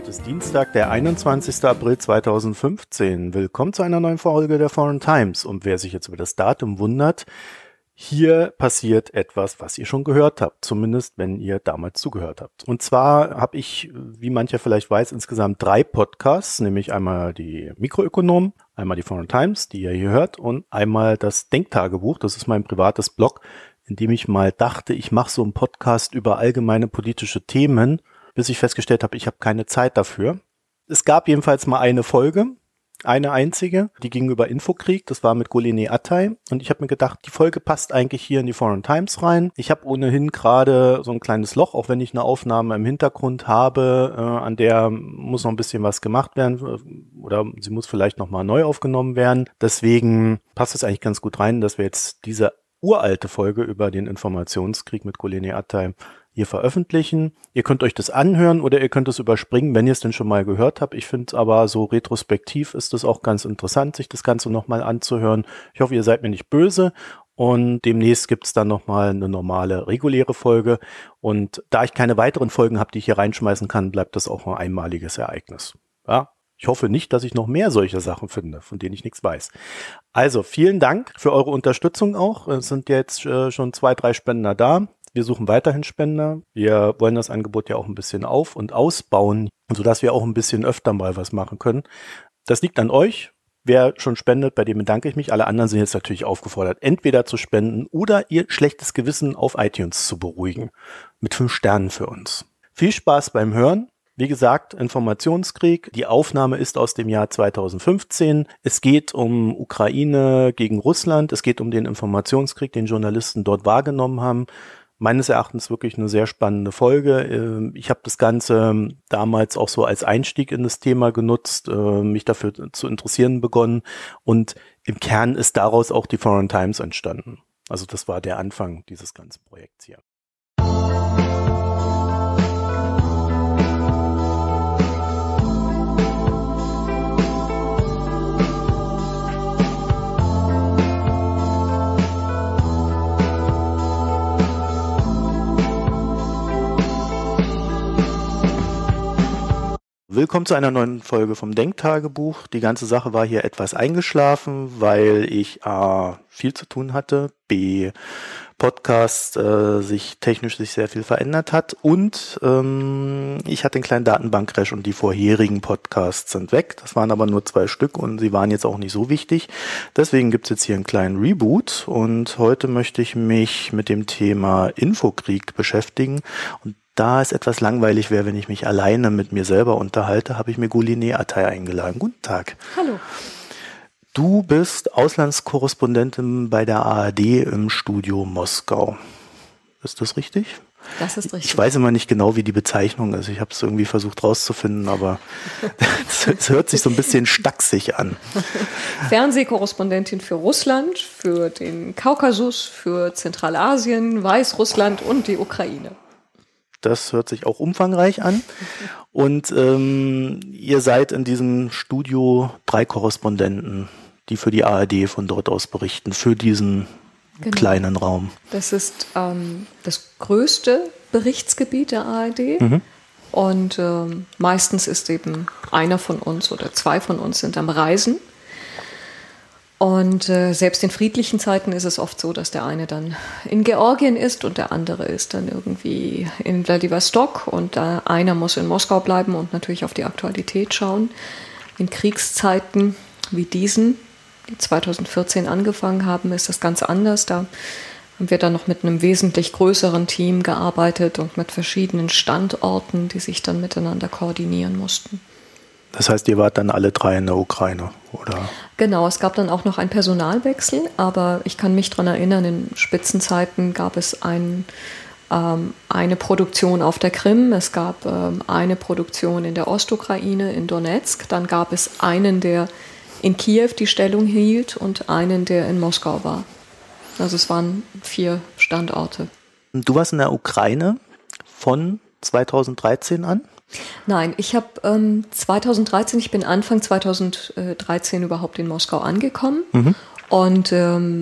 Heute ist Dienstag, der 21. April 2015. Willkommen zu einer neuen Folge der Foreign Times. Und wer sich jetzt über das Datum wundert, hier passiert etwas, was ihr schon gehört habt, zumindest wenn ihr damals zugehört habt. Und zwar habe ich, wie mancher vielleicht weiß, insgesamt 3 Podcasts, nämlich einmal die Mikroökonomen, einmal die Foreign Times, die ihr hier hört, und einmal das Denktagebuch, das ist mein privates Blog, in dem ich mal dachte, ich mache so einen Podcast über allgemeine politische Themen, bis ich festgestellt habe, ich habe keine Zeit dafür. Es gab jedenfalls mal eine Folge, eine einzige, die ging über Infokrieg, das war mit Golene Atay, und ich habe mir gedacht, die Folge passt eigentlich hier in die Foreign Times rein. Ich habe ohnehin gerade so ein kleines Loch, auch wenn ich eine Aufnahme im Hintergrund habe, an der muss noch ein bisschen was gemacht werden oder sie muss vielleicht nochmal neu aufgenommen werden. Deswegen passt es eigentlich ganz gut rein, dass wir jetzt diese uralte Folge über den Informationskrieg mit Golene Atay hier veröffentlichen. Ihr könnt euch das anhören oder ihr könnt es überspringen, wenn ihr es denn schon mal gehört habt. Ich finde es aber so retrospektiv ist es auch ganz interessant, sich das Ganze nochmal anzuhören. Ich hoffe, ihr seid mir nicht böse und demnächst gibt es dann nochmal eine normale, reguläre Folge. Und da ich keine weiteren Folgen habe, die ich hier reinschmeißen kann, bleibt das auch ein einmaliges Ereignis. Ja? Ich hoffe nicht, dass ich noch mehr solche Sachen finde, von denen ich nichts weiß. Also vielen Dank für eure Unterstützung auch. Es sind jetzt schon 2, 3 Spender da. Wir suchen weiterhin Spender. Wir wollen das Angebot ja auch ein bisschen auf- und ausbauen, sodass wir auch ein bisschen öfter mal was machen können. Das liegt an euch. Wer schon spendet, bei dem bedanke ich mich. Alle anderen sind jetzt natürlich aufgefordert, entweder zu spenden oder ihr schlechtes Gewissen auf iTunes zu beruhigen. Mit 5 Sternen für uns. Viel Spaß beim Hören. Wie gesagt, Informationskrieg. Die Aufnahme ist aus dem Jahr 2015. Es geht um Ukraine gegen Russland. Es geht um den Informationskrieg, den Journalisten dort wahrgenommen haben. Meines Erachtens wirklich eine sehr spannende Folge. Ich habe das Ganze damals auch so als Einstieg in das Thema genutzt, mich dafür zu interessieren begonnen. Und im Kern ist daraus auch die Foreign Times entstanden. Also das war der Anfang dieses ganzen Projekts hier. Willkommen zu einer neuen Folge vom Denktagebuch. Die ganze Sache war hier etwas eingeschlafen, weil ich A, viel zu tun hatte, B, Podcast sich technisch sehr viel verändert hat und ich hatte einen kleinen Datenbankcrash und die vorherigen Podcasts sind weg. Das waren aber nur 2 Stück und sie waren jetzt auch nicht so wichtig. Deswegen gibt's jetzt hier einen kleinen Reboot und heute möchte ich mich mit dem Thema Infokrieg beschäftigen. Und da es etwas langweilig wäre, wenn ich mich alleine mit mir selber unterhalte, habe ich mir Golene Atay eingeladen. Guten Tag. Hallo. Du bist Auslandskorrespondentin bei der ARD im Studio Moskau. Ist das richtig? Das ist richtig. Ich weiß immer nicht genau, wie die Bezeichnung ist. Ich habe es irgendwie versucht rauszufinden, aber es hört sich so ein bisschen stachsig an. Fernsehkorrespondentin für Russland, für den Kaukasus, für Zentralasien, Weißrussland und die Ukraine. Das hört sich auch umfangreich an. Und ihr seid in diesem Studio 3 Korrespondenten, die für die ARD von dort aus berichten, für diesen kleinen Raum. Das ist das größte Berichtsgebiet der ARD. Mhm. Und meistens ist eben einer von uns oder 2 von uns sind am Reisen. Und selbst in friedlichen Zeiten ist es oft so, dass der eine dann in Georgien ist und der andere ist dann irgendwie in Wladiwostok und einer muss in Moskau bleiben und natürlich auf die Aktualität schauen. In Kriegszeiten wie diesen, die 2014 angefangen haben, ist das ganz anders. Da haben wir dann noch mit einem wesentlich größeren Team gearbeitet und mit verschiedenen Standorten, die sich dann miteinander koordinieren mussten. Das heißt, ihr wart dann alle 3 in der Ukraine, oder? Genau, es gab dann auch noch einen Personalwechsel, aber ich kann mich daran erinnern, in Spitzenzeiten gab es eine Produktion auf der Krim, es gab eine Produktion in der Ostukraine, in Donetsk, dann gab es einen, der in Kiew die Stellung hielt und einen, der in Moskau war. Also es waren 4 Standorte. Du warst in der Ukraine von 2013 an? Nein, ich habe 2013, ich bin Anfang 2013 überhaupt in Moskau angekommen und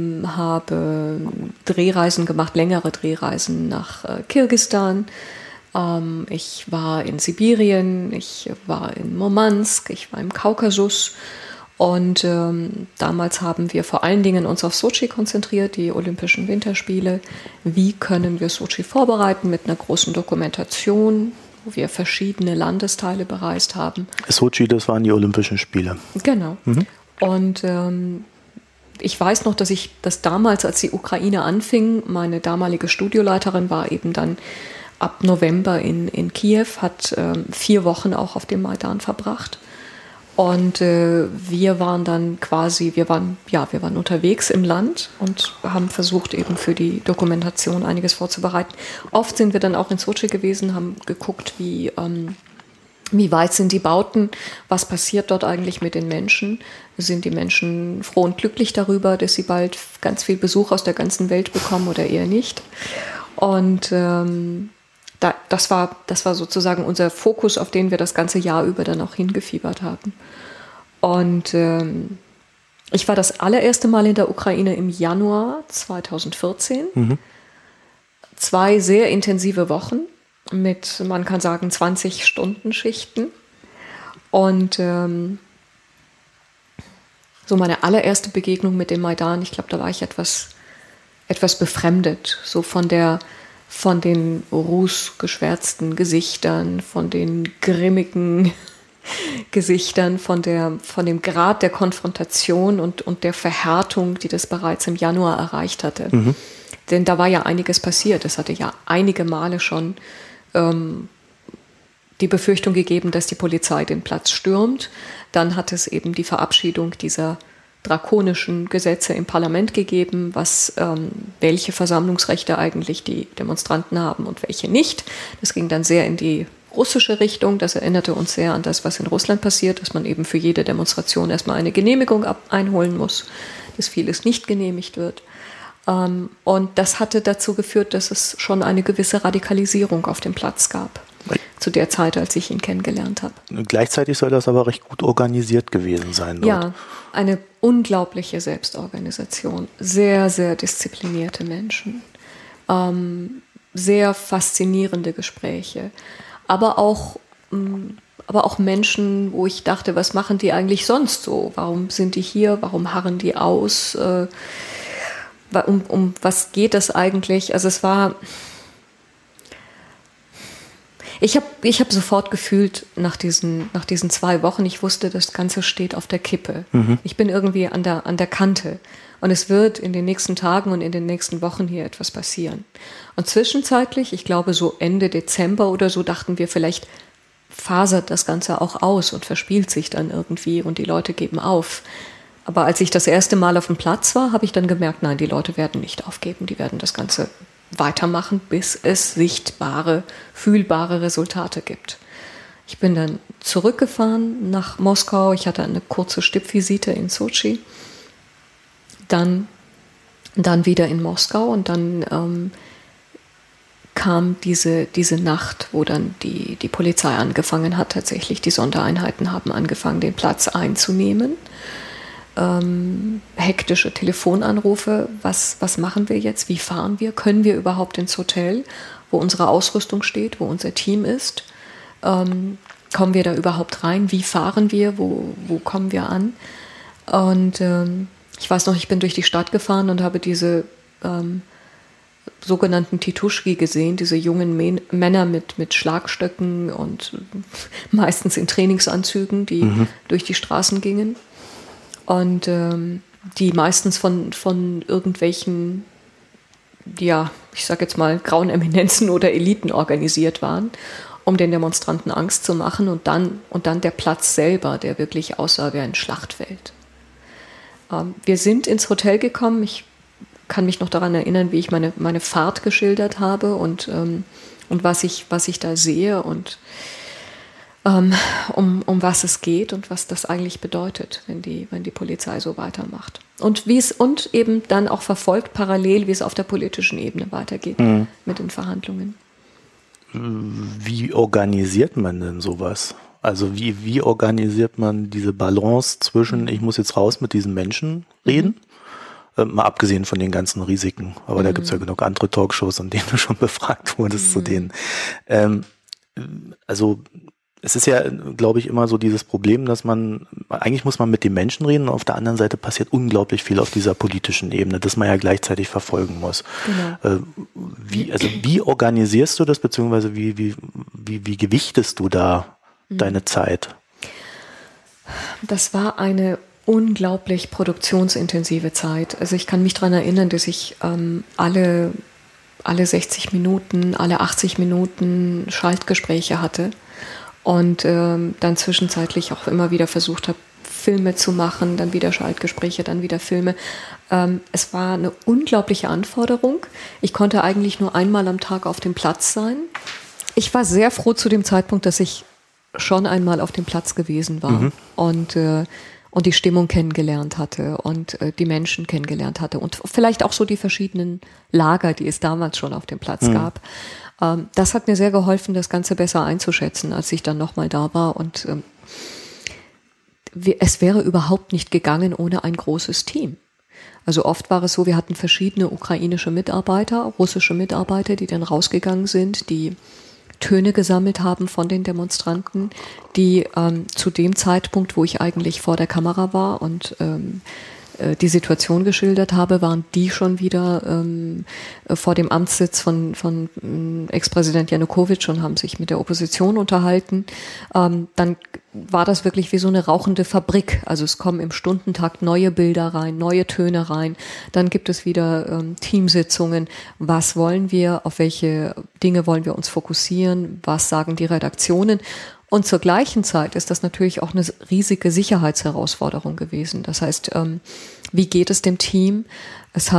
habe Drehreisen gemacht, längere Drehreisen nach Kirgisistan, Ich war in Sibirien, ich war in Murmansk, ich war im Kaukasus. Und damals haben wir vor allen Dingen uns auf Sochi konzentriert, die Olympischen Winterspiele. Wie können wir Sochi vorbereiten mit einer großen Dokumentation, wo wir verschiedene Landesteile bereist haben. Sochi, das waren die Olympischen Spiele. Genau. Und ich weiß noch, dass damals, als die Ukraine anfing, meine damalige Studioleiterin war eben dann ab November in Kiew, hat 4 Wochen auch auf dem Maidan verbracht. Und wir waren dann wir waren unterwegs im Land und haben versucht, eben für die Dokumentation einiges vorzubereiten. Oft sind wir dann auch in Sochi gewesen, haben geguckt, wie weit sind die Bauten, was passiert dort eigentlich mit den Menschen? Sind die Menschen froh und glücklich darüber, dass sie bald ganz viel Besuch aus der ganzen Welt bekommen oder eher nicht? Und das war sozusagen unser Fokus, auf den wir das ganze Jahr über dann auch hingefiebert haben. Und ich war das allererste Mal in der Ukraine im Januar 2014. 2 sehr intensive Wochen mit, man kann sagen, 20-Stunden-Schichten. Und so meine allererste Begegnung mit dem Maidan, ich glaube, da war ich etwas befremdet, so von den rußgeschwärzten Gesichtern, von den grimmigen Gesichtern, von dem Grad der Konfrontation und der Verhärtung, die das bereits im Januar erreicht hatte. Denn da war ja einiges passiert. Es hatte ja einige Male schon die Befürchtung gegeben, dass die Polizei den Platz stürmt. Dann hat es eben die Verabschiedung dieser drakonischen Gesetze im Parlament gegeben, welche Versammlungsrechte eigentlich die Demonstranten haben und welche nicht. Das ging dann sehr in die russische Richtung. Das erinnerte uns sehr an das, was in Russland passiert, dass man eben für jede Demonstration erstmal eine Genehmigung einholen muss, dass vieles nicht genehmigt wird. Und das hatte dazu geführt, dass es schon eine gewisse Radikalisierung auf dem Platz gab, zu der Zeit, als ich ihn kennengelernt habe. Gleichzeitig soll das aber recht gut organisiert gewesen sein dort. Ja, eine unglaubliche Selbstorganisation, sehr, sehr disziplinierte Menschen, sehr faszinierende Gespräche, aber auch Menschen, wo ich dachte, was machen die eigentlich sonst so? Warum sind die hier? Warum harren die aus? Um was geht das eigentlich? Also es war... Ich hab sofort gefühlt nach diesen 2 Wochen, ich wusste, das Ganze steht auf der Kippe. Ich bin irgendwie an der Kante. Und es wird in den nächsten Tagen und in den nächsten Wochen hier etwas passieren. Und zwischenzeitlich, ich glaube so Ende Dezember oder so, dachten wir, vielleicht fasert das Ganze auch aus und verspielt sich dann irgendwie und die Leute geben auf. Aber als ich das erste Mal auf dem Platz war, habe ich dann gemerkt, nein, die Leute werden nicht aufgeben, die werden das Ganze weitermachen, bis es sichtbare, fühlbare Resultate gibt. Ich bin dann zurückgefahren nach Moskau. Ich hatte eine kurze Stippvisite in Sochi. Dann wieder in Moskau und dann kam diese Nacht, wo dann die Polizei angefangen hat, tatsächlich die Sondereinheiten haben angefangen, den Platz einzunehmen. Hektische Telefonanrufe, was machen wir jetzt, wie fahren wir, können wir überhaupt ins Hotel, wo unsere Ausrüstung steht, wo unser Team ist, kommen wir da überhaupt rein, wie fahren wir, wo kommen wir an? Und ich weiß noch, ich bin durch die Stadt gefahren und habe diese sogenannten Tituschki gesehen, diese jungen Männer mit Schlagstöcken und meistens in Trainingsanzügen, die durch die Straßen gingen. Und die meistens von irgendwelchen, ja, ich sag jetzt mal, grauen Eminenzen oder Eliten organisiert waren, um den Demonstranten Angst zu machen. Und dann der Platz selber, der wirklich aussah wie ein Schlachtfeld. Wir sind ins Hotel gekommen. Ich kann mich noch daran erinnern, wie ich meine Fahrt geschildert habe und was ich da sehe und um was es geht und was das eigentlich bedeutet, wenn die Polizei so weitermacht. Und eben dann auch verfolgt, parallel, wie es auf der politischen Ebene weitergeht mit den Verhandlungen. Wie organisiert man denn sowas? Also wie organisiert man diese Balance zwischen, ich muss jetzt raus mit diesen Menschen reden, Mal abgesehen von den ganzen Risiken. Aber da gibt's ja genug andere Talkshows, an denen du schon befragt wurdest zu denen. Also es ist ja, glaube ich, immer so dieses Problem, dass eigentlich muss man mit den Menschen reden und auf der anderen Seite passiert unglaublich viel auf dieser politischen Ebene, das man ja gleichzeitig verfolgen muss. Genau. Wie organisierst du das, beziehungsweise wie gewichtest du da deine Zeit? Das war eine unglaublich produktionsintensive Zeit. Also ich kann mich daran erinnern, dass ich alle 60 Minuten, alle 80 Minuten Schaltgespräche hatte und dann zwischenzeitlich auch immer wieder versucht habe, Filme zu machen, dann wieder Schaltgespräche, dann wieder Filme. Es war eine unglaubliche Anforderung. Ich konnte eigentlich nur einmal am Tag auf dem Platz sein. Ich war sehr froh zu dem Zeitpunkt, dass ich schon einmal auf dem Platz gewesen war und die Stimmung kennengelernt hatte und die Menschen kennengelernt hatte und vielleicht auch so die verschiedenen Lager, die es damals schon auf dem Platz gab. Das hat mir sehr geholfen, das Ganze besser einzuschätzen, als ich dann nochmal da war. Und es wäre überhaupt nicht gegangen ohne ein großes Team. Also oft war es so, wir hatten verschiedene ukrainische Mitarbeiter, russische Mitarbeiter, die dann rausgegangen sind, die Töne gesammelt haben von den Demonstranten, die zu dem Zeitpunkt, wo ich eigentlich vor der Kamera war und die Situation geschildert habe, waren die schon wieder vor dem Amtssitz von Ex-Präsident Janukowitsch und haben sich mit der Opposition unterhalten. Dann war das wirklich wie so eine rauchende Fabrik. Also es kommen im Stundentakt neue Bilder rein, neue Töne rein. Dann gibt es wieder Teamsitzungen. Was wollen wir? Auf welche Dinge wollen wir uns fokussieren? Was sagen die Redaktionen? Und zur gleichen Zeit ist das natürlich auch eine riesige Sicherheitsherausforderung gewesen. Das heißt, wie geht es dem Team? Es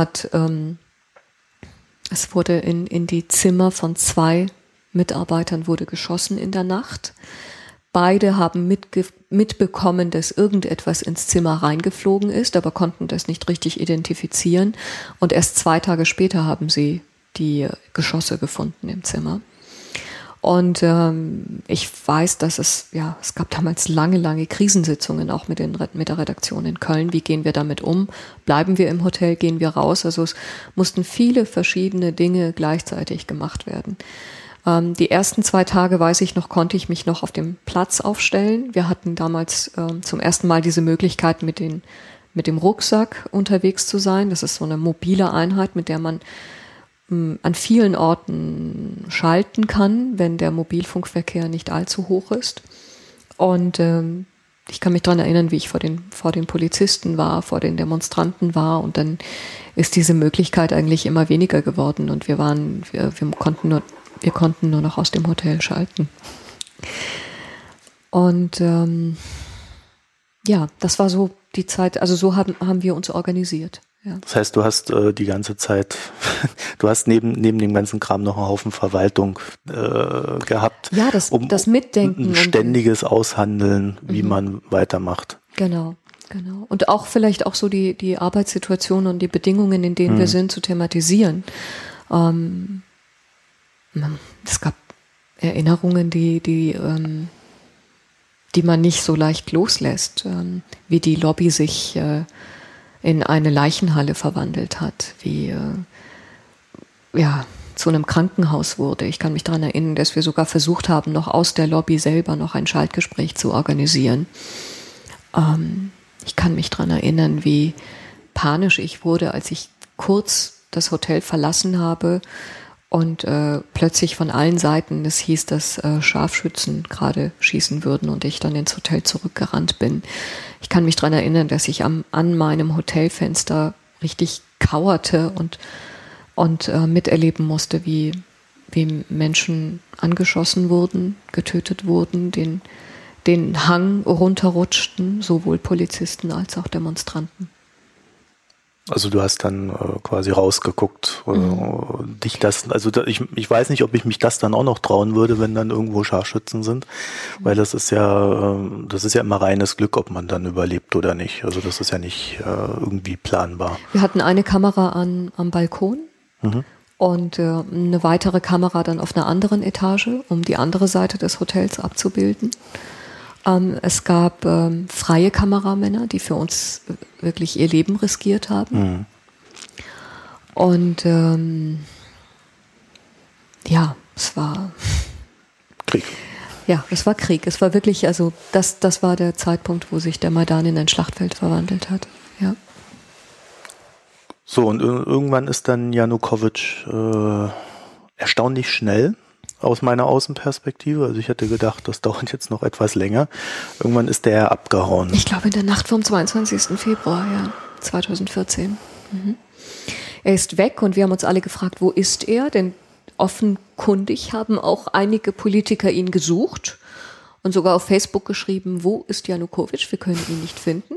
wurde in die Zimmer von 2 Mitarbeitern wurde geschossen in der Nacht. Beide haben mitbekommen, dass irgendetwas ins Zimmer reingeflogen ist, aber konnten das nicht richtig identifizieren. Und erst 2 Tage später haben sie die Geschosse gefunden im Zimmer. Und ich weiß, dass es gab damals lange Krisensitzungen auch mit der Redaktion in Köln. Wie gehen wir damit um? Bleiben wir im Hotel? Gehen wir raus? Also es mussten viele verschiedene Dinge gleichzeitig gemacht werden. Die ersten 2 Tage, weiß ich noch, konnte ich mich noch auf dem Platz aufstellen. Wir hatten damals zum ersten Mal diese Möglichkeit, mit dem Rucksack unterwegs zu sein. Das ist so eine mobile Einheit, mit der man an vielen Orten schalten kann, wenn der Mobilfunkverkehr nicht allzu hoch ist. Und ich kann mich daran erinnern, wie ich vor den Polizisten war, vor den Demonstranten war, und dann ist diese Möglichkeit eigentlich immer weniger geworden und wir konnten nur noch aus dem Hotel schalten. Und das war so die Zeit, also so haben wir uns organisiert. Ja. Das heißt, du hast die ganze Zeit, du hast neben dem ganzen Kram noch einen Haufen Verwaltung gehabt. Ja, das Mitdenken. Ein ständiges Aushandeln, wie man weitermacht. Genau. Und auch vielleicht auch so die Arbeitssituation und die Bedingungen, in denen wir sind, zu thematisieren. Es gab Erinnerungen, die man nicht so leicht loslässt, wie die Lobby sich in eine Leichenhalle verwandelt hat, wie zu einem Krankenhaus wurde. Ich kann mich daran erinnern, dass wir sogar versucht haben, noch aus der Lobby selber noch ein Schaltgespräch zu organisieren. Ich kann mich daran erinnern, wie panisch ich wurde, als ich kurz das Hotel verlassen habe und plötzlich von allen Seiten es hieß, dass Scharfschützen gerade schießen würden und ich dann ins Hotel zurückgerannt bin. Ich kann mich daran erinnern, dass ich an meinem Hotelfenster richtig kauerte und miterleben musste, wie Menschen angeschossen wurden, getötet wurden, den Hang runterrutschten, sowohl Polizisten als auch Demonstranten. Also du hast dann quasi rausgeguckt, ich weiß nicht, ob ich mich das dann auch noch trauen würde, wenn dann irgendwo Scharfschützen sind, weil das ist ja immer reines Glück, ob man dann überlebt oder nicht. Also das ist ja nicht irgendwie planbar. Wir hatten eine Kamera am Balkon und eine weitere Kamera dann auf einer anderen Etage, um die andere Seite des Hotels abzubilden. Es gab freie Kameramänner, die für uns wirklich ihr Leben riskiert haben. Und ja, es war Krieg. Ja, es war Krieg. Es war wirklich, also das war der Zeitpunkt, wo sich der Maidan in ein Schlachtfeld verwandelt hat. Ja. So, und irgendwann ist dann Janukowitsch erstaunlich schnell aus meiner Außenperspektive. Also ich hätte gedacht, das dauert jetzt noch etwas länger. Irgendwann ist der abgehauen. Ich glaube in der Nacht vom 22. Februar, ja, 2014. Mhm. Er ist weg und wir haben uns alle gefragt, wo ist er? Denn offenkundig haben auch einige Politiker ihn gesucht und sogar auf Facebook geschrieben, wo ist Janukowitsch? Wir können ihn nicht finden.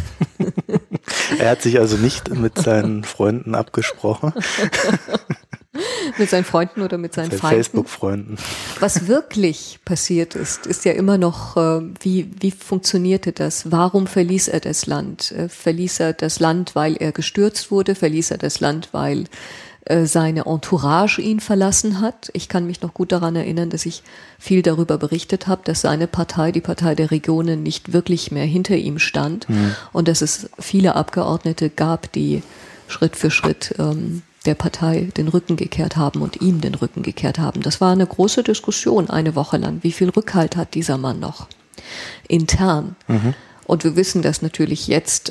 Er hat sich also nicht mit seinen Freunden abgesprochen. Mit seinen Freunden oder mit seinen Feinden. Facebook-Freunden. Was wirklich passiert ist ja immer noch, wie funktionierte das? Warum verließ er das Land? Verließ er das Land, weil er gestürzt wurde? Verließ er das Land, weil seine Entourage ihn verlassen hat? Ich kann mich noch gut daran erinnern, dass ich viel darüber berichtet habe, dass seine Partei, die Partei der Regionen, nicht wirklich mehr hinter ihm stand und dass es viele Abgeordnete gab, die Schritt für Schritt der Partei den Rücken gekehrt haben und ihm den Rücken gekehrt haben. Das war eine große Diskussion eine Woche lang. Wie viel Rückhalt hat dieser Mann noch intern? Und wir wissen, dass natürlich jetzt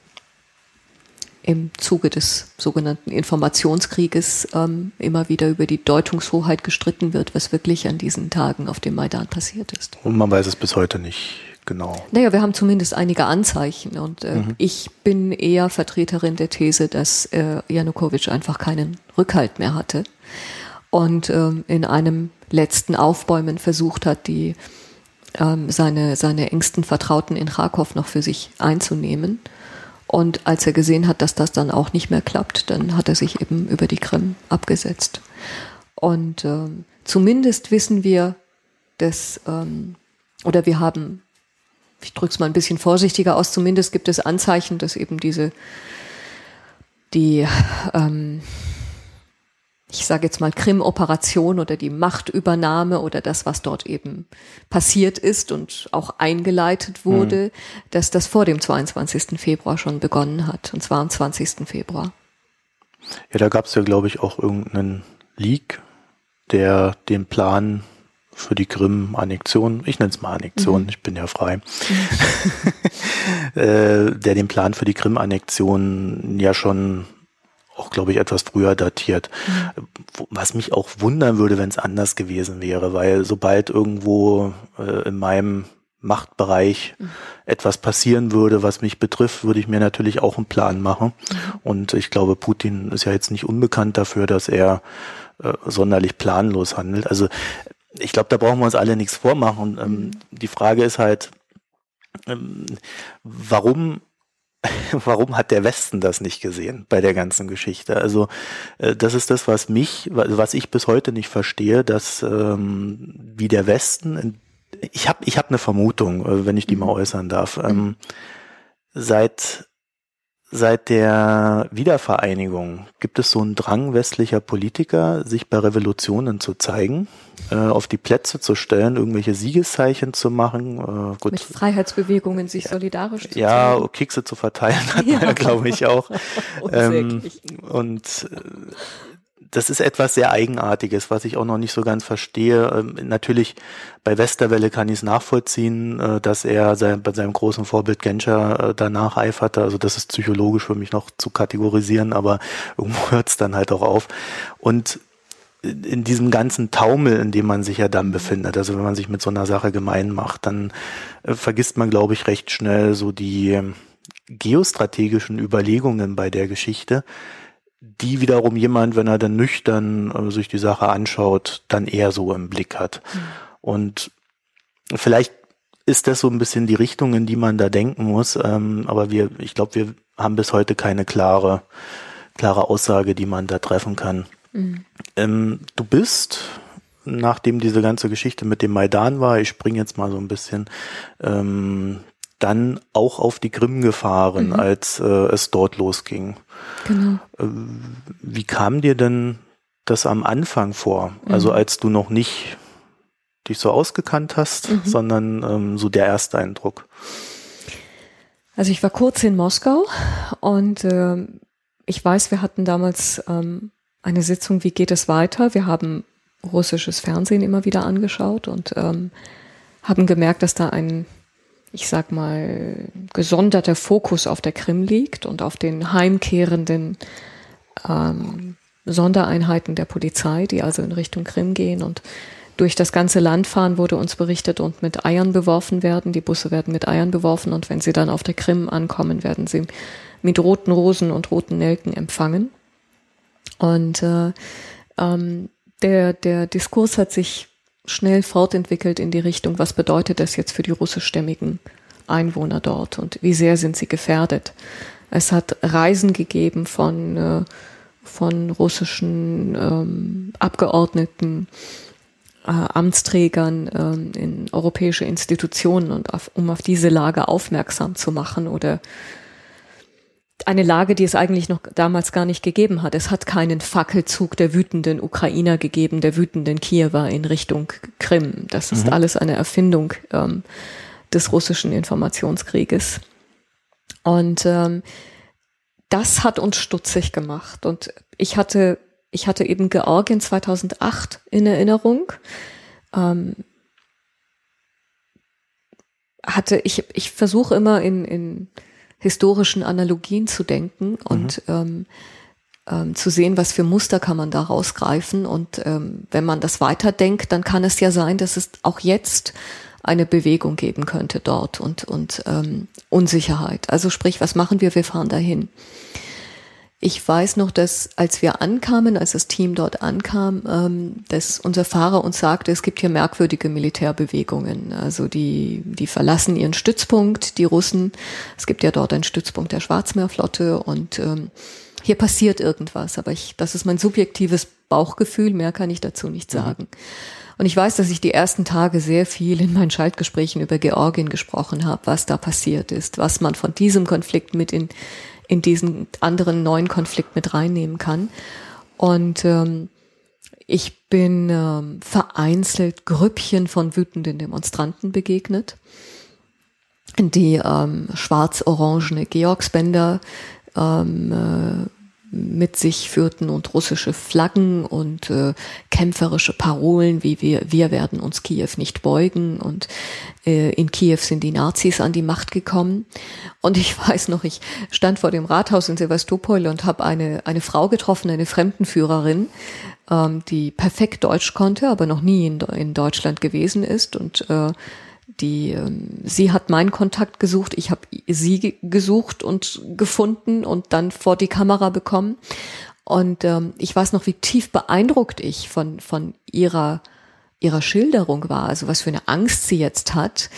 im Zuge des sogenannten Informationskrieges immer wieder über die Deutungshoheit gestritten wird, was wirklich an diesen Tagen auf dem Maidan passiert ist. Und man weiß es bis heute nicht genau. Naja, wir haben zumindest einige Anzeichen und ich bin eher Vertreterin der These, dass Janukowitsch einfach keinen Rückhalt mehr hatte und in einem letzten Aufbäumen versucht hat, seine engsten Vertrauten in Charkow noch für sich einzunehmen. Und als er gesehen hat, dass das dann auch nicht mehr klappt, dann hat er sich eben über die Krim abgesetzt. Und zumindest wissen wir, dass, oder wir haben, ich drücke es mal ein bisschen vorsichtiger aus, zumindest gibt es Anzeichen, dass eben ich sage jetzt mal Krim-Operation oder die Machtübernahme oder das, was dort eben passiert ist und auch eingeleitet wurde, dass das vor dem 22. Februar schon begonnen hat, und zwar am 20. Februar. Ja, da gab es ja, glaube ich, auch irgendeinen Leak, der den Plan für die Krim-Annexion, ich nenne es mal Annexion, ich bin ja frei, der den Plan für die Krim-Annexion ja schon auch, glaube ich, etwas früher datiert. Was mich auch wundern würde, wenn es anders gewesen wäre, weil sobald irgendwo in meinem Machtbereich etwas passieren würde, was mich betrifft, würde ich mir natürlich auch einen Plan machen. Und ich glaube, Putin ist ja jetzt nicht unbekannt dafür, dass er sonderlich planlos handelt. Also ich glaube, da brauchen wir uns alle nichts vormachen. Die Frage ist halt, warum hat der Westen das nicht gesehen bei der ganzen Geschichte? Also das ist das, was ich bis heute nicht verstehe, dass wie der Westen, ich hab eine Vermutung, wenn ich die mal äußern darf, seit der Wiedervereinigung gibt es so einen Drang westlicher Politiker, sich bei Revolutionen zu zeigen, auf die Plätze zu stellen, irgendwelche Siegeszeichen zu machen. Gut. Mit Freiheitsbewegungen sich solidarisch zu zeigen. Ja, Kekse zu verteilen hat man ja, glaube ich, auch. Und das ist etwas sehr Eigenartiges, was ich auch noch nicht so ganz verstehe. Natürlich bei Westerwelle kann ich es nachvollziehen, dass er bei seinem großen Vorbild Genscher danach eiferte. Also das ist psychologisch für mich noch zu kategorisieren, aber irgendwo hört es dann halt auch auf. Und in diesem ganzen Taumel, in dem man sich ja dann befindet, also wenn man sich mit so einer Sache gemein macht, dann vergisst man, glaube ich, recht schnell so die geostrategischen Überlegungen bei der Geschichte, die wiederum jemand, wenn er dann nüchtern sich die Sache anschaut, dann eher so im Blick hat. Und vielleicht ist das so ein bisschen die Richtung, in die man da denken muss, aber ich glaube, wir haben bis heute keine klare Aussage, die man da treffen kann. Du bist, nachdem diese ganze Geschichte mit dem Maidan war, ich springe jetzt mal so ein bisschen, dann auch auf die Krim gefahren, als es dort losging. Genau. Wie kam dir denn das am Anfang vor? Also als du noch nicht dich so ausgekannt hast, sondern so der erste Eindruck. Also ich war kurz in Moskau und ich weiß, wir hatten damals eine Sitzung, wie geht es weiter? Wir haben russisches Fernsehen immer wieder angeschaut und haben gemerkt, dass da ein, ich sag mal, gesonderter Fokus auf der Krim liegt und auf den heimkehrenden Sondereinheiten der Polizei, die also in Richtung Krim gehen und durch das ganze Land fahren, wurde uns berichtet, und mit Eiern beworfen werden. Die Busse werden mit Eiern beworfen, und wenn sie dann auf der Krim ankommen, werden sie mit roten Rosen und roten Nelken empfangen. Und der Diskurs hat sich schnell fortentwickelt in die Richtung, was bedeutet das jetzt für die russischstämmigen Einwohner dort und wie sehr sind sie gefährdet. Es hat Reisen gegeben von russischen Abgeordneten, Amtsträgern in europäische Institutionen, und um auf diese Lage aufmerksam zu machen, oder eine Lage, die es eigentlich noch damals gar nicht gegeben hat. Es hat keinen Fackelzug der wütenden Ukrainer gegeben, der wütenden Kiewer in Richtung Krim. Das ist alles eine Erfindung des russischen Informationskrieges. Und das hat uns stutzig gemacht. Und ich hatte eben Georgien 2008 in Erinnerung. Ich versuche immer in historischen Analogien zu denken und zu sehen, was für Muster kann man da rausgreifen. Und wenn man das weiterdenkt, dann kann es ja sein, dass es auch jetzt eine Bewegung geben könnte dort und Unsicherheit. Also sprich, was machen wir? Wir fahren dahin. Ich weiß noch, dass als das Team dort ankam, dass unser Fahrer uns sagte, es gibt hier merkwürdige Militärbewegungen. Also die verlassen ihren Stützpunkt, die Russen. Es gibt ja dort einen Stützpunkt der Schwarzmeerflotte, und hier passiert irgendwas. Aber das ist mein subjektives Bauchgefühl, mehr kann ich dazu nicht sagen. Und ich weiß, dass ich die ersten Tage sehr viel in meinen Schaltgesprächen über Georgien gesprochen habe, was da passiert ist, was man von diesem Konflikt mit in diesen anderen neuen Konflikt mit reinnehmen kann. Und ich bin vereinzelt Grüppchen von wütenden Demonstranten begegnet, die schwarz-orangene Georgsbänder mit sich führten und russische Flaggen und kämpferische Parolen wie wir werden uns Kiew nicht beugen, und in Kiew sind die Nazis an die Macht gekommen. Und ich weiß noch, ich stand vor dem Rathaus in Sewastopol und habe eine Frau getroffen, eine Fremdenführerin, die perfekt Deutsch konnte, aber noch nie in Deutschland gewesen ist, und sie hat meinen Kontakt gesucht, ich habe sie gesucht und gefunden und dann vor die Kamera bekommen. Und ich weiß noch, wie tief beeindruckt ich von ihrer Schilderung war, also was für eine Angst sie jetzt hat.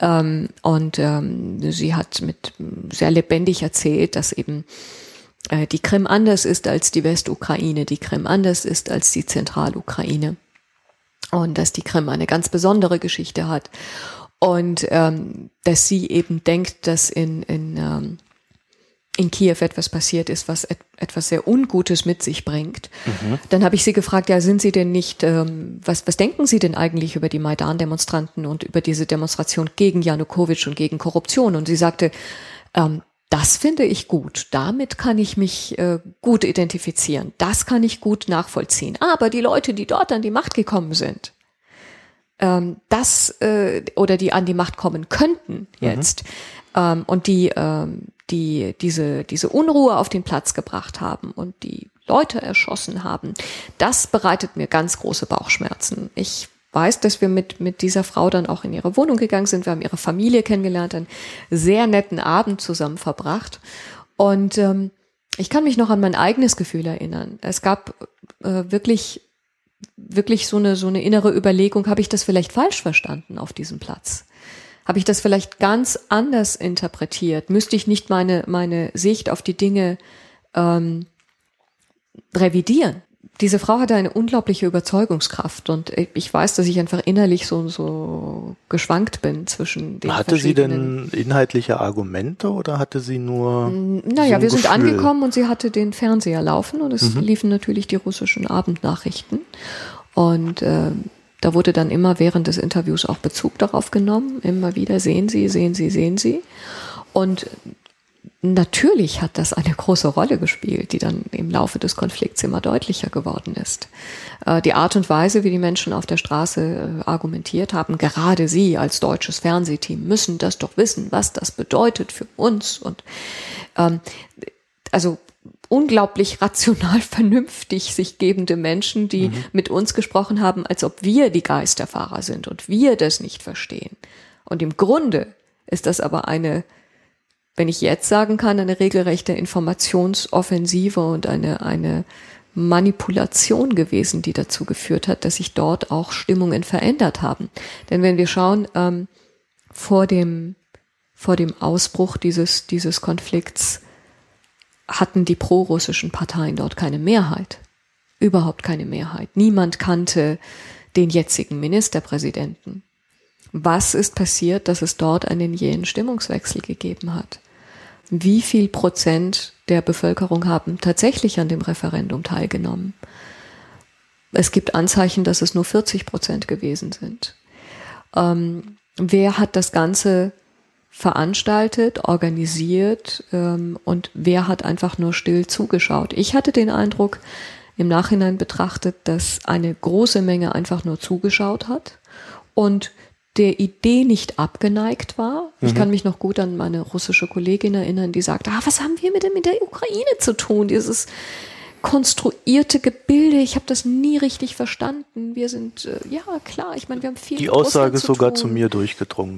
Sie hat sehr lebendig erzählt, dass eben die Krim anders ist als die Westukraine, die Krim anders ist als die Zentralukraine, und dass die Krim eine ganz besondere Geschichte hat. Und dass sie eben denkt, dass in Kiew etwas passiert ist, was etwas sehr Ungutes mit sich bringt. Dann habe ich sie gefragt, ja, sind Sie denn nicht, was denken Sie denn eigentlich über die Maidan-Demonstranten und über diese Demonstration gegen Janukowitsch und gegen Korruption? Und sie sagte, das finde ich gut, damit kann ich mich gut identifizieren, das kann ich gut nachvollziehen. Aber die Leute, die dort an die Macht gekommen sind, oder die an die Macht kommen könnten jetzt, und diese Unruhe auf den Platz gebracht haben und die Leute erschossen haben, das bereitet mir ganz große Bauchschmerzen. Ich weiß, dass wir mit dieser Frau dann auch in ihre Wohnung gegangen sind. Wir haben ihre Familie kennengelernt, einen sehr netten Abend zusammen verbracht. Und ich kann mich noch an mein eigenes Gefühl erinnern. Es gab wirklich so eine innere Überlegung, habe ich das vielleicht falsch verstanden auf diesem Platz? Habe ich das vielleicht ganz anders interpretiert? Müsste ich nicht meine Sicht auf die Dinge revidieren? Diese Frau hatte eine unglaubliche Überzeugungskraft, und ich weiß, dass ich einfach innerlich so geschwankt bin zwischen den Hatte sie denn inhaltliche Argumente oder hatte sie nur Naja, wir sind angekommen und sie hatte den Fernseher laufen, und es liefen natürlich die russischen Abendnachrichten, und da wurde dann immer während des Interviews auch Bezug darauf genommen, immer wieder sehen Sie. Und natürlich hat das eine große Rolle gespielt, die dann im Laufe des Konflikts immer deutlicher geworden ist. Die Art und Weise, wie die Menschen auf der Straße argumentiert haben, gerade Sie als deutsches Fernsehteam müssen das doch wissen, was das bedeutet für uns. Und also unglaublich rational vernünftig sich gebende Menschen, die mit uns gesprochen haben, als ob wir die Geisterfahrer sind und wir das nicht verstehen. Und im Grunde ist das aber eine, wenn ich jetzt sagen kann, eine regelrechte Informationsoffensive und eine Manipulation gewesen, die dazu geführt hat, dass sich dort auch Stimmungen verändert haben. Denn wenn wir schauen, vor dem Ausbruch dieses Konflikts hatten die prorussischen Parteien dort keine Mehrheit. Überhaupt keine Mehrheit. Niemand kannte den jetzigen Ministerpräsidenten. Was ist passiert, dass es dort einen jähen Stimmungswechsel gegeben hat? Wie viel Prozent der Bevölkerung haben tatsächlich an dem Referendum teilgenommen? Es gibt Anzeichen, dass es nur 40% gewesen sind. Wer hat das Ganze veranstaltet, organisiert und wer hat einfach nur still zugeschaut? Ich hatte den Eindruck, im Nachhinein betrachtet, dass eine große Menge einfach nur zugeschaut hat und der Idee nicht abgeneigt war. Ich kann mich noch gut an meine russische Kollegin erinnern, die sagte, was haben wir mit der Ukraine zu tun? Dieses konstruierte Gebilde, ich habe das nie richtig verstanden. Wir sind, ja klar, ich meine, wir haben viel Die Aussage ist sogar zu mir durchgedrungen.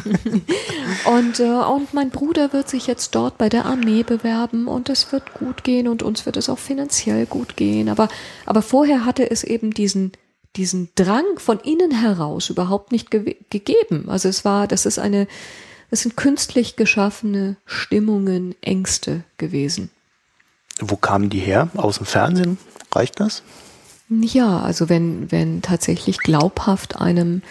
Und mein Bruder wird sich jetzt dort bei der Armee bewerben und es wird gut gehen und uns wird es auch finanziell gut gehen. Aber vorher hatte es eben diesen Drang von innen heraus überhaupt nicht gegeben. Also das sind künstlich geschaffene Stimmungen, Ängste gewesen. Wo kamen die her? Aus dem Fernsehen? Reicht das? Ja, also wenn tatsächlich glaubhaft einem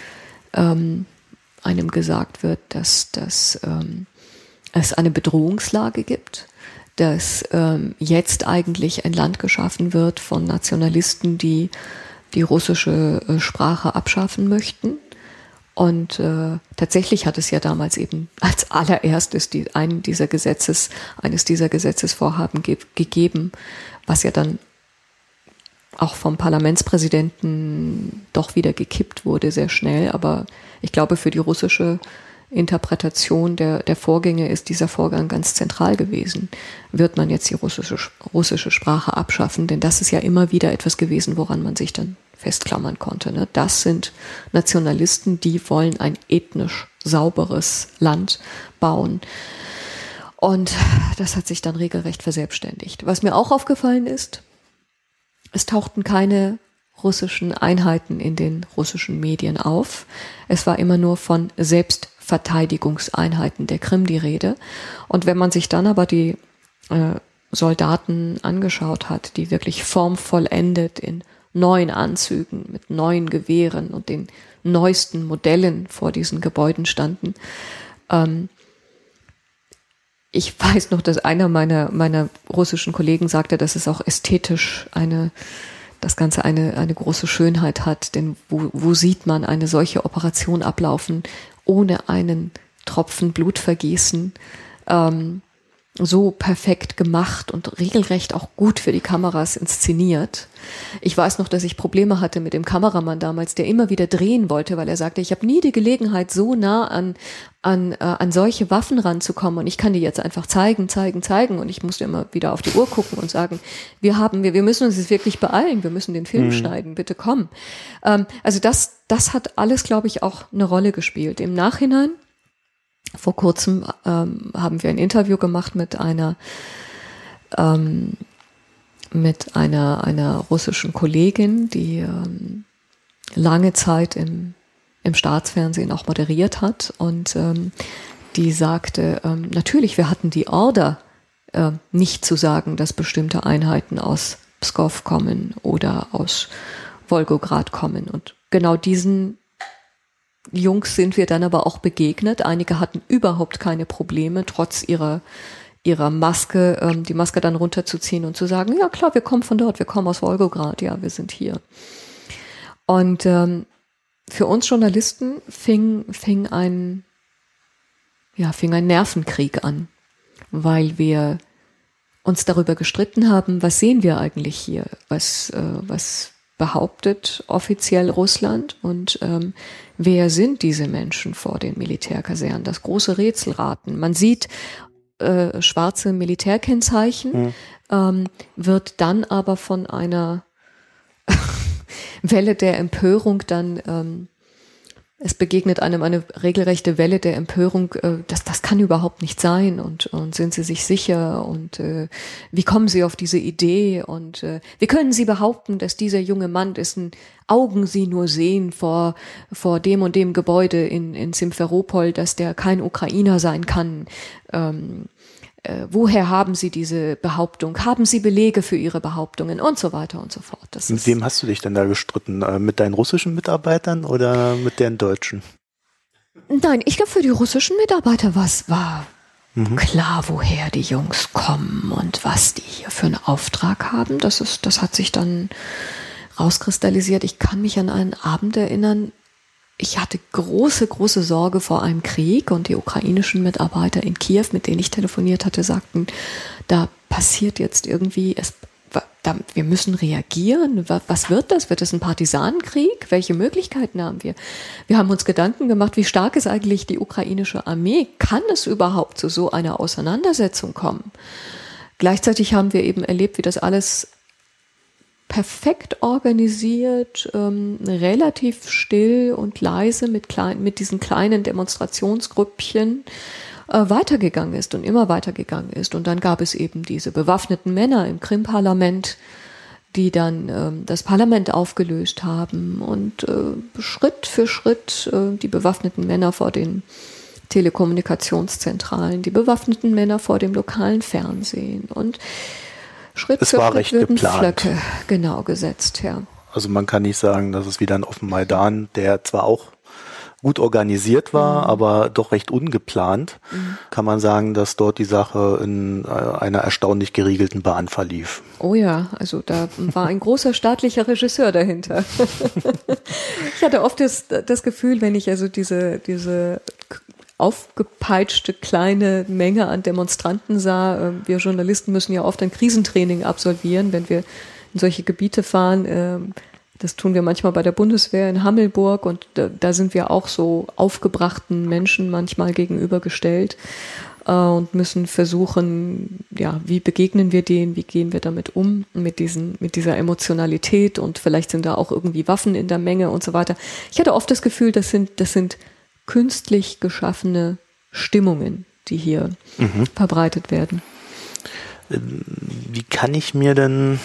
gesagt wird, dass es eine Bedrohungslage gibt, dass jetzt eigentlich ein Land geschaffen wird von Nationalisten, die russische Sprache abschaffen möchten. Und tatsächlich hat es ja damals eben als allererstes eines dieser Gesetzesvorhaben gegeben, was ja dann auch vom Parlamentspräsidenten doch wieder gekippt wurde, sehr schnell. Aber ich glaube, für die russische Interpretation der Vorgänge ist dieser Vorgang ganz zentral gewesen. Wird man jetzt die russische Sprache abschaffen? Denn das ist ja immer wieder etwas gewesen, woran man sich dann festklammern konnte. Ne? Das sind Nationalisten, die wollen ein ethnisch sauberes Land bauen. Und das hat sich dann regelrecht verselbstständigt. Was mir auch aufgefallen ist, es tauchten keine russischen Einheiten in den russischen Medien auf. Es war immer nur von Selbstverteidigungseinheiten der Krim die Rede. Und wenn man sich dann aber die Soldaten angeschaut hat, die wirklich formvollendet in neuen Anzügen, mit neuen Gewehren und den neuesten Modellen vor diesen Gebäuden standen. Ich weiß noch, dass einer meiner russischen Kollegen sagte, dass es auch ästhetisch das Ganze eine große Schönheit hat, denn wo sieht man eine solche Operation ablaufen, ohne einen Tropfen Blutvergießen, so perfekt gemacht und regelrecht auch gut für die Kameras inszeniert. Ich weiß noch, dass ich Probleme hatte mit dem Kameramann damals, der immer wieder drehen wollte, weil er sagte, ich habe nie die Gelegenheit, so nah an solche Waffen ranzukommen und ich kann die jetzt einfach zeigen und ich musste immer wieder auf die Uhr gucken und sagen, wir müssen uns jetzt wirklich beeilen, wir müssen den Film schneiden, bitte komm. Also das hat alles, glaube ich, auch eine Rolle gespielt. Im Nachhinein, vor kurzem haben wir ein Interview gemacht mit einer russischen Kollegin, die lange Zeit im Staatsfernsehen auch moderiert hat und die sagte, natürlich, wir hatten die Order, nicht zu sagen, dass bestimmte Einheiten aus Pskov kommen oder aus Wolgograd kommen. Und genau diesen Jungs sind wir dann aber auch begegnet. Einige hatten überhaupt keine Probleme, trotz ihrer Maske, die Maske dann runterzuziehen und zu sagen, ja klar, wir kommen von dort, wir kommen aus Wolgograd, ja, wir sind hier. Und für uns Journalisten fing ein Nervenkrieg an. weil wir uns darüber gestritten haben, was sehen wir eigentlich hier, was behauptet offiziell Russland und wer sind diese Menschen vor den Militärkasernen? Das große Rätselraten. Man sieht schwarze Militärkennzeichen, wird dann aber von einer Welle der Empörung dann, es begegnet einem eine regelrechte Welle der Empörung, das kann überhaupt nicht sein und sind Sie sich sicher und wie kommen Sie auf diese Idee und wie können Sie behaupten, dass dieser junge Mann, dessen Augen Sie nur sehen vor dem und dem Gebäude in Simferopol, dass der kein Ukrainer sein kann, woher haben Sie diese Behauptung? Haben Sie Belege für Ihre Behauptungen? Und so weiter und so fort. Mit wem hast du dich denn da gestritten? Mit deinen russischen Mitarbeitern oder mit den deutschen? Nein, ich glaube, für die russischen Mitarbeiter war klar, woher die Jungs kommen und was die hier für einen Auftrag haben. Das hat sich dann rauskristallisiert. Ich kann mich an einen Abend erinnern, ich hatte große, große Sorge vor einem Krieg und die ukrainischen Mitarbeiter in Kiew, mit denen ich telefoniert hatte, sagten, da passiert jetzt irgendwie, wir müssen reagieren. Was wird das? Wird es ein Partisanenkrieg? Welche Möglichkeiten haben wir? Wir haben uns Gedanken gemacht, wie stark ist eigentlich die ukrainische Armee? Kann es überhaupt zu so einer Auseinandersetzung kommen? Gleichzeitig haben wir eben erlebt, wie das alles perfekt organisiert, relativ still und leise mit diesen kleinen Demonstrationsgrüppchen weitergegangen ist und immer weitergegangen ist. Und dann gab es eben diese bewaffneten Männer im Krim-Parlament, die dann das Parlament aufgelöst haben und Schritt für Schritt die bewaffneten Männer vor den Telekommunikationszentralen, die bewaffneten Männer vor dem lokalen Fernsehen und Schritt es für war Schritt recht würden geplant. Flöcke genau gesetzt, ja. Also man kann nicht sagen, dass es wieder ein offener Maidan, der zwar auch gut organisiert war, aber doch recht ungeplant, kann man sagen, dass dort die Sache in einer erstaunlich geriegelten Bahn verlief. Oh ja, also da war ein großer staatlicher Regisseur dahinter. Ich hatte oft das Gefühl, wenn ich also diese aufgepeitschte kleine Menge an Demonstranten sah. Wir Journalisten müssen ja oft ein Krisentraining absolvieren, wenn wir in solche Gebiete fahren. Das tun wir manchmal bei der Bundeswehr in Hammelburg und da sind wir auch so aufgebrachten Menschen manchmal gegenübergestellt und müssen versuchen, ja, wie begegnen wir denen, wie gehen wir damit um, mit dieser Emotionalität und vielleicht sind da auch irgendwie Waffen in der Menge und so weiter. Ich hatte oft das Gefühl, das sind künstlich geschaffene Stimmungen, die hier verbreitet werden. Wie kann ich mir denn,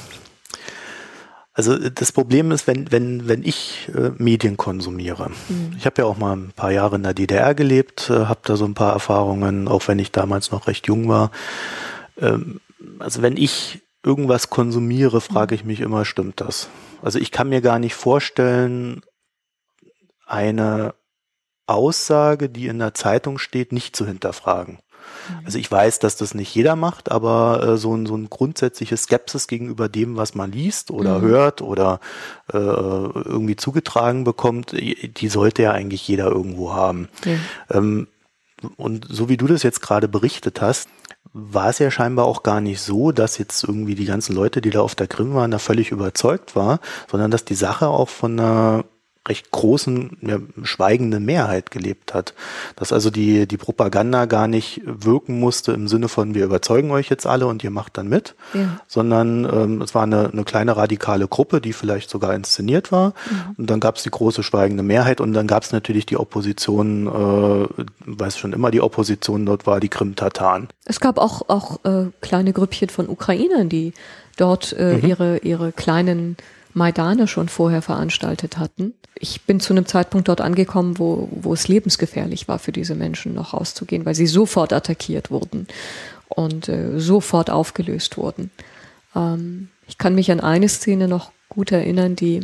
also das Problem ist, wenn ich Medien konsumiere. Ich habe ja auch mal ein paar Jahre in der DDR gelebt, habe da so ein paar Erfahrungen, auch wenn ich damals noch recht jung war. Also wenn ich irgendwas konsumiere, frage ich mich immer, stimmt das? Also ich kann mir gar nicht vorstellen, eine Aussage, die in der Zeitung steht, nicht zu hinterfragen. Also ich weiß, dass das nicht jeder macht, aber so ein grundsätzliches Skepsis gegenüber dem, was man liest oder hört oder irgendwie zugetragen bekommt, die sollte ja eigentlich jeder irgendwo haben. Ja. Und so wie du das jetzt gerade berichtet hast, war es ja scheinbar auch gar nicht so, dass jetzt irgendwie die ganzen Leute, die da auf der Krim waren, da völlig überzeugt war, sondern dass die Sache auch von einer recht großen, schweigenden Mehrheit gelebt hat. Dass also die Propaganda gar nicht wirken musste im Sinne von, wir überzeugen euch jetzt alle und ihr macht dann mit, sondern es war eine kleine radikale Gruppe, die vielleicht sogar inszeniert war. Und dann gab es die große schweigende Mehrheit und dann gab es natürlich die Opposition, weiß schon immer, die Opposition dort war die Krim-Tataren. Es gab auch kleine Grüppchen von Ukrainern, die dort ihre kleinen Maidane schon vorher veranstaltet hatten. Ich bin zu einem Zeitpunkt dort angekommen, wo es lebensgefährlich war für diese Menschen noch rauszugehen, weil sie sofort attackiert wurden und sofort aufgelöst wurden. Ich kann mich an eine Szene noch gut erinnern, die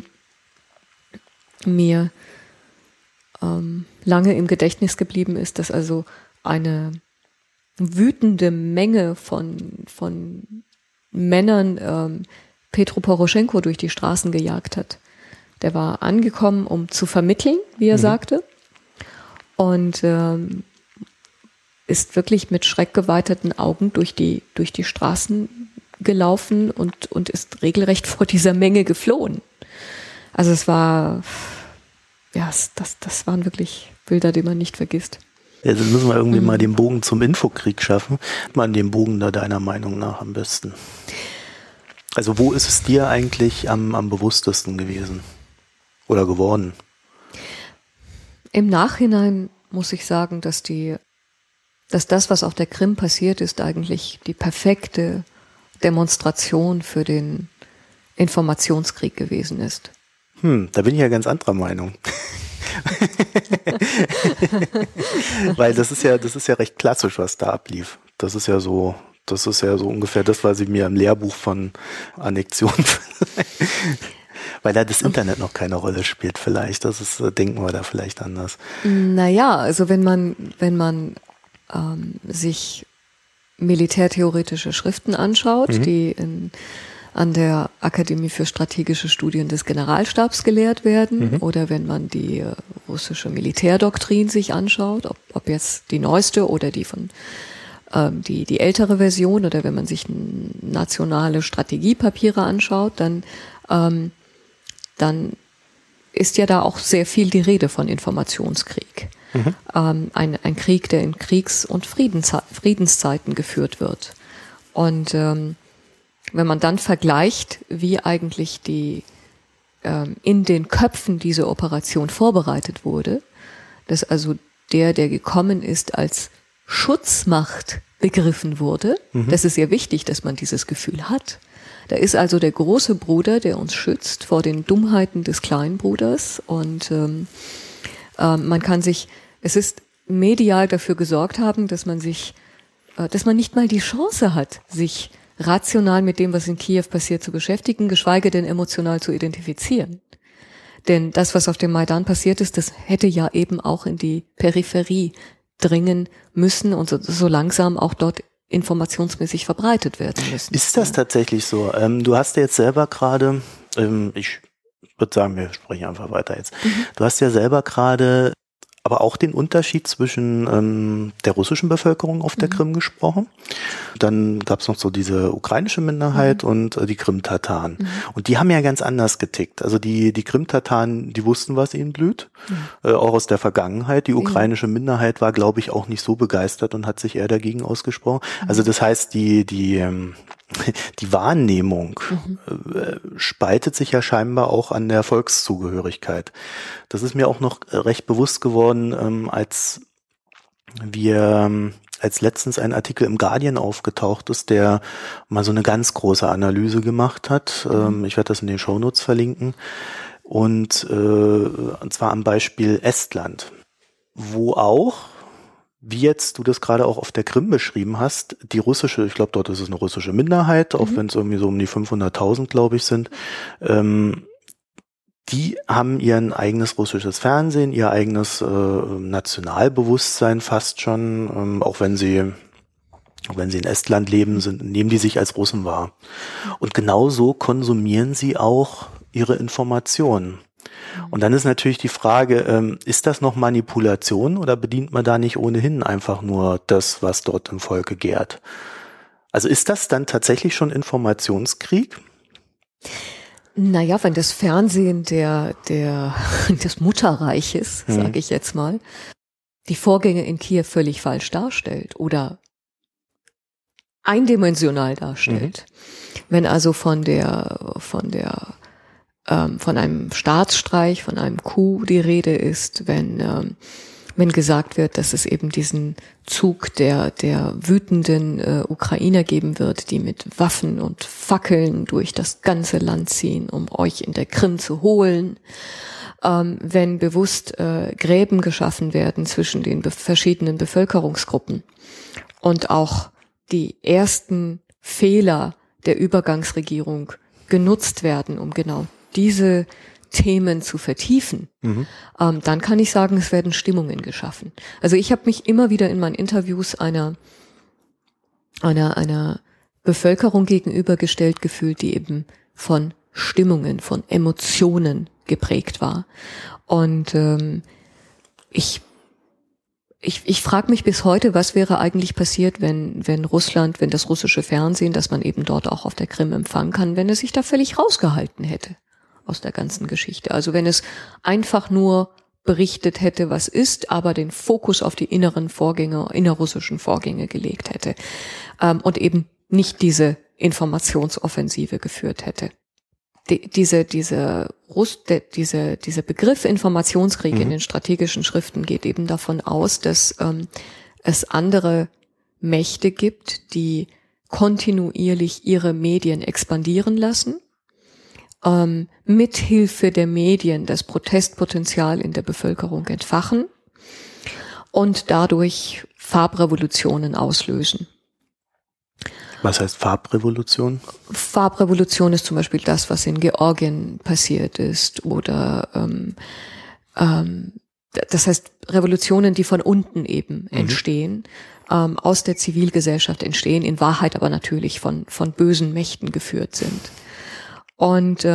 mir lange im Gedächtnis geblieben ist, dass also eine wütende Menge von Männern Petro Poroschenko durch die Straßen gejagt hat. Der war angekommen, um zu vermitteln, wie er sagte. Und ist wirklich mit schreckgeweiteten Augen durch die Straßen gelaufen und ist regelrecht vor dieser Menge geflohen. Also es war, ja, das waren wirklich Bilder, die man nicht vergisst. Jetzt müssen wir irgendwie mal den Bogen zum Infokrieg schaffen. Man den Bogen da deiner Meinung nach am besten. Also wo ist es dir eigentlich am bewusstesten gewesen oder geworden? Im Nachhinein muss ich sagen, dass das, was auf der Krim passiert ist, eigentlich die perfekte Demonstration für den Informationskrieg gewesen ist. Da bin ich ja ganz anderer Meinung. Weil das ist ja recht klassisch, was da ablief. Das ist ja so ungefähr das, was ich mir im Lehrbuch von Annexion weil da das Internet noch keine Rolle spielt vielleicht. Denken wir da vielleicht anders. Naja, also wenn man sich militärtheoretische Schriften anschaut, die an der Akademie für strategische Studien des Generalstabs gelehrt werden, oder wenn man die russische Militärdoktrin sich anschaut, ob jetzt die neueste oder die von die ältere Version, oder wenn man sich nationale Strategiepapiere anschaut, dann ist ja da auch sehr viel die Rede von Informationskrieg. Ein Krieg, der in Kriegs- und Friedenszeiten geführt wird. Und wenn man dann vergleicht, wie eigentlich in den Köpfen diese Operation vorbereitet wurde, dass also der gekommen ist, als Schutzmacht begriffen wurde, das ist sehr wichtig, dass man dieses Gefühl hat. Da ist also der große Bruder, der uns schützt vor den Dummheiten des kleinen Bruders, und es ist medial dafür gesorgt haben, dass man nicht mal die Chance hat, sich rational mit dem, was in Kiew passiert, zu beschäftigen, geschweige denn emotional zu identifizieren. Denn das, was auf dem Maidan passiert ist, das hätte ja eben auch in die Peripherie dringen müssen und so langsam auch dort informationsmäßig verbreitet werden müssen. Ist das tatsächlich so? Du hast ja jetzt selber gerade, ich würde sagen, wir sprechen einfach weiter jetzt. Du hast ja selber gerade aber auch den Unterschied zwischen der russischen Bevölkerung auf der Krim gesprochen. Dann gab es noch so diese ukrainische Minderheit und die Krim-Tataren. Und die haben ja ganz anders getickt. Also die Krim-Tataren, die wussten, was ihnen blüht, auch aus der Vergangenheit. Die ukrainische Minderheit war, glaube ich, auch nicht so begeistert und hat sich eher dagegen ausgesprochen. Also das heißt, die Wahrnehmung spaltet sich ja scheinbar auch an der Volkszugehörigkeit. Das ist mir auch noch recht bewusst geworden, als letztens ein Artikel im Guardian aufgetaucht ist, der mal so eine ganz große Analyse gemacht hat. Ich werde das in den Shownotes verlinken. Und zwar am Beispiel Estland, wo auch, wie jetzt du das gerade auch auf der Krim beschrieben hast, die russische, ich glaube, dort ist es eine russische Minderheit, auch wenn es irgendwie so um die 500.000, glaube ich, sind, die haben ihren eigenes russisches Fernsehen, ihr eigenes Nationalbewusstsein fast schon, auch wenn sie in Estland leben, nehmen die sich als Russen wahr. Und genauso konsumieren sie auch ihre Informationen. Und dann ist natürlich die Frage, ist das noch Manipulation oder bedient man da nicht ohnehin einfach nur das, was dort im Volke gärt? Also ist das dann tatsächlich schon Informationskrieg? Naja, wenn das Fernsehen des Mutterreiches, sage ich jetzt mal, die Vorgänge in Kiew völlig falsch darstellt oder eindimensional darstellt. Wenn also von einem Staatsstreich, von einem Coup die Rede ist, wenn gesagt wird, dass es eben diesen Zug der wütenden Ukrainer geben wird, die mit Waffen und Fackeln durch das ganze Land ziehen, um euch in der Krim zu holen, wenn bewusst Gräben geschaffen werden zwischen den verschiedenen Bevölkerungsgruppen und auch die ersten Fehler der Übergangsregierung genutzt werden, um genau diese Themen zu vertiefen, dann kann ich sagen, es werden Stimmungen geschaffen. Also ich habe mich immer wieder in meinen Interviews einer Bevölkerung gegenübergestellt gefühlt, die eben von Stimmungen, von Emotionen geprägt war. Und ich ich frage mich bis heute, was wäre eigentlich passiert, wenn das russische Fernsehen, das man eben dort auch auf der Krim empfangen kann, wenn es sich da völlig rausgehalten hätte aus der ganzen Geschichte. Also wenn es einfach nur berichtet hätte, was ist, aber den Fokus auf die innerrussischen Vorgänge gelegt hätte und eben nicht diese Informationsoffensive geführt hätte. Dieser Begriff Informationskrieg in den strategischen Schriften geht eben davon aus, dass es andere Mächte gibt, die kontinuierlich ihre Medien expandieren lassen, mithilfe der Medien das Protestpotenzial in der Bevölkerung entfachen und dadurch Farbrevolutionen auslösen. Was heißt Farbrevolution? Farbrevolution ist zum Beispiel das, was in Georgien passiert ist, oder das heißt Revolutionen, die von unten eben entstehen, aus der Zivilgesellschaft entstehen, in Wahrheit aber natürlich von bösen Mächten geführt sind. Und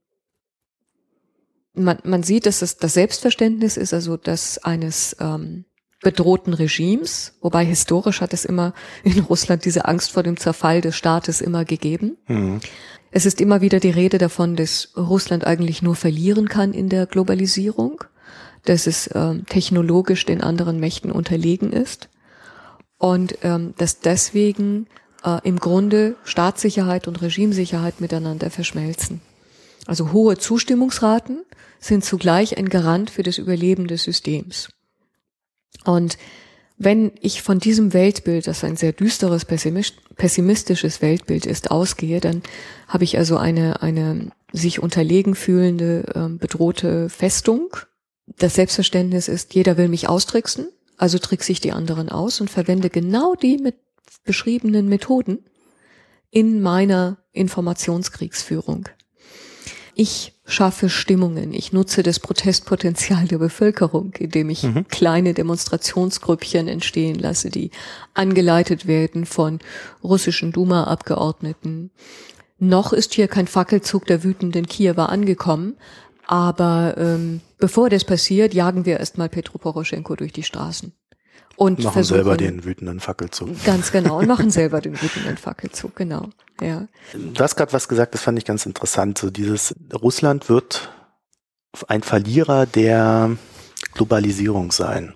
man sieht, dass das Selbstverständnis ist also das eines bedrohten Regimes, wobei historisch hat es immer in Russland diese Angst vor dem Zerfall des Staates immer gegeben. Es ist immer wieder die Rede davon, dass Russland eigentlich nur verlieren kann in der Globalisierung, dass es technologisch den anderen Mächten unterlegen ist und dass deswegen im Grunde Staatssicherheit und Regimesicherheit miteinander verschmelzen. Also hohe Zustimmungsraten sind zugleich ein Garant für das Überleben des Systems. Und wenn ich von diesem Weltbild, das ein sehr düsteres, pessimistisches Weltbild ist, ausgehe, dann habe ich also eine sich unterlegen fühlende, bedrohte Festung. Das Selbstverständnis ist, jeder will mich austricksen, also trickse ich die anderen aus und verwende genau die mit beschriebenen Methoden in meiner Informationskriegsführung. Ich schaffe Stimmungen, ich nutze das Protestpotenzial der Bevölkerung, indem ich kleine Demonstrationsgrüppchen entstehen lasse, die angeleitet werden von russischen Duma-Abgeordneten. Noch ist hier kein Fackelzug der wütenden Kiewer angekommen, aber bevor das passiert, jagen wir erstmal Petro Poroschenko durch die Straßen. Und machen selber den wütenden Fackelzug. Ganz genau, und machen selber den wütenden Fackelzug, genau. Ja. Du hast gerade was gesagt, das fand ich ganz interessant. So dieses Russland wird ein Verlierer der Globalisierung sein.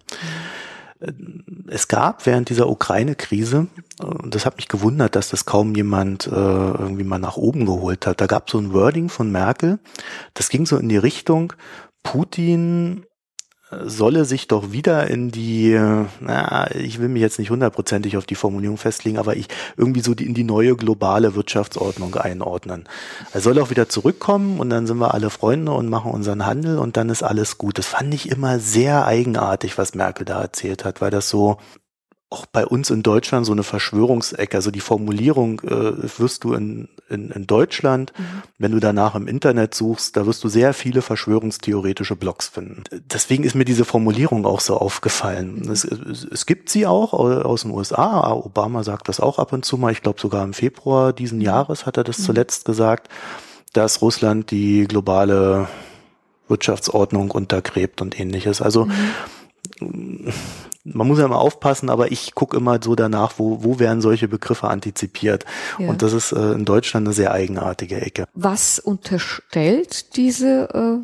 Es gab während dieser Ukraine-Krise, und das hat mich gewundert, dass das kaum jemand irgendwie mal nach oben geholt hat, da gab es so ein Wording von Merkel, das ging so in die Richtung, Putin solle sich doch wieder in die, ich will mich jetzt nicht hundertprozentig auf die Formulierung festlegen, aber irgendwie so in die neue globale Wirtschaftsordnung einordnen. Er soll auch wieder zurückkommen und dann sind wir alle Freunde und machen unseren Handel und dann ist alles gut. Das fand ich immer sehr eigenartig, was Merkel da erzählt hat, weil das so auch bei uns in Deutschland so eine Verschwörungsecke, also die Formulierung wirst du in Deutschland, wenn du danach im Internet suchst, da wirst du sehr viele verschwörungstheoretische Blogs finden. Deswegen ist mir diese Formulierung auch so aufgefallen. Es gibt sie auch aus den USA, Obama sagt das auch ab und zu mal, ich glaube sogar im Februar diesen Jahres hat er das zuletzt gesagt, dass Russland die globale Wirtschaftsordnung untergräbt und ähnliches. Also man muss ja immer aufpassen, aber ich gucke immer so danach, wo werden solche Begriffe antizipiert. Ja. Und das ist in Deutschland eine sehr eigenartige Ecke. Was unterstellt diese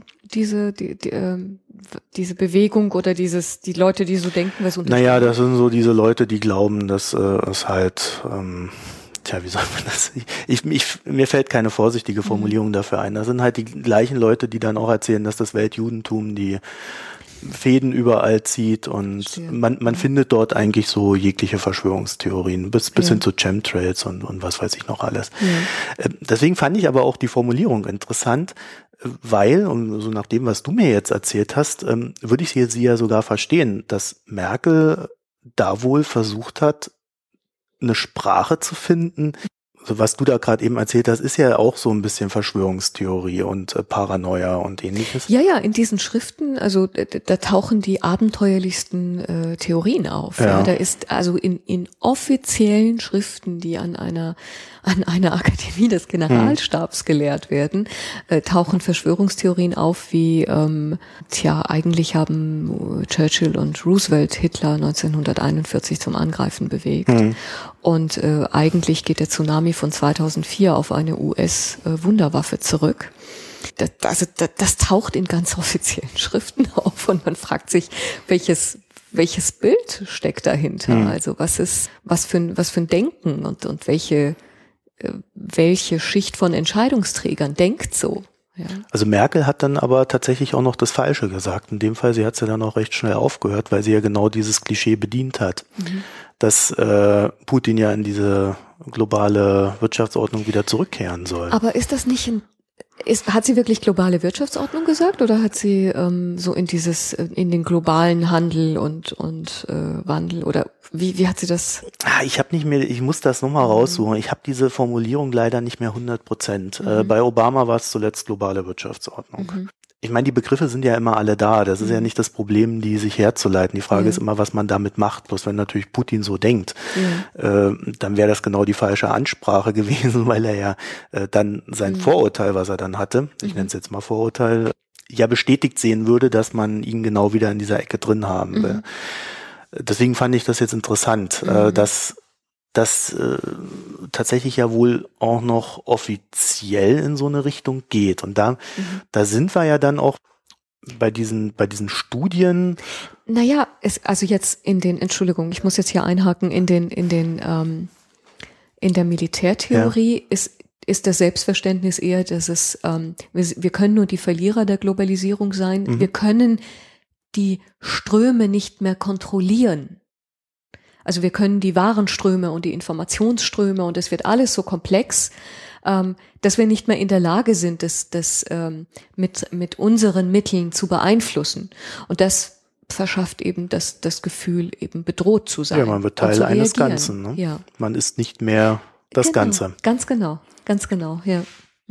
Bewegung oder die Leute, die so denken, was unterstellt? Naja, das sind so diese Leute, die glauben, dass es halt, wie soll man das? Mir fällt keine vorsichtige Formulierung dafür ein. Das sind halt die gleichen Leute, die dann auch erzählen, dass das Weltjudentum die Fäden überall zieht und man findet dort eigentlich so jegliche Verschwörungstheorien bis hin zu Chemtrails und was weiß ich noch alles. Ja. Deswegen fand ich aber auch die Formulierung interessant, weil, und so nach dem, was du mir jetzt erzählt hast, würde ich sie ja sogar verstehen, dass Merkel da wohl versucht hat, eine Sprache zu finden, also was du da gerade eben erzählt hast, ist ja auch so ein bisschen Verschwörungstheorie und Paranoia und ähnliches. Ja, in diesen Schriften, also da tauchen die abenteuerlichsten Theorien auf. Ja, da ist also in offiziellen Schriften, die an einer Akademie des Generalstabs gelehrt werden, tauchen Verschwörungstheorien auf wie, eigentlich haben Churchill und Roosevelt Hitler 1941 zum Angreifen bewegt. Und eigentlich geht der Tsunami von 2004 auf eine US-Wunderwaffe zurück. Das taucht in ganz offiziellen Schriften auf und man fragt sich, welches Bild steckt dahinter? Also was für ein Denken und welche Schicht von Entscheidungsträgern denkt so? Ja. Also Merkel hat dann aber tatsächlich auch noch das Falsche gesagt. In dem Fall, sie hat es ja dann auch recht schnell aufgehört, weil sie ja genau dieses Klischee bedient hat, dass Putin ja in diese globale Wirtschaftsordnung wieder zurückkehren soll. Aber ist das nicht hat sie wirklich globale Wirtschaftsordnung gesagt oder hat sie so in den globalen Handel und Wandel oder wie hat sie das? Ich muss das nochmal raussuchen. Ich habe diese Formulierung leider nicht mehr 100%. Bei Obama war es zuletzt globale Wirtschaftsordnung. Ich meine, die Begriffe sind ja immer alle da. Das ist ja nicht das Problem, die sich herzuleiten. Die Frage ist immer, was man damit macht. Bloß wenn natürlich Putin so denkt, dann wäre das genau die falsche Ansprache gewesen, weil er ja dann sein Vorurteil, was er dann hatte, ich nenne es jetzt mal Vorurteil, ja bestätigt sehen würde, dass man ihn genau wieder in dieser Ecke drin haben will. Deswegen fand ich das jetzt interessant, dass das tatsächlich ja wohl auch noch offiziell in so eine Richtung geht. Und da sind wir ja dann auch bei diesen Studien. Naja, also jetzt Entschuldigung, ich muss jetzt hier einhaken, in der Militärtheorie ist das Selbstverständnis eher, dass es, wir können nur die Verlierer der Globalisierung sein. Wir können die Ströme nicht mehr kontrollieren. Also wir können die Warenströme und die Informationsströme und es wird alles so komplex, dass wir nicht mehr in der Lage sind, das mit unseren Mitteln zu beeinflussen. Und das verschafft eben das Gefühl, eben bedroht zu sein. Ja, man wird Teil eines Ganzen. Ne? Ja. Man ist nicht mehr das Ganze. Ganz genau, ja.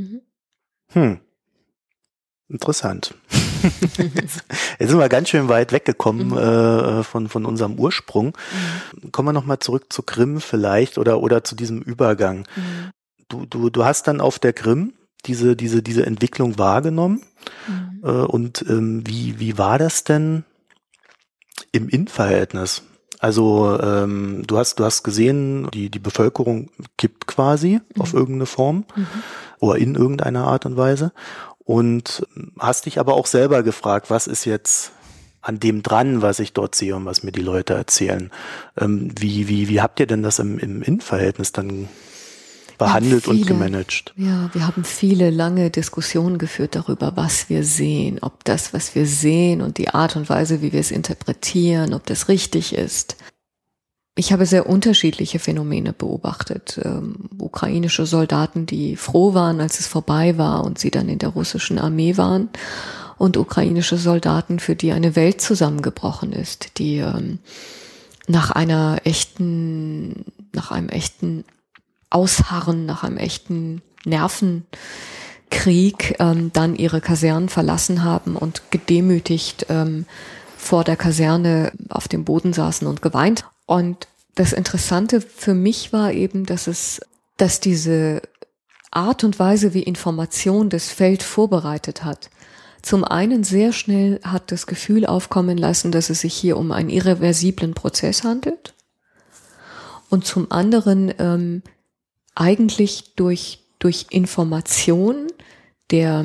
Interessant. Jetzt sind wir ganz schön weit weggekommen von unserem Ursprung. Kommen wir nochmal zurück zu Krim vielleicht oder zu diesem Übergang. Du hast dann auf der Krim diese Entwicklung wahrgenommen. Und wie war das denn im Innenverhältnis? Also du hast gesehen, die Bevölkerung kippt quasi auf irgendeine Form oder in irgendeiner Art und Weise. Und hast dich aber auch selber gefragt, was ist jetzt an dem dran, was ich dort sehe und was mir die Leute erzählen. Wie habt ihr denn das im Innenverhältnis dann behandelt und gemanagt? Ja, wir haben viele lange Diskussionen geführt darüber, was wir sehen, ob das, was wir sehen und die Art und Weise, wie wir es interpretieren, ob das richtig ist. Ich habe sehr unterschiedliche Phänomene beobachtet. Ukrainische Soldaten, die froh waren, als es vorbei war und sie dann in der russischen Armee waren. Und ukrainische Soldaten, für die eine Welt zusammengebrochen ist, die nach einem echten Ausharren, nach einem echten Nervenkrieg dann ihre Kasernen verlassen haben und gedemütigt vor der Kaserne auf dem Boden saßen und geweint. Und das Interessante für mich war eben, dass diese Art und Weise, wie Information das Feld vorbereitet hat, zum einen sehr schnell hat das Gefühl aufkommen lassen, dass es sich hier um einen irreversiblen Prozess handelt. Und zum anderen eigentlich durch Information der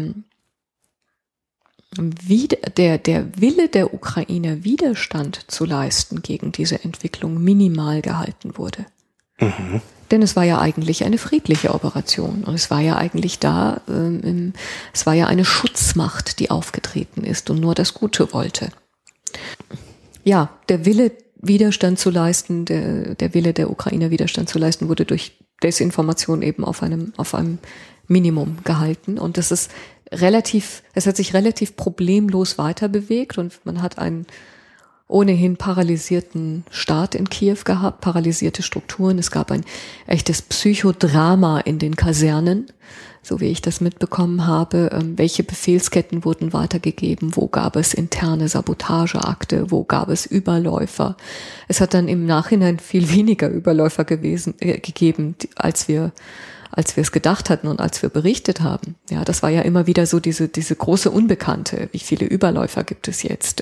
Wille der Ukrainer, Widerstand zu leisten gegen diese Entwicklung, minimal gehalten wurde. Denn es war ja eigentlich eine friedliche Operation und es war ja eigentlich es war ja eine Schutzmacht, die aufgetreten ist und nur das Gute wollte. Ja, der Wille, Widerstand zu leisten, der Wille der Ukrainer, Widerstand zu leisten, wurde durch Desinformation eben auf einem Minimum gehalten und es hat sich relativ problemlos weiter bewegt und man hat ein ohnehin paralysierten Staat in Kiew gehabt, paralysierte Strukturen. Es gab ein echtes Psychodrama in den Kasernen, so wie ich das mitbekommen habe. Welche Befehlsketten wurden weitergegeben? Wo gab es interne Sabotageakte? Wo gab es Überläufer? Es hat dann im Nachhinein viel weniger Überläufer gegeben, als wir es gedacht hatten und als wir berichtet haben. Ja, das war ja immer wieder so diese große Unbekannte. Wie viele Überläufer gibt es jetzt?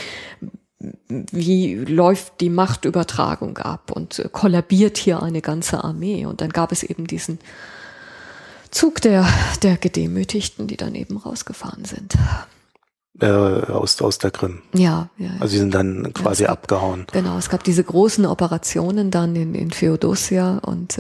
Wie läuft die Machtübertragung ab und kollabiert hier eine ganze Armee? Und dann gab es eben diesen Zug der Gedemütigten, die dann eben rausgefahren sind. Aus der Krim. Ja. Also sie sind dann quasi abgehauen. Genau, es gab diese großen Operationen dann in Feodosia und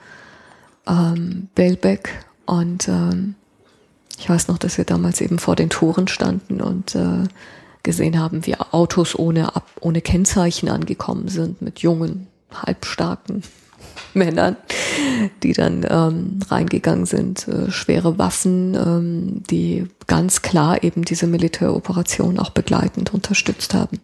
Belbek und ich weiß noch, dass wir damals eben vor den Toren standen und gesehen haben, wie Autos ohne Kennzeichen angekommen sind mit jungen, halbstarken Männern, die dann reingegangen sind, schwere Waffen, die ganz klar eben diese Militäroperation auch begleitend unterstützt haben.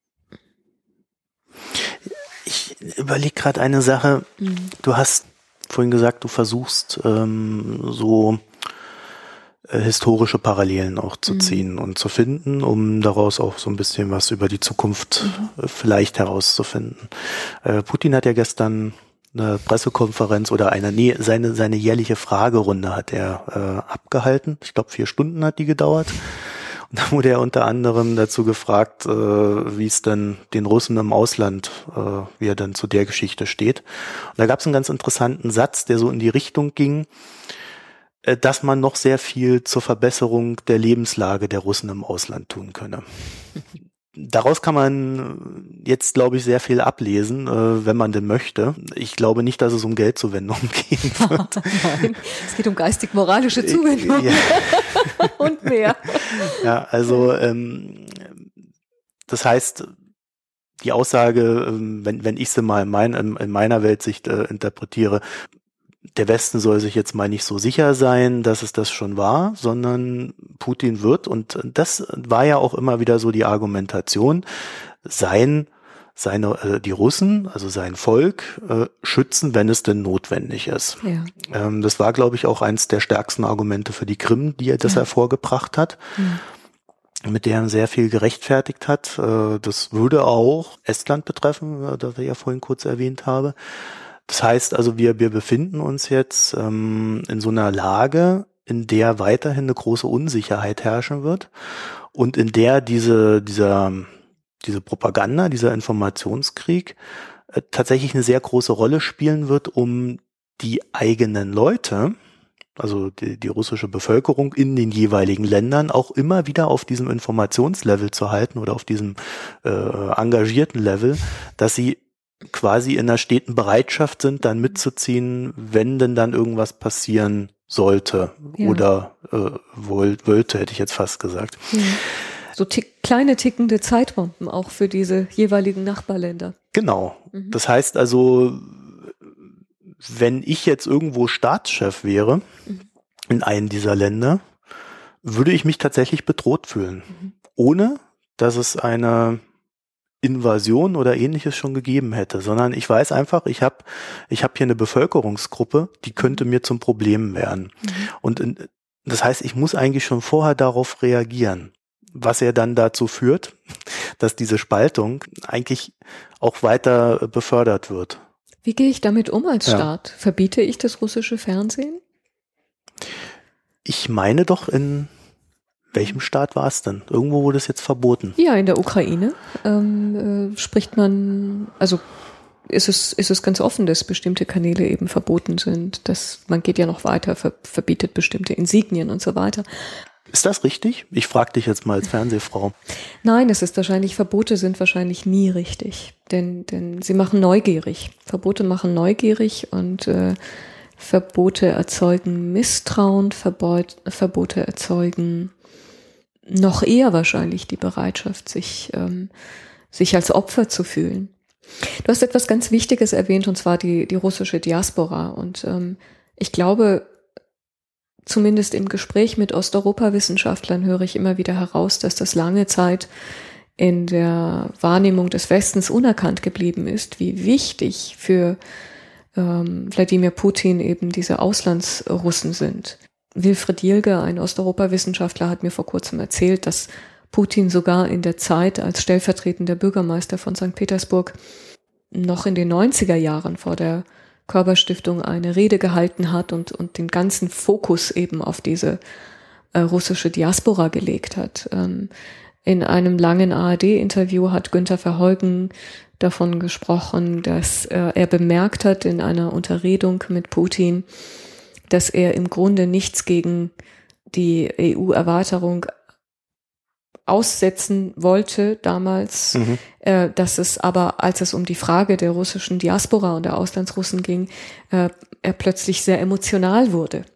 Ich überlege gerade eine Sache. Du hast vorhin gesagt, du versuchst so historische Parallelen auch zu ziehen und zu finden, um daraus auch so ein bisschen was über die Zukunft vielleicht herauszufinden. Putin hat ja gestern eine Pressekonferenz oder seine jährliche Fragerunde hat er abgehalten. Ich glaube 4 Stunden hat die gedauert. Und da wurde er unter anderem dazu gefragt, wie es denn den Russen im Ausland, wie er dann zu der Geschichte steht. Und da gab es einen ganz interessanten Satz, der so in die Richtung ging, dass man noch sehr viel zur Verbesserung der Lebenslage der Russen im Ausland tun könne. Daraus kann man jetzt, glaube ich, sehr viel ablesen, wenn man denn möchte. Ich glaube nicht, dass es um Geldzuwendung gehen wird. Nein, es geht um geistig-moralische Zuwendung Ja. und mehr. Ja, also das heißt, die Aussage, wenn ich sie mal in meiner Weltsicht interpretiere, der Westen soll sich jetzt mal nicht so sicher sein, dass es das schon war, sondern Putin wird, und das war ja auch immer wieder so die Argumentation, die Russen, also sein Volk, schützen, wenn es denn notwendig ist. Ja. Das war, glaube ich, auch eins der stärksten Argumente für die Krim, die er das hervorgebracht hat. Mit der er sehr viel gerechtfertigt hat. Das würde auch Estland betreffen, das ich ja vorhin kurz erwähnt habe. Das heißt also, wir befinden uns jetzt in so einer Lage, in der weiterhin eine große Unsicherheit herrschen wird und in der diese Propaganda, dieser Informationskrieg tatsächlich eine sehr große Rolle spielen wird, um die eigenen Leute, also die russische Bevölkerung in den jeweiligen Ländern auch immer wieder auf diesem Informationslevel zu halten oder auf diesem engagierten Level, dass sie quasi in einer steten Bereitschaft sind, dann mitzuziehen, wenn denn dann irgendwas passieren sollte oder wollte, hätte ich jetzt fast gesagt. So kleine tickende Zeitbomben auch für diese jeweiligen Nachbarländer. Genau. Das heißt also, wenn ich jetzt irgendwo Staatschef wäre in einem dieser Länder, würde ich mich tatsächlich bedroht fühlen, ohne dass es eine Invasion oder ähnliches schon gegeben hätte, sondern ich weiß einfach, ich hab hier eine Bevölkerungsgruppe, die könnte mir zum Problem werden. Und das heißt, ich muss eigentlich schon vorher darauf reagieren, was ja dann dazu führt, dass diese Spaltung eigentlich auch weiter befördert wird. Wie gehe ich damit um als Staat? Verbiete ich das russische Fernsehen? Ich meine doch, in welchem Staat war es denn? Irgendwo wurde es jetzt verboten. Ja, in der Ukraine spricht man, also ist es ganz offen, dass bestimmte Kanäle eben verboten sind. Man geht ja noch weiter, verbietet bestimmte Insignien und so weiter. Ist das richtig? Ich frage dich jetzt mal als Fernsehfrau. Nein, Verbote sind wahrscheinlich nie richtig, denn sie machen neugierig. Verbote machen neugierig und Verbote erzeugen Misstrauen, Verbote erzeugen noch eher wahrscheinlich die Bereitschaft, sich als Opfer zu fühlen. Du hast etwas ganz Wichtiges erwähnt, und zwar die russische Diaspora. Und ich glaube, zumindest im Gespräch mit Osteuropa-Wissenschaftlern höre ich immer wieder heraus, dass das lange Zeit in der Wahrnehmung des Westens unerkannt geblieben ist, wie wichtig für Wladimir Putin eben diese Auslandsrussen sind. Wilfried Jilge, ein Osteuropa-Wissenschaftler, hat mir vor kurzem erzählt, dass Putin sogar in der Zeit als stellvertretender Bürgermeister von St. Petersburg noch in den 90er Jahren vor der Körber-Stiftung eine Rede gehalten hat und den ganzen Fokus eben auf diese russische Diaspora gelegt hat. In einem langen ARD-Interview hat Günther Verheugen davon gesprochen, dass er bemerkt hat in einer Unterredung mit Putin, dass er im Grunde nichts gegen die EU-Erweiterung aussetzen wollte damals, dass es aber, als es um die Frage der russischen Diaspora und der Auslandsrussen ging, er plötzlich sehr emotional wurde.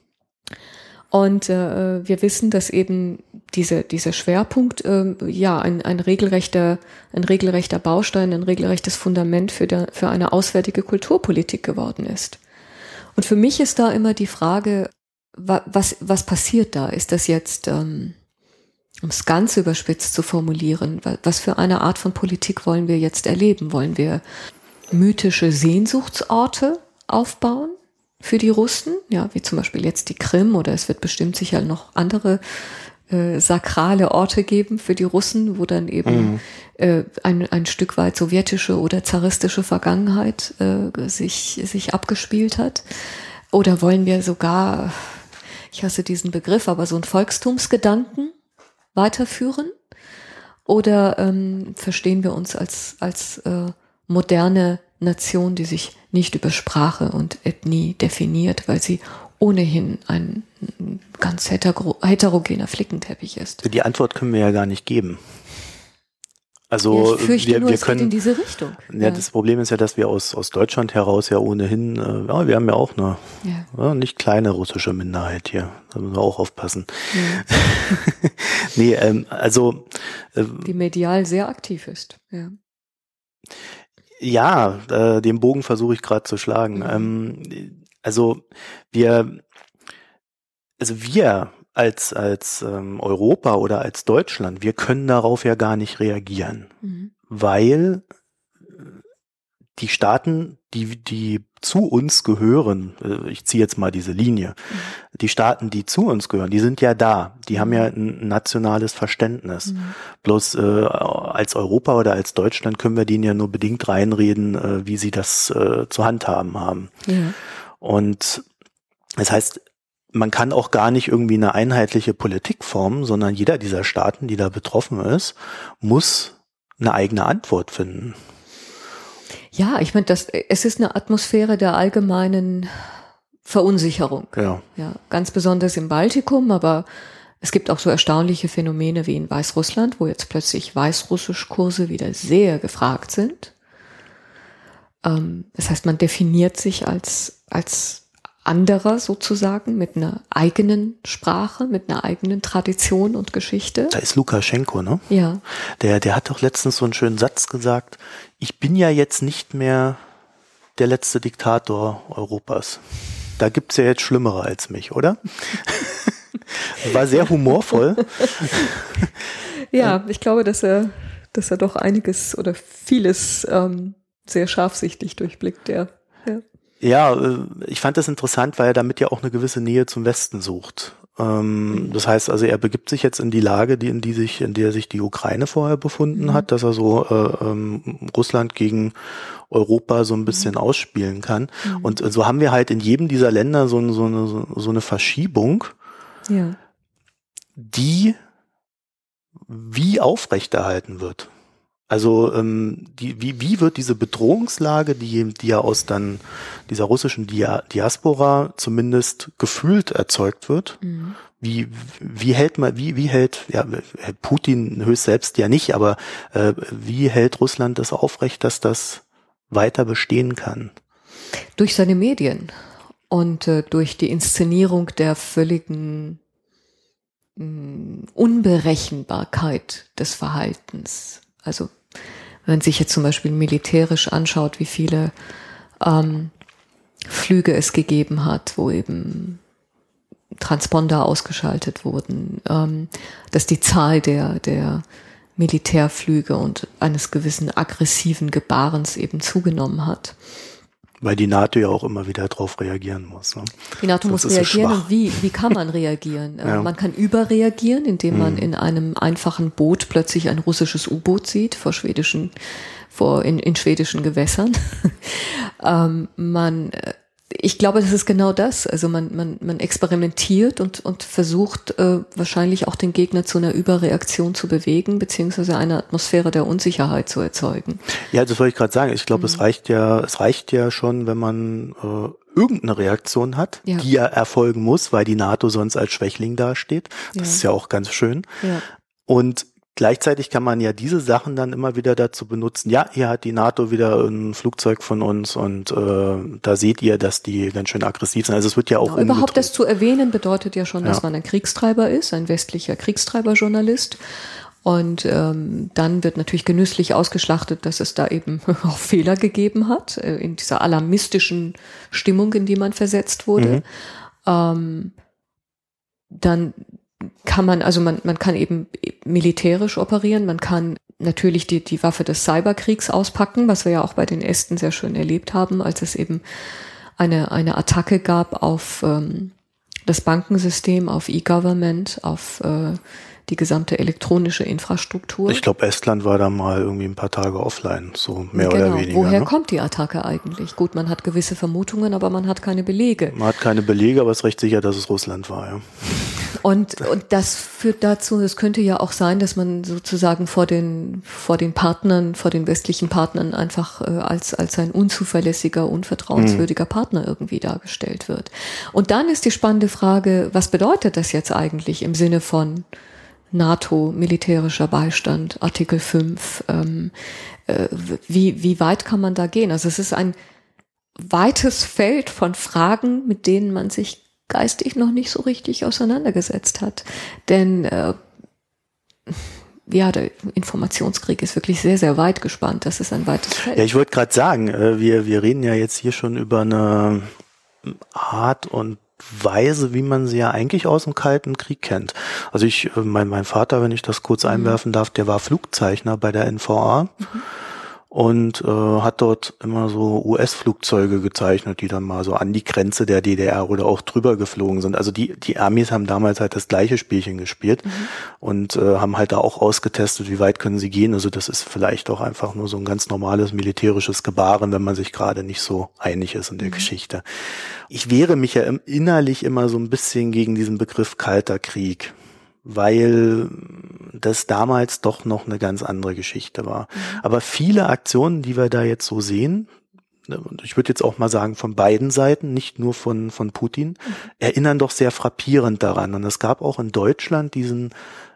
Und wir wissen, dass eben dieser Schwerpunkt ein regelrechter Baustein, ein regelrechtes Fundament für eine auswärtige Kulturpolitik geworden ist. Und für mich ist da immer die Frage, was passiert da? Ist das jetzt, um es ganz überspitzt zu formulieren, was für eine Art von Politik wollen wir jetzt erleben? Wollen wir mythische Sehnsuchtsorte aufbauen für die Russen? Ja, wie zum Beispiel jetzt die Krim, oder es wird bestimmt sicher noch andere sakrale Orte geben für die Russen, wo dann eben ein Stück weit sowjetische oder zaristische Vergangenheit sich abgespielt hat. Oder wollen wir sogar, ich hasse diesen Begriff, aber so einen Volkstumsgedanken weiterführen? Oder verstehen wir uns als moderne Nation, die sich nicht über Sprache und Ethnie definiert, weil sie ohnehin ein ganz heterogener Flickenteppich ist? Die Antwort können wir ja gar nicht geben. Also ja, wir können geht in diese Richtung. Ja, das Problem ist ja, dass wir aus Deutschland heraus ja ohnehin, wir haben ja auch eine nicht kleine russische Minderheit hier. Da müssen wir auch aufpassen. Ja. Nee, die medial sehr aktiv ist. Ja. Ja, den Bogen versuche ich gerade zu schlagen. Wir als Europa oder als Deutschland, wir können darauf ja gar nicht reagieren, weil die Staaten, die zu uns gehören, ich ziehe jetzt mal diese Linie, die Staaten, die zu uns gehören, die sind ja da, die haben ja ein nationales Verständnis. Bloß als Europa oder als Deutschland können wir denen ja nur bedingt reinreden, wie sie das zu handhaben haben. Ja. Und das heißt, man kann auch gar nicht irgendwie eine einheitliche Politik formen, sondern jeder dieser Staaten, die da betroffen ist, muss eine eigene Antwort finden. Ja, ich meine, es ist eine Atmosphäre der allgemeinen Verunsicherung. Ja, ganz besonders im Baltikum, aber es gibt auch so erstaunliche Phänomene wie in Weißrussland, wo jetzt plötzlich Weißrussisch-Kurse wieder sehr gefragt sind. Das heißt, man definiert sich als anderer sozusagen, mit einer eigenen Sprache, mit einer eigenen Tradition und Geschichte. Da ist Lukaschenko, ne? Ja. Der hat doch letztens so einen schönen Satz gesagt: Ich bin ja jetzt nicht mehr der letzte Diktator Europas. Da gibt's ja jetzt Schlimmere als mich, oder? War sehr humorvoll. Ja, ich glaube, dass er doch einiges oder vieles sehr scharfsichtig durchblickt, ja. Ja, ich fand das interessant, weil er damit ja auch eine gewisse Nähe zum Westen sucht. Das heißt also, er begibt sich jetzt in die Lage, in der sich die Ukraine vorher befunden hat, dass er so Russland gegen Europa so ein bisschen ausspielen kann. Und so haben wir halt in jedem dieser Länder so eine Verschiebung, die wie aufrechterhalten wird. Also wie wird diese Bedrohungslage, die ja aus dann dieser russischen Diaspora zumindest gefühlt erzeugt wird, wie hält Putin höchst selbst ja nicht, aber wie hält Russland das aufrecht, dass das weiter bestehen kann? Durch seine Medien und durch die Inszenierung der völligen Unberechenbarkeit des Verhaltens. Also wenn man sich jetzt zum Beispiel militärisch anschaut, wie viele Flüge es gegeben hat, wo eben Transponder ausgeschaltet wurden, dass die Zahl der Militärflüge und eines gewissen aggressiven Gebarens eben zugenommen hat. Weil die NATO ja auch immer wieder darauf reagieren muss. Ne? Die NATO muss reagieren. Und wie kann man reagieren? Ja. Man kann überreagieren, indem man in einem einfachen Boot plötzlich ein russisches U-Boot sieht in schwedischen Gewässern. Ich glaube, das ist genau das. Also man experimentiert und versucht wahrscheinlich auch den Gegner zu einer Überreaktion zu bewegen, beziehungsweise eine Atmosphäre der Unsicherheit zu erzeugen. Ja, das wollte ich gerade sagen. Ich glaube, es reicht ja schon, wenn man irgendeine Reaktion hat, die ja erfolgen muss, weil die NATO sonst als Schwächling dasteht. Das ist ja auch ganz schön. Ja. Und gleichzeitig kann man ja diese Sachen dann immer wieder dazu benutzen, ja, hier hat die NATO wieder ein Flugzeug von uns und da seht ihr, dass die ganz schön aggressiv sind. Also es wird ja auch überhaupt das zu erwähnen bedeutet ja schon, dass man ein Kriegstreiber ist, ein westlicher Kriegstreiberjournalist. Und dann wird natürlich genüsslich ausgeschlachtet, dass es da eben auch Fehler gegeben hat, in dieser alarmistischen Stimmung, in die man versetzt wurde. Dann kann man kann eben militärisch operieren, man kann natürlich die Waffe des Cyberkriegs auspacken, was wir ja auch bei den Esten sehr schön erlebt haben, als es eben eine Attacke gab auf das Bankensystem, auf E-Government, auf die gesamte elektronische Infrastruktur. Ich glaube, Estland war da mal irgendwie ein paar Tage offline, so mehr oder weniger. Woher kommt die Attacke eigentlich? Gut, man hat gewisse Vermutungen, aber man hat keine Belege. Man hat keine Belege, aber es ist recht sicher, dass es Russland war, ja. Und das führt dazu, es könnte ja auch sein, dass man sozusagen vor den westlichen Partnern einfach als ein unzuverlässiger, unvertrauenswürdiger Partner irgendwie dargestellt wird. Und dann ist die spannende Frage, was bedeutet das jetzt eigentlich im Sinne von NATO, militärischer Beistand, Artikel 5, wie weit kann man da gehen? Also es ist ein weites Feld von Fragen, mit denen man sich geistig noch nicht so richtig auseinandergesetzt hat. Denn der Informationskrieg ist wirklich sehr, sehr weit gespannt. Das ist ein weites Feld. Ja, ich wollte gerade sagen, wir reden ja jetzt hier schon über eine Art und Weise, wie man sie ja eigentlich aus dem Kalten Krieg kennt. Also mein Vater, wenn ich das kurz einwerfen darf, der war Flugzeichner bei der NVA. Und hat dort immer so US-Flugzeuge gezeichnet, die dann mal so an die Grenze der DDR oder auch drüber geflogen sind. Also die Amis haben damals halt das gleiche Spielchen gespielt und haben halt da auch ausgetestet, wie weit können sie gehen. Also das ist vielleicht auch einfach nur so ein ganz normales militärisches Gebaren, wenn man sich gerade nicht so einig ist in der Geschichte. Ich wehre mich ja innerlich immer so ein bisschen gegen diesen Begriff Kalter Krieg, weil das damals doch noch eine ganz andere Geschichte war. Aber viele Aktionen, die wir da jetzt so sehen, und ich würde jetzt auch mal sagen von beiden Seiten, nicht nur von Putin, erinnern doch sehr frappierend daran. Und es gab auch in Deutschland diesen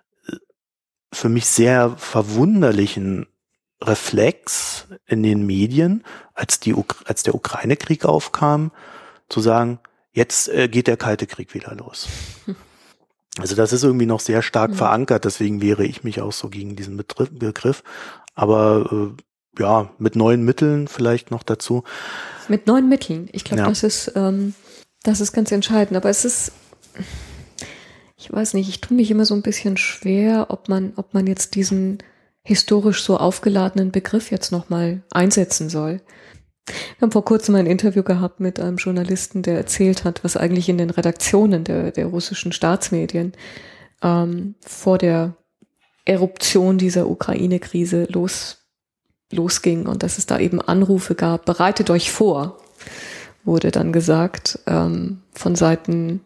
für mich sehr verwunderlichen Reflex in den Medien, als der Ukraine-Krieg aufkam, zu sagen, jetzt geht der Kalte Krieg wieder los. Also das ist irgendwie noch sehr stark verankert, deswegen wehre ich mich auch so gegen diesen Begriff. Aber mit neuen Mitteln vielleicht noch dazu. Mit neuen Mitteln. Ich glaube, das ist ganz entscheidend. Aber es ist, ich weiß nicht, ich tue mich immer so ein bisschen schwer, ob man jetzt diesen historisch so aufgeladenen Begriff jetzt nochmal einsetzen soll. Wir haben vor kurzem ein Interview gehabt mit einem Journalisten, der erzählt hat, was eigentlich in den Redaktionen der russischen Staatsmedien vor der Eruption dieser Ukraine-Krise losging und dass es da eben Anrufe gab, bereitet euch vor, wurde dann gesagt, von Seiten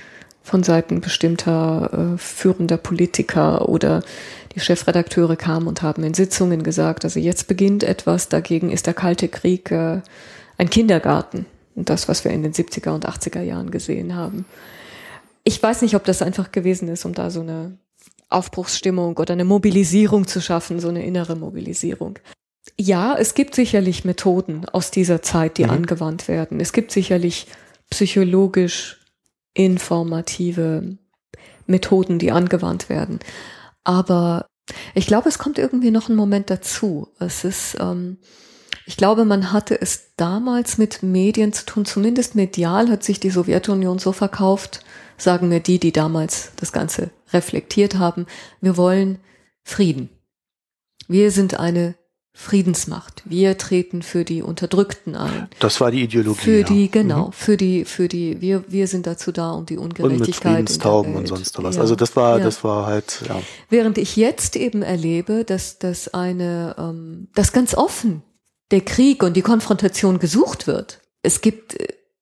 bestimmter führender Politiker, oder die Chefredakteure kamen und haben in Sitzungen gesagt, also jetzt beginnt etwas, dagegen ist der Kalte Krieg ein Kindergarten. Und das, was wir in den 70er und 80er Jahren gesehen haben. Ich weiß nicht, ob das einfach gewesen ist, um da so eine Aufbruchsstimmung oder eine Mobilisierung zu schaffen, so eine innere Mobilisierung. Ja, es gibt sicherlich Methoden aus dieser Zeit, die angewandt werden. Es gibt sicherlich psychologisch informative Methoden, die angewandt werden. Aber ich glaube, es kommt irgendwie noch ein Moment dazu. Es ist, ich glaube, man hatte es damals mit Medien zu tun, zumindest medial hat sich die Sowjetunion so verkauft, sagen mir die damals das Ganze reflektiert haben, wir wollen Frieden. Wir sind eine Friedensmacht. Wir treten für die Unterdrückten ein. Das war die Ideologie. Für die, genau, für die, wir sind dazu da, um die Ungerechtigkeit und mit Friedenstauben und sonst was. Ja. Also das war halt, ja. Während ich jetzt eben erlebe, dass dass ganz offen der Krieg und die Konfrontation gesucht wird. Es gibt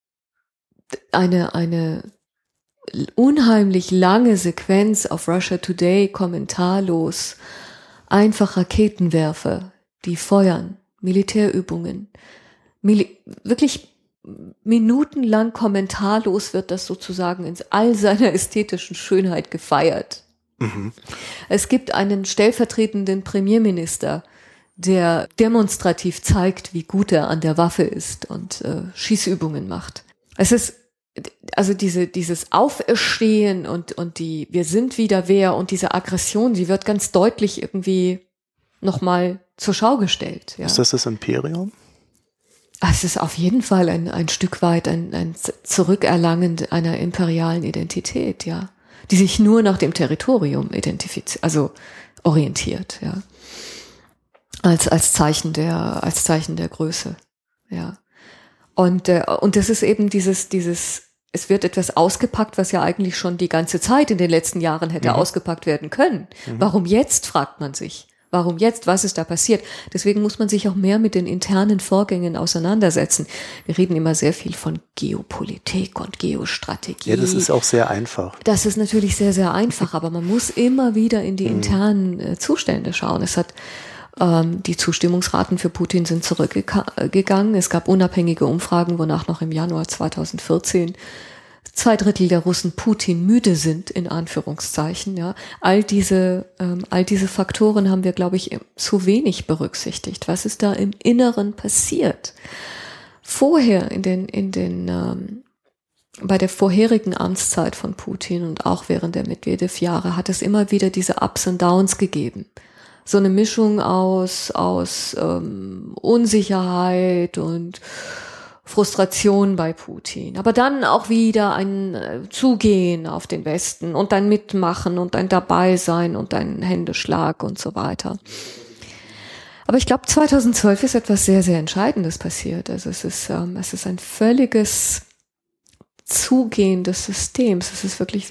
eine unheimlich lange Sequenz auf Russia Today, kommentarlos, einfach Raketenwerfer, die feuern, Militärübungen, wirklich minutenlang kommentarlos wird das sozusagen in all seiner ästhetischen Schönheit gefeiert. Mhm. Es gibt einen stellvertretenden Premierminister, der demonstrativ zeigt, wie gut er an der Waffe ist und Schießübungen macht. Es ist also dieses Auferstehen und die wir sind wieder wer und diese Aggression, sie wird ganz deutlich irgendwie nochmal zur Schau gestellt. Ja. Ist das Imperium? Es ist auf jeden Fall ein Stück weit ein Zurückerlangen einer imperialen Identität, ja, die sich nur nach dem Territorium orientiert, ja, als Zeichen der Größe, ja. Und das ist eben dieses, es wird etwas ausgepackt, was ja eigentlich schon die ganze Zeit in den letzten Jahren hätte ausgepackt werden können. Warum jetzt, fragt man sich. Warum jetzt? Was ist da passiert? Deswegen muss man sich auch mehr mit den internen Vorgängen auseinandersetzen. Wir reden immer sehr viel von Geopolitik und Geostrategie. Ja, das ist auch sehr einfach. Das ist natürlich sehr, sehr einfach, aber man muss immer wieder in die internen Zustände schauen. Es hat die Zustimmungsraten für Putin sind zurückgegangen. Es gab unabhängige Umfragen, wonach noch im Januar 2014 2/3 der Russen Putin müde sind, in Anführungszeichen. Ja, all diese Faktoren haben wir, glaube ich, zu wenig berücksichtigt. Was ist da im Inneren passiert? Vorher bei der vorherigen Amtszeit von Putin und auch während der Medvedev-Jahre hat es immer wieder diese Ups und Downs gegeben. So eine Mischung aus Unsicherheit und Frustration bei Putin. Aber dann auch wieder ein Zugehen auf den Westen und ein Mitmachen und ein Dabeisein und ein Händeschlag und so weiter. Aber ich glaube, 2012 ist etwas sehr, sehr Entscheidendes passiert. Also es ist ein völliges Zugehen des Systems. Es ist wirklich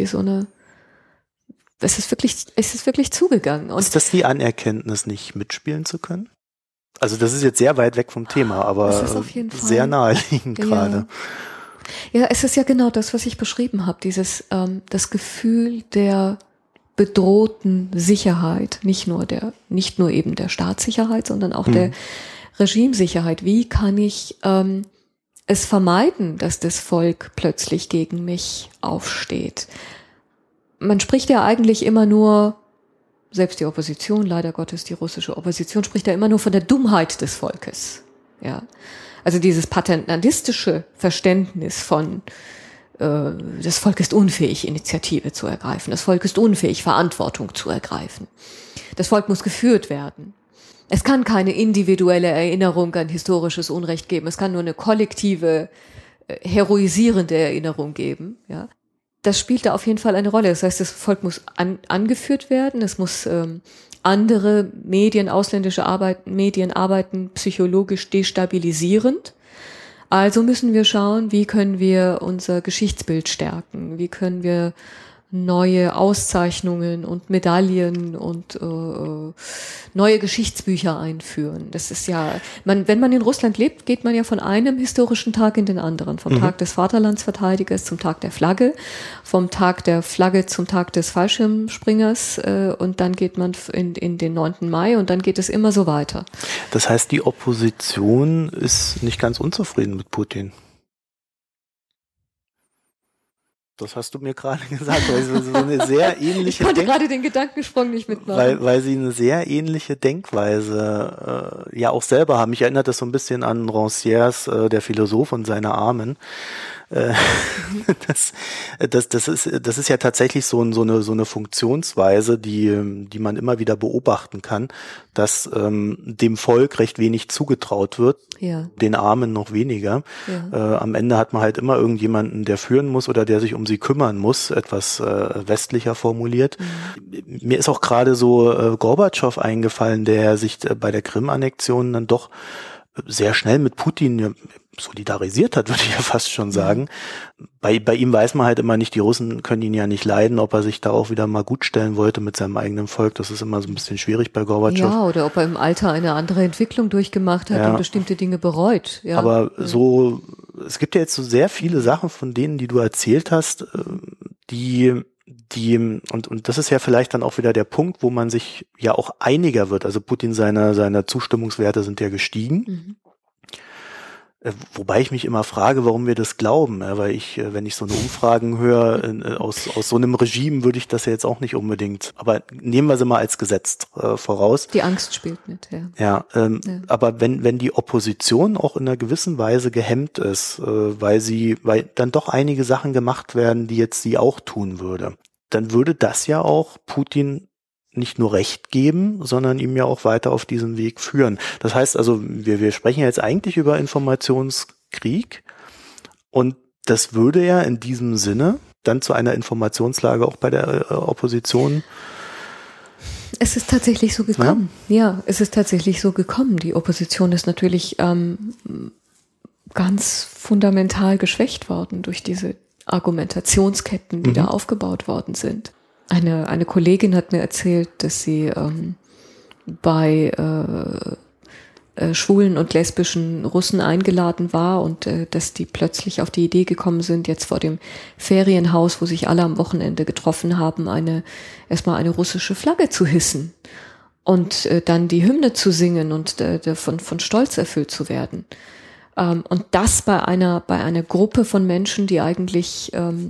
es ist wirklich zugegangen. Und ist das die Anerkenntnis, nicht mitspielen zu können? Also das ist jetzt sehr weit weg vom Thema, aber sehr naheliegend gerade. Ja, es ist ja genau das, was ich beschrieben habe. Das Gefühl der bedrohten Sicherheit, nicht nur eben der Staatssicherheit, sondern auch der Regimesicherheit. Wie kann ich es vermeiden, dass das Volk plötzlich gegen mich aufsteht? Man spricht ja eigentlich immer nur, selbst die Opposition, leider Gottes die russische Opposition, spricht ja immer nur von der Dummheit des Volkes. Ja, also dieses paternalistische Verständnis von das Volk ist unfähig, Initiative zu ergreifen. Das Volk ist unfähig, Verantwortung zu ergreifen. Das Volk muss geführt werden. Es kann keine individuelle Erinnerung an historisches Unrecht geben. Es kann nur eine kollektive, heroisierende Erinnerung geben. Ja, das spielt da auf jeden Fall eine Rolle. Das heißt, das Volk muss angeführt werden. Es muss andere Medien, ausländische Medien arbeiten psychologisch destabilisierend. Also müssen wir schauen, wie können wir unser Geschichtsbild stärken? Wie können wir neue Auszeichnungen und Medaillen und neue Geschichtsbücher einführen? Das ist ja, wenn man in Russland lebt, geht man ja von einem historischen Tag in den anderen. Vom Tag des Vaterlandsverteidigers zum Tag der Flagge, vom Tag der Flagge zum Tag des Fallschirmspringers und dann geht man in den 9. Mai und dann geht es immer so weiter. Das heißt, die Opposition ist nicht ganz unzufrieden mit Putin. Das hast du mir gerade gesagt, weil sie so eine sehr ähnliche Ich konnte gerade den Gedankensprung nicht mitmachen. Weil sie eine sehr ähnliche Denkweise ja auch selber haben. Mich erinnert das so ein bisschen an Rancières, der Philosoph und seine Armen. Das ist ja tatsächlich so eine Funktionsweise, die man immer wieder beobachten kann, dass dem Volk recht wenig zugetraut wird, den Armen noch weniger. Ja. Am Ende hat man halt immer irgendjemanden, der führen muss oder der sich um um sie kümmern muss, etwas westlicher formuliert. Mir ist auch gerade so Gorbatschow eingefallen, der sich bei der Krim-Annexion dann doch sehr schnell mit Putin solidarisiert hat, würde ich ja fast schon sagen. Bei ihm weiß man halt immer nicht, die Russen können ihn ja nicht leiden, ob er sich da auch wieder mal gut stellen wollte mit seinem eigenen Volk. Das ist immer so ein bisschen schwierig bei Gorbatschow. Ja, oder ob er im Alter eine andere Entwicklung durchgemacht hat und bestimmte Dinge bereut. Ja. Aber so, es gibt ja jetzt so sehr viele Sachen von denen, die du erzählt hast, und das ist ja vielleicht dann auch wieder der Punkt, wo man sich ja auch einiger wird. Also Putin, seine Zustimmungswerte sind ja gestiegen. Wobei ich mich immer frage, warum wir das glauben, weil wenn ich so eine Umfragen höre, aus so einem Regime würde ich das ja jetzt auch nicht unbedingt, aber nehmen wir sie mal als Gesetz voraus. Die Angst spielt mit, ja. Ja, aber wenn die Opposition auch in einer gewissen Weise gehemmt ist, weil dann doch einige Sachen gemacht werden, die jetzt sie auch tun würde, dann würde das ja auch Putin nicht nur Recht geben, sondern ihm ja auch weiter auf diesem Weg führen. Das heißt also, wir sprechen ja jetzt eigentlich über Informationskrieg und das würde ja in diesem Sinne dann zu einer Informationslage auch bei der Opposition. Es ist tatsächlich so gekommen. Ja, es ist tatsächlich so gekommen. Die Opposition ist natürlich ganz fundamental geschwächt worden durch diese Argumentationsketten, die da aufgebaut worden sind. Eine Kollegin hat mir erzählt, dass sie bei schwulen und lesbischen Russen eingeladen war und dass die plötzlich auf die Idee gekommen sind, jetzt vor dem Ferienhaus, wo sich alle am Wochenende getroffen haben, erstmal eine russische Flagge zu hissen und dann die Hymne zu singen und von Stolz erfüllt zu werden. Und das bei einer Gruppe von Menschen, die eigentlich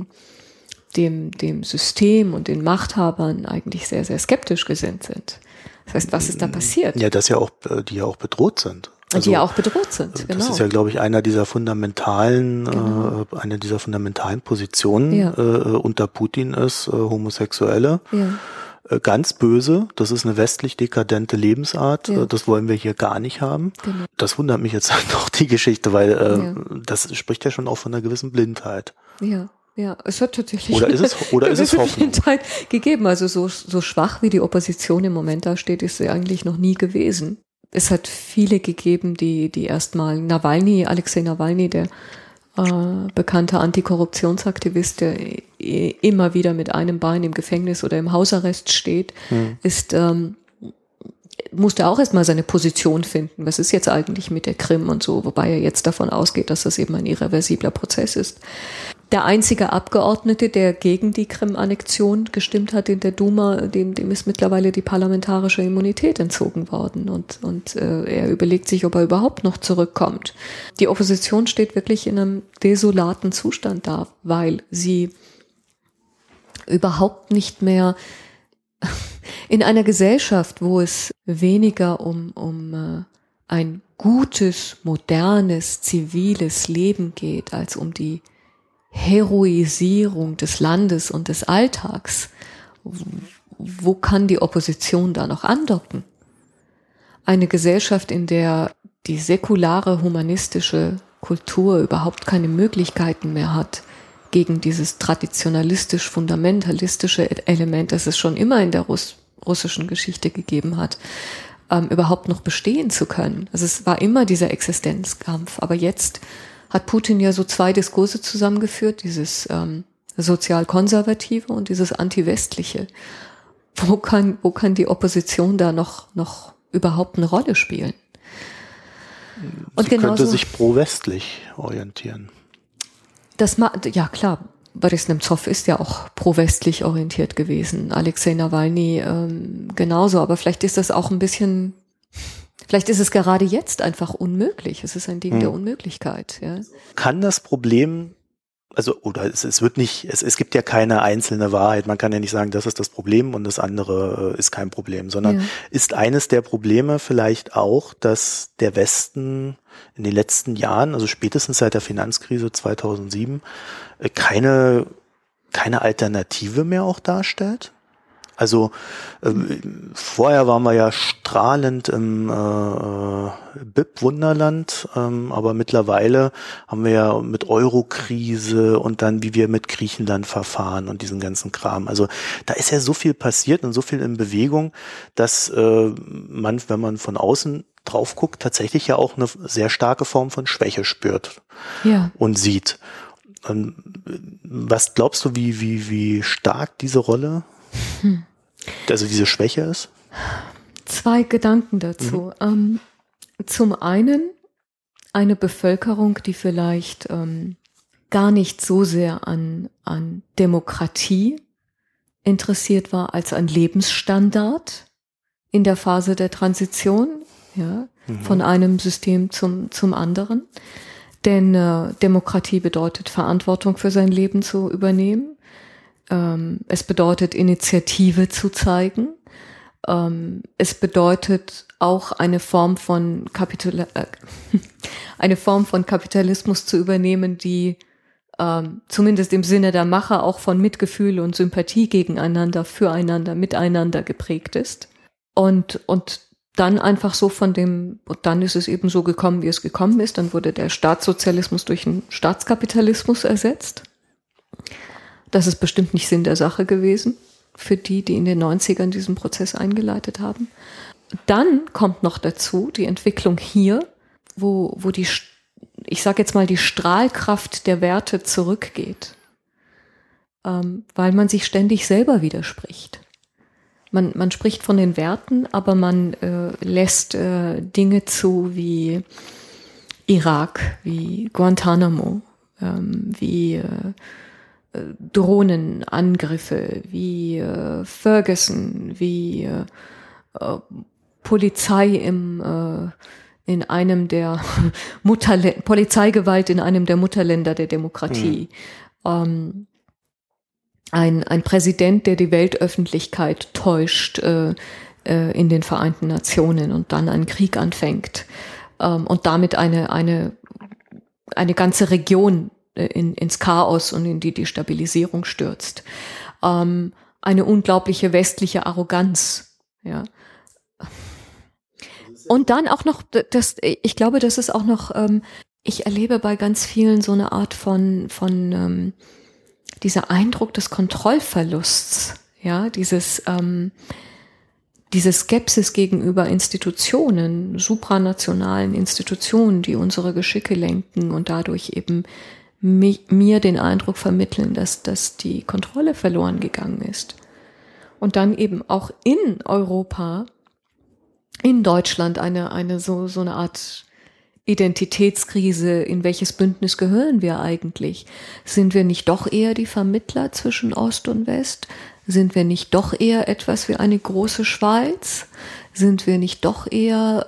dem System und den Machthabern eigentlich sehr, sehr skeptisch gesinnt sind. Das heißt, was ist da passiert? Ja, die ja auch bedroht sind. Also, die ja auch bedroht sind, genau. Das ist ja, glaube ich, eine dieser fundamentalen Positionen unter Putin ist, Homosexuelle. Ja. Ganz böse, das ist eine westlich dekadente Lebensart, das wollen wir hier gar nicht haben. Genau. Das wundert mich jetzt noch, die Geschichte, weil das spricht ja schon auch von einer gewissen Blindheit. Ja, es hat tatsächlich oder ist es Hoffnung gegeben. Also so schwach wie die Opposition im Moment da steht, ist sie eigentlich noch nie gewesen. Es hat viele gegeben, die erstmal Alexei Nawalny, der bekannte Antikorruptionsaktivist, der immer wieder mit einem Bein im Gefängnis oder im Hausarrest steht, musste auch erstmal seine Position finden. Was ist jetzt eigentlich mit der Krim und so, wobei er jetzt davon ausgeht, dass das eben ein irreversibler Prozess ist. Der einzige Abgeordnete, der gegen die Krim-Annexion gestimmt hat in der Duma, dem ist mittlerweile die parlamentarische Immunität entzogen worden und er überlegt sich, ob er überhaupt noch zurückkommt. Die Opposition steht wirklich in einem desolaten Zustand da, weil sie überhaupt nicht mehr in einer Gesellschaft, wo es weniger um ein gutes, modernes, ziviles Leben geht, als um die Heroisierung des Landes und des Alltags. Wo kann die Opposition da noch andocken? Eine Gesellschaft, in der die säkulare humanistische Kultur überhaupt keine Möglichkeiten mehr hat, gegen dieses traditionalistisch-fundamentalistische Element, das es schon immer in der russischen Geschichte gegeben hat, überhaupt noch bestehen zu können. Also es war immer dieser Existenzkampf. Aber jetzt hat Putin ja so zwei Diskurse zusammengeführt, dieses sozial-konservative und dieses anti-westliche. Wo kann die Opposition da noch überhaupt eine Rolle spielen? Und sie könnte sich pro-westlich orientieren. Ja, klar. Boris Nemtsov ist ja auch pro-westlich orientiert gewesen. Alexei Nawalny genauso. Aber vielleicht ist das auch ein bisschen, vielleicht ist es gerade jetzt einfach unmöglich. Es ist ein Ding der Unmöglichkeit. Ja. Kann das Problem, es gibt ja keine einzelne Wahrheit. Man kann ja nicht sagen, das ist das Problem und das andere ist kein Problem, sondern ist eines der Probleme vielleicht auch, dass der Westen in den letzten Jahren, also spätestens seit der Finanzkrise 2007, keine Alternative mehr auch darstellt? Also vorher waren wir ja strahlend im BIP-Wunderland, aber mittlerweile haben wir ja mit Euro-Krise und dann, wie wir mit Griechenland verfahren und diesen ganzen Kram. Also da ist ja so viel passiert und so viel in Bewegung, dass man, wenn man von außen drauf guckt, tatsächlich ja auch eine sehr starke Form von Schwäche spürt und sieht. Was glaubst du, wie stark diese Rolle, also diese Schwäche ist? 2 Gedanken dazu. Zum einen eine Bevölkerung, die vielleicht gar nicht so sehr an Demokratie interessiert war, als an Lebensstandard in der Phase der Transition, von einem System zum anderen. Denn Demokratie bedeutet, Verantwortung für sein Leben zu übernehmen. Es bedeutet, Initiative zu zeigen. Es bedeutet auch eine Form von Kapitalismus zu übernehmen, die zumindest im Sinne der Macher auch von Mitgefühl und Sympathie gegeneinander, füreinander, miteinander geprägt ist. Und dann einfach so und dann ist es eben so gekommen, wie es gekommen ist. Dann wurde der Staatssozialismus durch einen Staatskapitalismus ersetzt. Das ist bestimmt nicht Sinn der Sache gewesen für die in den 90ern diesen Prozess eingeleitet haben. Dann kommt noch dazu die Entwicklung hier, wo ich sage jetzt mal, die Strahlkraft der Werte zurückgeht, weil man sich ständig selber widerspricht. Man spricht von den Werten, aber man lässt Dinge zu wie Irak, wie Guantanamo, wie Drohnenangriffe, wie Ferguson, wie Polizei in einem der Polizeigewalt in einem der Mutterländer der Demokratie. Ein Präsident, der die Weltöffentlichkeit täuscht in den Vereinten Nationen und dann einen Krieg anfängt und damit eine ganze Region ins Chaos und in die Destabilisierung stürzt. Eine unglaubliche westliche Arroganz, ja. Und dann auch noch, ich glaube, das ist auch noch, ich erlebe bei ganz vielen so eine Art von dieser Eindruck des Kontrollverlusts, ja, diese Skepsis gegenüber Institutionen, supranationalen Institutionen, die unsere Geschicke lenken und dadurch eben mir den Eindruck vermitteln, dass die Kontrolle verloren gegangen ist. Und dann eben auch in Europa, in Deutschland so eine Art Identitätskrise, in welches Bündnis gehören wir eigentlich? Sind wir nicht doch eher die Vermittler zwischen Ost und West? Sind wir nicht doch eher etwas wie eine große Schweiz? Sind wir nicht doch eher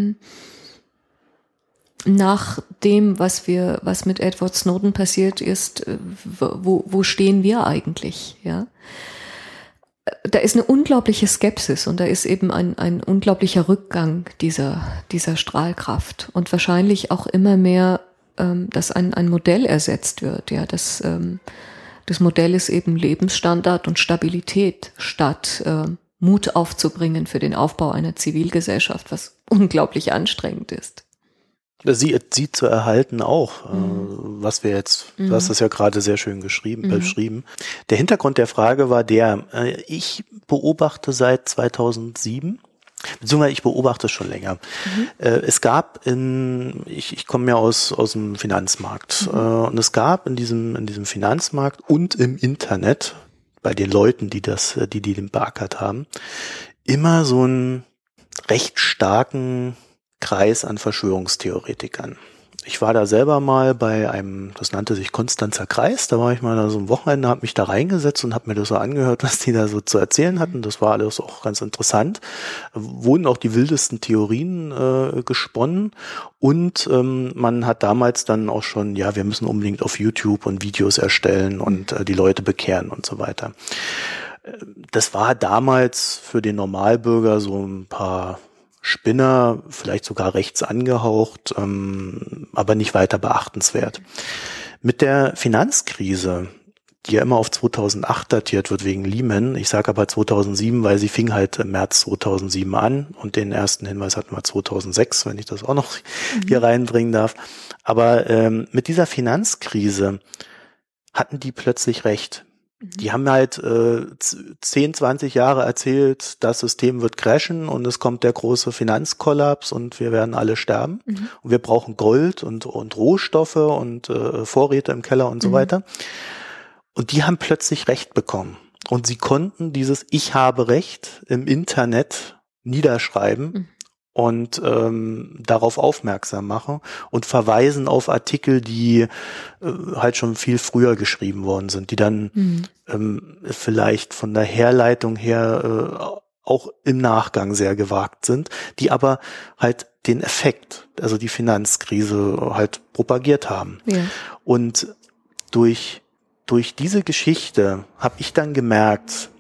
nach dem, was mit Edward Snowden passiert ist, wo stehen wir eigentlich? Ja? Da ist eine unglaubliche Skepsis und da ist eben ein unglaublicher Rückgang dieser Strahlkraft und wahrscheinlich auch immer mehr, dass ein Modell ersetzt wird. Ja, das Modell ist eben Lebensstandard und Stabilität statt Mut aufzubringen für den Aufbau einer Zivilgesellschaft, was unglaublich anstrengend ist. Sie zu erhalten auch, was wir jetzt, du hast das ja gerade sehr schön beschrieben. Der Hintergrund der Frage war ich beobachte seit 2007, beziehungsweise ich beobachte es schon länger. Es gab ich komme ja aus dem Finanzmarkt, und es gab in diesem Finanzmarkt und im Internet, bei den Leuten, die den beackert haben, immer so einen recht starken Kreis an Verschwörungstheoretikern. Ich war da selber mal bei das nannte sich Konstanzer Kreis, da war ich mal da so ein Wochenende, habe mich da reingesetzt und habe mir das so angehört, was die da so zu erzählen hatten. Das war alles auch ganz interessant. Wurden auch die wildesten Theorien gesponnen und man hat damals dann auch schon, wir müssen unbedingt auf YouTube und Videos erstellen und die Leute bekehren und so weiter. Das war damals für den Normalbürger so ein paar Spinner, vielleicht sogar rechts angehaucht, aber nicht weiter beachtenswert. Mit der Finanzkrise die ja immer auf 2008 datiert wird wegen Lehman. Ich sage aber 2007, weil sie fing halt im März 2007 an und den ersten Hinweis hatten wir 2006, wenn ich das auch noch hier reinbringen darf. Aber mit dieser Finanzkrise hatten die plötzlich recht. Die haben halt 10, 20 Jahre erzählt, das System wird crashen und es kommt der große Finanzkollaps und wir werden alle sterben. Und wir brauchen Gold und Rohstoffe und Vorräte im Keller und so weiter. Und die haben plötzlich Recht bekommen. Und sie konnten dieses Ich habe Recht im Internet niederschreiben und darauf aufmerksam machen und verweisen auf Artikel, die halt schon viel früher geschrieben worden sind, die dann vielleicht von der Herleitung her auch im Nachgang sehr gewagt sind, die aber halt den Effekt, also die Finanzkrise halt propagiert haben. Ja. Und durch diese Geschichte habe ich dann gemerkt,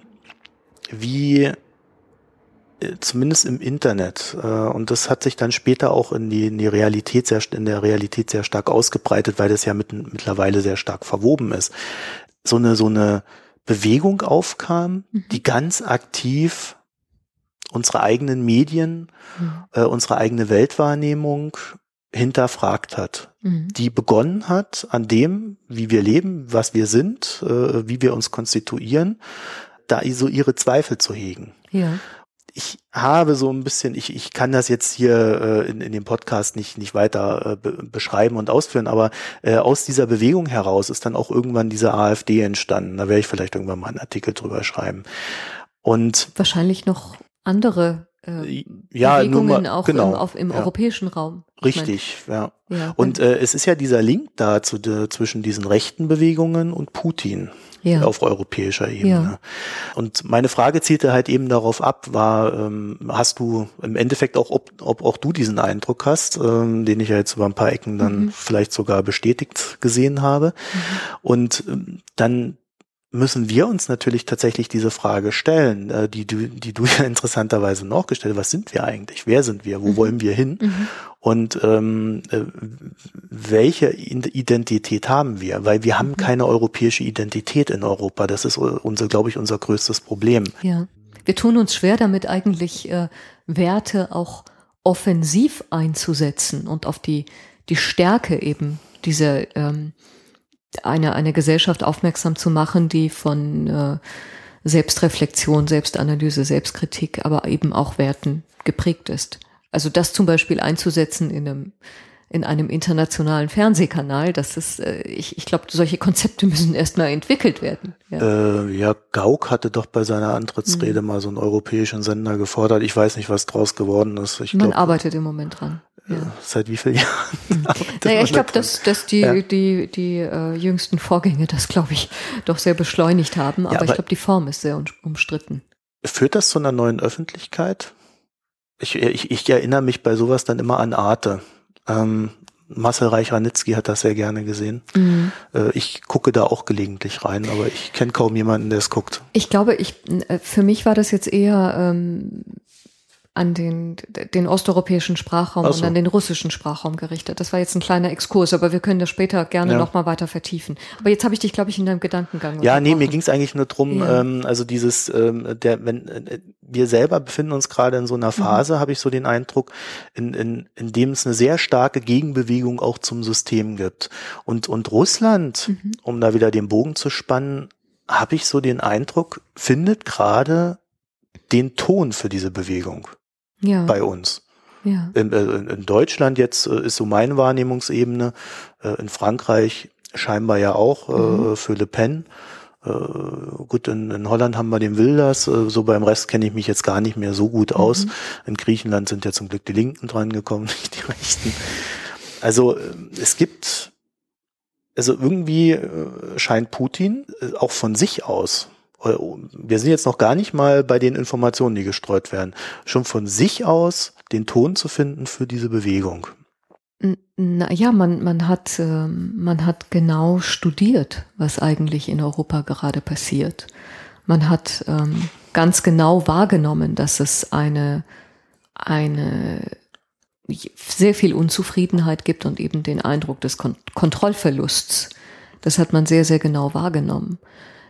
wie zumindest im Internet, und das hat sich dann später auch in der Realität sehr stark ausgebreitet, weil das ja mittlerweile sehr stark verwoben ist, so eine Bewegung aufkam, die ganz aktiv unsere eigenen Medien, unsere eigene Weltwahrnehmung hinterfragt hat, die begonnen hat an dem, wie wir leben, was wir sind, wie wir uns konstituieren, da so ihre Zweifel zu hegen. Ja. Ich habe so ein bisschen, ich kann das jetzt hier in dem Podcast nicht weiter beschreiben und ausführen, aber aus dieser Bewegung heraus ist dann auch irgendwann diese AfD entstanden. Da werde ich vielleicht irgendwann mal einen Artikel drüber schreiben. Und wahrscheinlich noch andere Bewegungen auch im europäischen Raum. Richtig, ja. Und es ist ja dieser Link da zwischen diesen rechten Bewegungen und Putin auf europäischer Ebene. Ja. Und meine Frage zielte halt eben darauf ab, hast du im Endeffekt auch, ob auch du diesen Eindruck hast, den ich ja jetzt über ein paar Ecken dann vielleicht sogar bestätigt gesehen habe. Und dann müssen wir uns natürlich tatsächlich diese Frage stellen, die du ja interessanterweise noch gestellt hast. Was sind wir eigentlich? Wer sind wir? Wo wollen wir hin? Und welche Identität haben wir? Weil wir haben keine europäische Identität in Europa. Das ist glaube ich, unser größtes Problem. Ja, wir tun uns schwer damit eigentlich Werte auch offensiv einzusetzen und auf die Stärke eben dieser eine Gesellschaft aufmerksam zu machen, die von Selbstreflexion, Selbstanalyse, Selbstkritik, aber eben auch Werten geprägt ist. Also das zum Beispiel einzusetzen in einem internationalen Fernsehkanal, das ist, ich glaube, solche Konzepte müssen erstmal entwickelt werden. Ja, Gauck hatte doch bei seiner Antrittsrede mal so einen europäischen Sender gefordert. Ich weiß nicht, was draus geworden ist. Man arbeitet im Moment dran. Ja. Seit wie vielen Jahren? Naja, ich glaube, dass die jüngsten Vorgänge das, glaube ich, doch sehr beschleunigt haben. Aber ich glaube, die Form ist sehr umstritten. Führt das zu einer neuen Öffentlichkeit? Ich erinnere mich bei sowas dann immer an Arte. Marcel Reich-Ranitzky hat das sehr gerne gesehen. Ich gucke da auch gelegentlich rein, aber ich kenne kaum jemanden, der es guckt. Ich glaube, für mich war das jetzt eher an den osteuropäischen Sprachraum und an den russischen Sprachraum gerichtet. Das war jetzt ein kleiner Exkurs, aber wir können das später gerne noch mal weiter vertiefen. Aber jetzt habe ich dich, glaube ich, in deinem Gedankengang. Ja, nee, mir ging es eigentlich nur drum, also dieses, wenn wir selber befinden uns gerade in so einer Phase, habe ich so den Eindruck, in dem es eine sehr starke Gegenbewegung auch zum System gibt. Und Russland, um da wieder den Bogen zu spannen, habe ich so den Eindruck, findet gerade den Ton für diese Bewegung. Ja. Bei uns. Ja. In Deutschland jetzt ist so meine Wahrnehmungsebene, in Frankreich scheinbar ja auch für Le Pen. Gut, in Holland haben wir den Wilders, so beim Rest kenne ich mich jetzt gar nicht mehr so gut aus. In Griechenland sind ja zum Glück die Linken dran gekommen, nicht die Rechten. Also irgendwie scheint Putin auch von sich aus, wir sind jetzt noch gar nicht mal bei den Informationen, die gestreut werden, schon von sich aus den Ton zu finden für diese Bewegung. Ja, man hat genau studiert, was eigentlich in Europa gerade passiert. Man hat ganz genau wahrgenommen, dass es eine sehr viel Unzufriedenheit gibt und eben den Eindruck des Kontrollverlusts, Das hat man sehr, sehr genau wahrgenommen.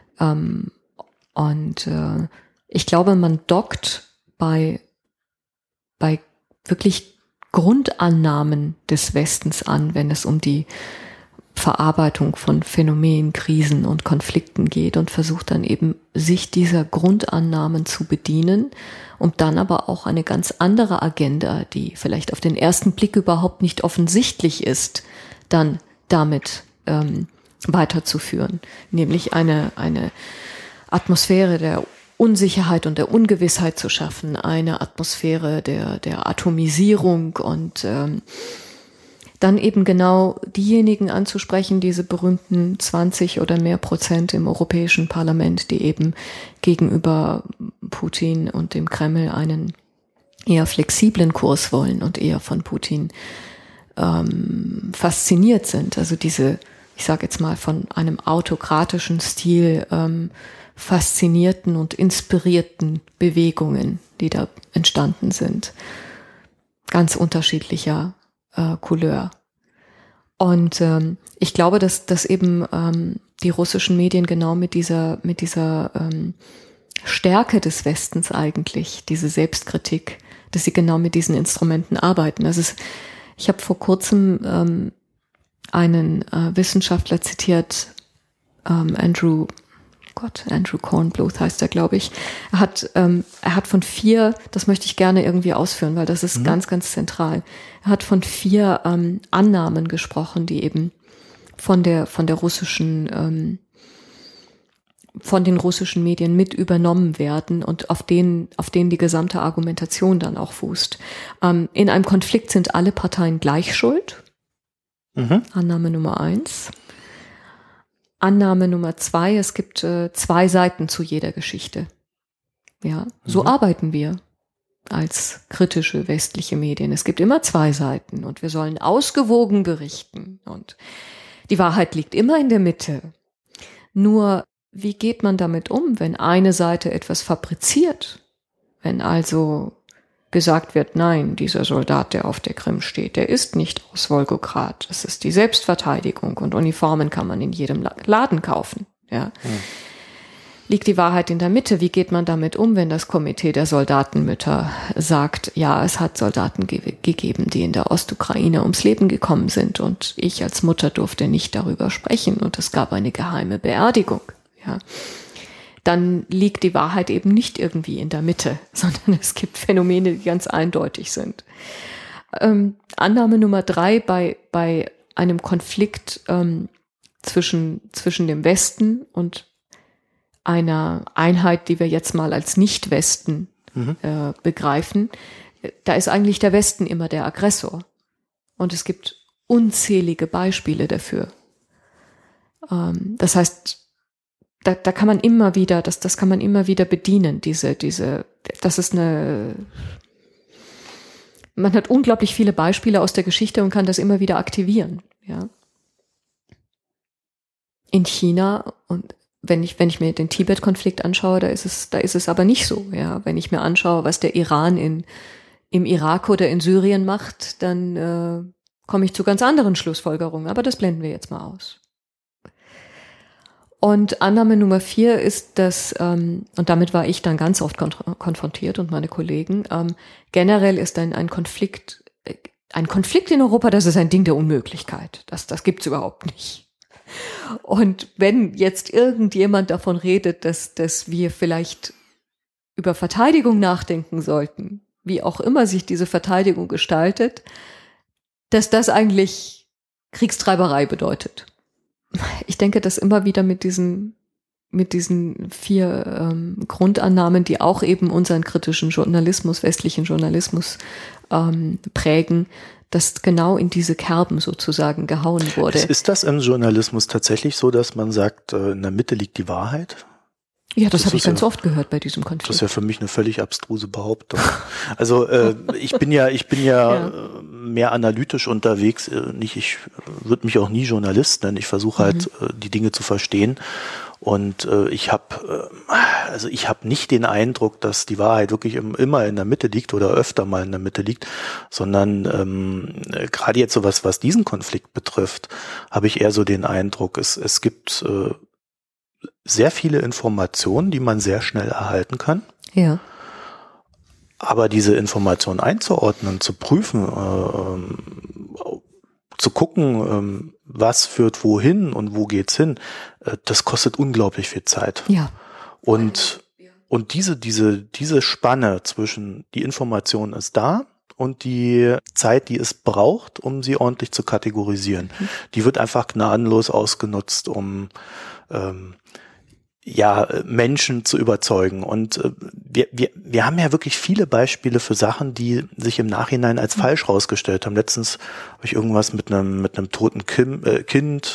Ich glaube, man dockt bei wirklich Grundannahmen des Westens an, wenn es um die Verarbeitung von Phänomenen, Krisen und Konflikten geht und versucht dann eben, sich dieser Grundannahmen zu bedienen, um dann aber auch eine ganz andere Agenda, die vielleicht auf den ersten Blick überhaupt nicht offensichtlich ist, dann damit weiterzuführen, nämlich eine Atmosphäre der Unsicherheit und der Ungewissheit zu schaffen, eine Atmosphäre der Atomisierung und dann eben genau diejenigen anzusprechen, diese berühmten 20 oder mehr Prozent im Europäischen Parlament, die eben gegenüber Putin und dem Kreml einen eher flexiblen Kurs wollen und eher von Putin fasziniert sind. Also diese, ich sage jetzt mal, von einem autokratischen Stil faszinierten und inspirierten Bewegungen, die da entstanden sind. Ganz unterschiedlicher Couleur. Und ich glaube, dass eben die russischen Medien genau mit dieser Stärke des Westens eigentlich, diese Selbstkritik, dass sie genau mit diesen Instrumenten arbeiten. Also ich habe vor kurzem einen Wissenschaftler zitiert, Andrew Kornbluth heißt er, glaube ich. Er hat von 4, das möchte ich gerne irgendwie ausführen, weil das ist ganz, ganz zentral. Er hat von 4 Annahmen gesprochen, die eben von den russischen Medien mit übernommen werden und auf denen die gesamte Argumentation dann auch fußt. In einem Konflikt sind alle Parteien gleich schuld. Annahme Nummer 1. Annahme Nummer 2, es gibt 2 Seiten zu jeder Geschichte. Ja, so arbeiten wir als kritische westliche Medien. Es gibt immer 2 Seiten und wir sollen ausgewogen berichten und die Wahrheit liegt immer in der Mitte. Nur, wie geht man damit um, wenn eine Seite etwas fabriziert? Wenn also gesagt wird, nein, dieser Soldat, der auf der Krim steht, der ist nicht aus Wolgograd. Das ist die Selbstverteidigung und Uniformen kann man in jedem Laden kaufen. Ja. Liegt die Wahrheit in der Mitte? Wie geht man damit um, wenn das Komitee der Soldatenmütter sagt, ja, es hat Soldaten gegeben, die in der Ostukraine ums Leben gekommen sind und ich als Mutter durfte nicht darüber sprechen und es gab eine geheime Beerdigung. Ja. Dann liegt die Wahrheit eben nicht irgendwie in der Mitte, sondern es gibt Phänomene, die ganz eindeutig sind. Annahme Nummer 3 bei einem Konflikt zwischen dem Westen und einer Einheit, die wir jetzt mal als Nicht-Westen begreifen, da ist eigentlich der Westen immer der Aggressor. Und es gibt unzählige Beispiele dafür. Das heißt, da kann man immer wieder, das kann man immer wieder bedienen, das ist man hat unglaublich viele Beispiele aus der Geschichte und kann das immer wieder aktivieren, ja. In China, und wenn ich mir den Tibet-Konflikt anschaue, da ist es aber nicht so, ja. Wenn ich mir anschaue, was der Iran im Irak oder in Syrien macht, dann komme ich zu ganz anderen Schlussfolgerungen, aber das blenden wir jetzt mal aus. Und Annahme Nummer 4 ist, dass, und damit war ich dann ganz oft konfrontiert und meine Kollegen, generell ist ein Konflikt in Europa, das ist ein Ding der Unmöglichkeit. Das gibt's überhaupt nicht. Und wenn jetzt irgendjemand davon redet, dass wir vielleicht über Verteidigung nachdenken sollten, wie auch immer sich diese Verteidigung gestaltet, dass das eigentlich Kriegstreiberei bedeutet. Ich denke, dass immer wieder mit diesen 4 Grundannahmen, die auch eben unseren kritischen Journalismus, westlichen Journalismus prägen, dass genau in diese Kerben sozusagen gehauen wurde. Ist das im Journalismus tatsächlich so, dass man sagt, in der Mitte liegt die Wahrheit? Ja, das habe ich ganz oft gehört bei diesem Konflikt. Das ist ja für mich eine völlig abstruse Behauptung. Also ich bin ja mehr analytisch unterwegs. Ich würde mich auch nie Journalist nennen. Ich versuche halt die Dinge zu verstehen. Und ich habe nicht den Eindruck, dass die Wahrheit wirklich immer in der Mitte liegt oder öfter mal in der Mitte liegt, sondern gerade jetzt so was diesen Konflikt betrifft, habe ich eher so den Eindruck, es gibt sehr viele Informationen, die man sehr schnell erhalten kann. Ja. Aber diese Informationen einzuordnen, zu prüfen, zu gucken, was führt wohin und wo geht's hin, das kostet unglaublich viel Zeit. Ja. Und diese Spanne zwischen die Information ist da und die Zeit, die es braucht, um sie ordentlich zu kategorisieren, die wird einfach gnadenlos ausgenutzt, um Menschen zu überzeugen. Und wir haben ja wirklich viele Beispiele für Sachen, die sich im Nachhinein als falsch rausgestellt haben. Letztens habe ich irgendwas mit einem toten Kind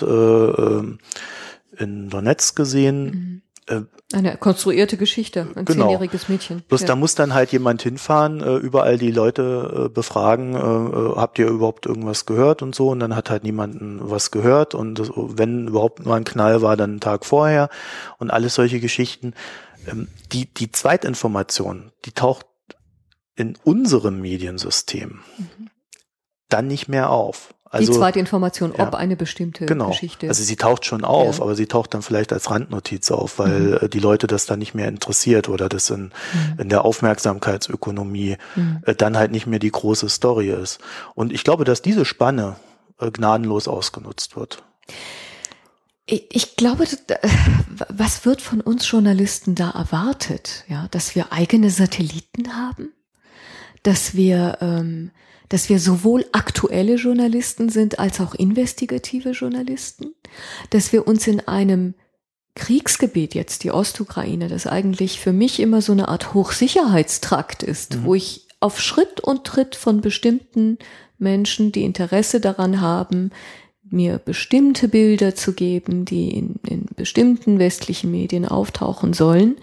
in Donetsk gesehen. Eine konstruierte Geschichte, ein 10-jähriges Mädchen. Bloß da muss dann halt jemand hinfahren, überall die Leute befragen, habt ihr überhaupt irgendwas gehört und so, und dann hat halt niemanden was gehört, und wenn überhaupt nur ein Knall war, dann einen Tag vorher und alles solche Geschichten. Die Zweitinformation, die taucht in unserem Mediensystem dann nicht mehr auf. Also, die zweite Information, ob eine bestimmte Geschichte. Also sie taucht schon auf, aber sie taucht dann vielleicht als Randnotiz auf, weil die Leute das dann nicht mehr interessiert oder das in der Aufmerksamkeitsökonomie dann halt nicht mehr die große Story ist. Und ich glaube, dass diese Spanne gnadenlos ausgenutzt wird. Ich glaube, was wird von uns Journalisten da erwartet? Ja, dass wir eigene Satelliten haben? Dass wir sowohl aktuelle Journalisten sind als auch investigative Journalisten, dass wir uns in einem Kriegsgebiet, jetzt die Ostukraine, das eigentlich für mich immer so eine Art Hochsicherheitstrakt ist, wo ich auf Schritt und Tritt von bestimmten Menschen, die Interesse daran haben, mir bestimmte Bilder zu geben, die in bestimmten westlichen Medien auftauchen sollen,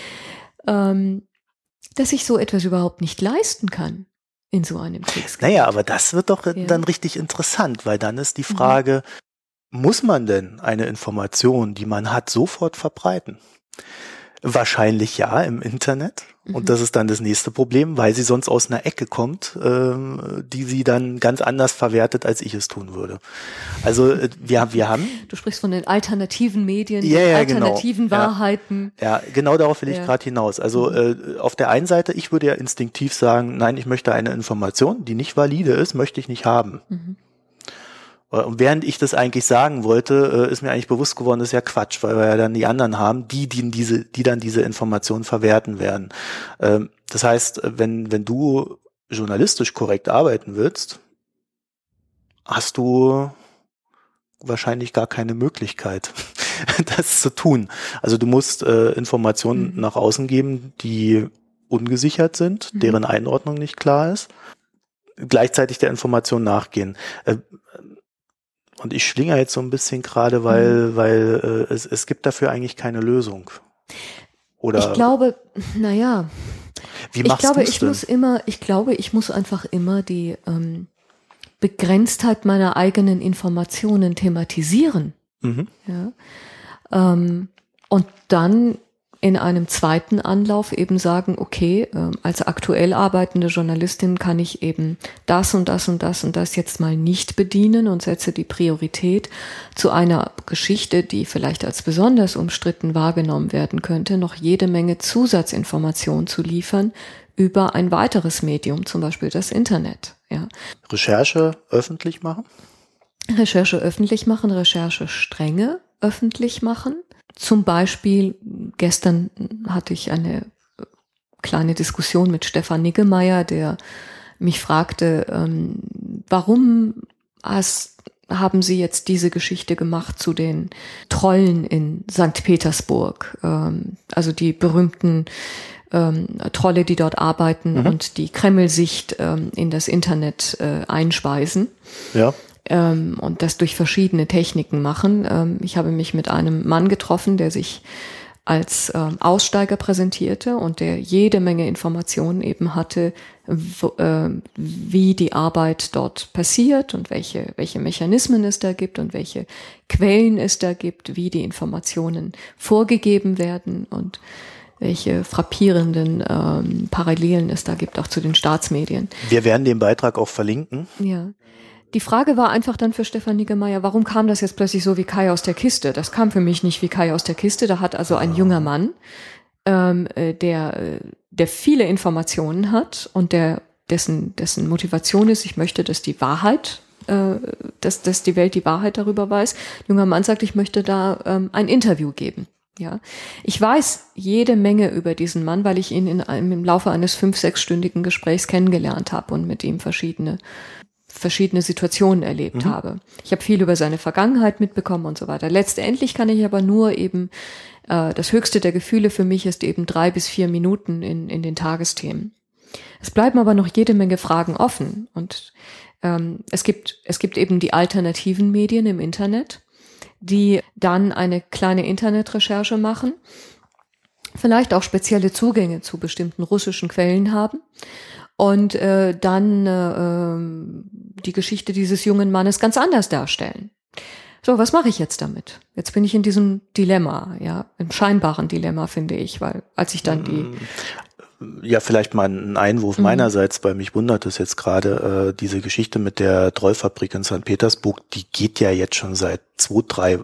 dass ich so etwas überhaupt nicht leisten kann. In so einem Kriegsgebiet. Naja, aber das wird doch dann richtig interessant, weil dann ist die Frage, muss man denn eine Information, die man hat, sofort verbreiten? Wahrscheinlich ja im Internet. Und das ist dann das nächste Problem, weil sie sonst aus einer Ecke kommt, die sie dann ganz anders verwertet, als ich es tun würde. Also wir haben... Du sprichst von den alternativen Medien, alternativen Wahrheiten. Ja, genau darauf will ich gerade hinaus. Also auf der einen Seite, ich würde ja instinktiv sagen, nein, ich möchte eine Information, die nicht valide ist, möchte ich nicht haben. Und während ich das eigentlich sagen wollte, ist mir eigentlich bewusst geworden, das ist ja Quatsch, weil wir ja dann die anderen haben, die dann diese Informationen verwerten werden. Das heißt, wenn du journalistisch korrekt arbeiten willst, hast du wahrscheinlich gar keine Möglichkeit, das zu tun. Also du musst Informationen nach außen geben, die ungesichert sind, deren Einordnung nicht klar ist, gleichzeitig der Information nachgehen. Und ich schlinge jetzt so ein bisschen gerade, weil es gibt dafür eigentlich keine Lösung. Oder ich glaube, wie machst du es denn? Ich muss einfach immer die Begrenztheit meiner eigenen Informationen thematisieren. Ja? Und dann in einem zweiten Anlauf eben sagen, okay, als aktuell arbeitende Journalistin kann ich eben das und das und das und das jetzt mal nicht bedienen und setze die Priorität zu einer Geschichte, die vielleicht als besonders umstritten wahrgenommen werden könnte, noch jede Menge Zusatzinformationen zu liefern über ein weiteres Medium, zum Beispiel das Internet. Ja. Recherche öffentlich machen? Recherche öffentlich machen, Recherchestränge öffentlich machen. Zum Beispiel, gestern hatte ich eine kleine Diskussion mit Stefan Niggemeier, der mich fragte, warum haben Sie jetzt diese Geschichte gemacht zu den Trollen in St. Petersburg, also die berühmten Trolle, die dort arbeiten und die Kreml-Sicht in das Internet einspeisen. Ja. Und das durch verschiedene Techniken machen. Ich habe mich mit einem Mann getroffen, der sich als Aussteiger präsentierte und der jede Menge Informationen eben hatte, wie die Arbeit dort passiert und welche Mechanismen es da gibt und welche Quellen es da gibt, wie die Informationen vorgegeben werden und welche frappierenden Parallelen es da gibt, auch zu den Staatsmedien. Wir werden den Beitrag auch verlinken. Ja. Die Frage war einfach dann für Stefan Niggemeier, warum kam das jetzt plötzlich so wie Kai aus der Kiste? Das kam für mich nicht wie Kai aus der Kiste. Da hat also ein junger Mann, der viele Informationen hat und dessen Motivation ist, ich möchte, dass die Wahrheit, dass die Welt die Wahrheit darüber weiß. Ein junger Mann sagt, ich möchte da ein Interview geben. Ja, ich weiß jede Menge über diesen Mann, weil ich ihn im Laufe eines 5-6-stündigen Gesprächs kennengelernt habe und mit ihm verschiedene Situationen erlebt habe. Ich habe viel über seine Vergangenheit mitbekommen und so weiter. Letztendlich kann ich aber nur eben, das höchste der Gefühle für mich ist eben 3 bis 4 Minuten in den Tagesthemen. Es bleiben aber noch jede Menge Fragen offen und es gibt eben die alternativen Medien im Internet, die dann eine kleine Internetrecherche machen, vielleicht auch spezielle Zugänge zu bestimmten russischen Quellen haben und dann die Geschichte dieses jungen Mannes ganz anders darstellen. So, was mache ich jetzt damit? Jetzt bin ich in diesem Dilemma, ja, im scheinbaren Dilemma, finde ich, weil als ich dann Ja, vielleicht mal ein Einwurf meinerseits, weil mich wundert es jetzt gerade, diese Geschichte mit der Trollfabrik in St. Petersburg, die geht ja jetzt schon seit 2-3,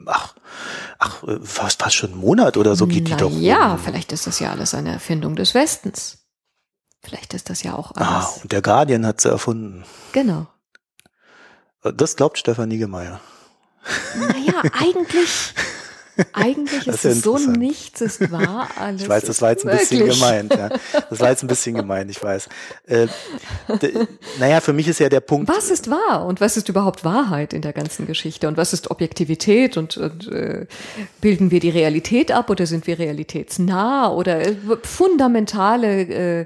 fast schon einen Monat oder so geht die doch. Ja, vielleicht ist das ja alles eine Erfindung des Westens. Vielleicht ist das ja auch alles. Und der Guardian hat sie erfunden. Genau. Das glaubt Stefan Niggemeier. Naja, eigentlich ist es so nichts, ist wahr, alles. Ich weiß, das war jetzt ein bisschen gemeint. Ja. Das war jetzt ein bisschen gemein, ich weiß. Naja, für mich ist ja der Punkt. Was ist wahr und was ist überhaupt Wahrheit in der ganzen Geschichte und was ist Objektivität und bilden wir die Realität ab oder sind wir realitätsnah oder fundamentale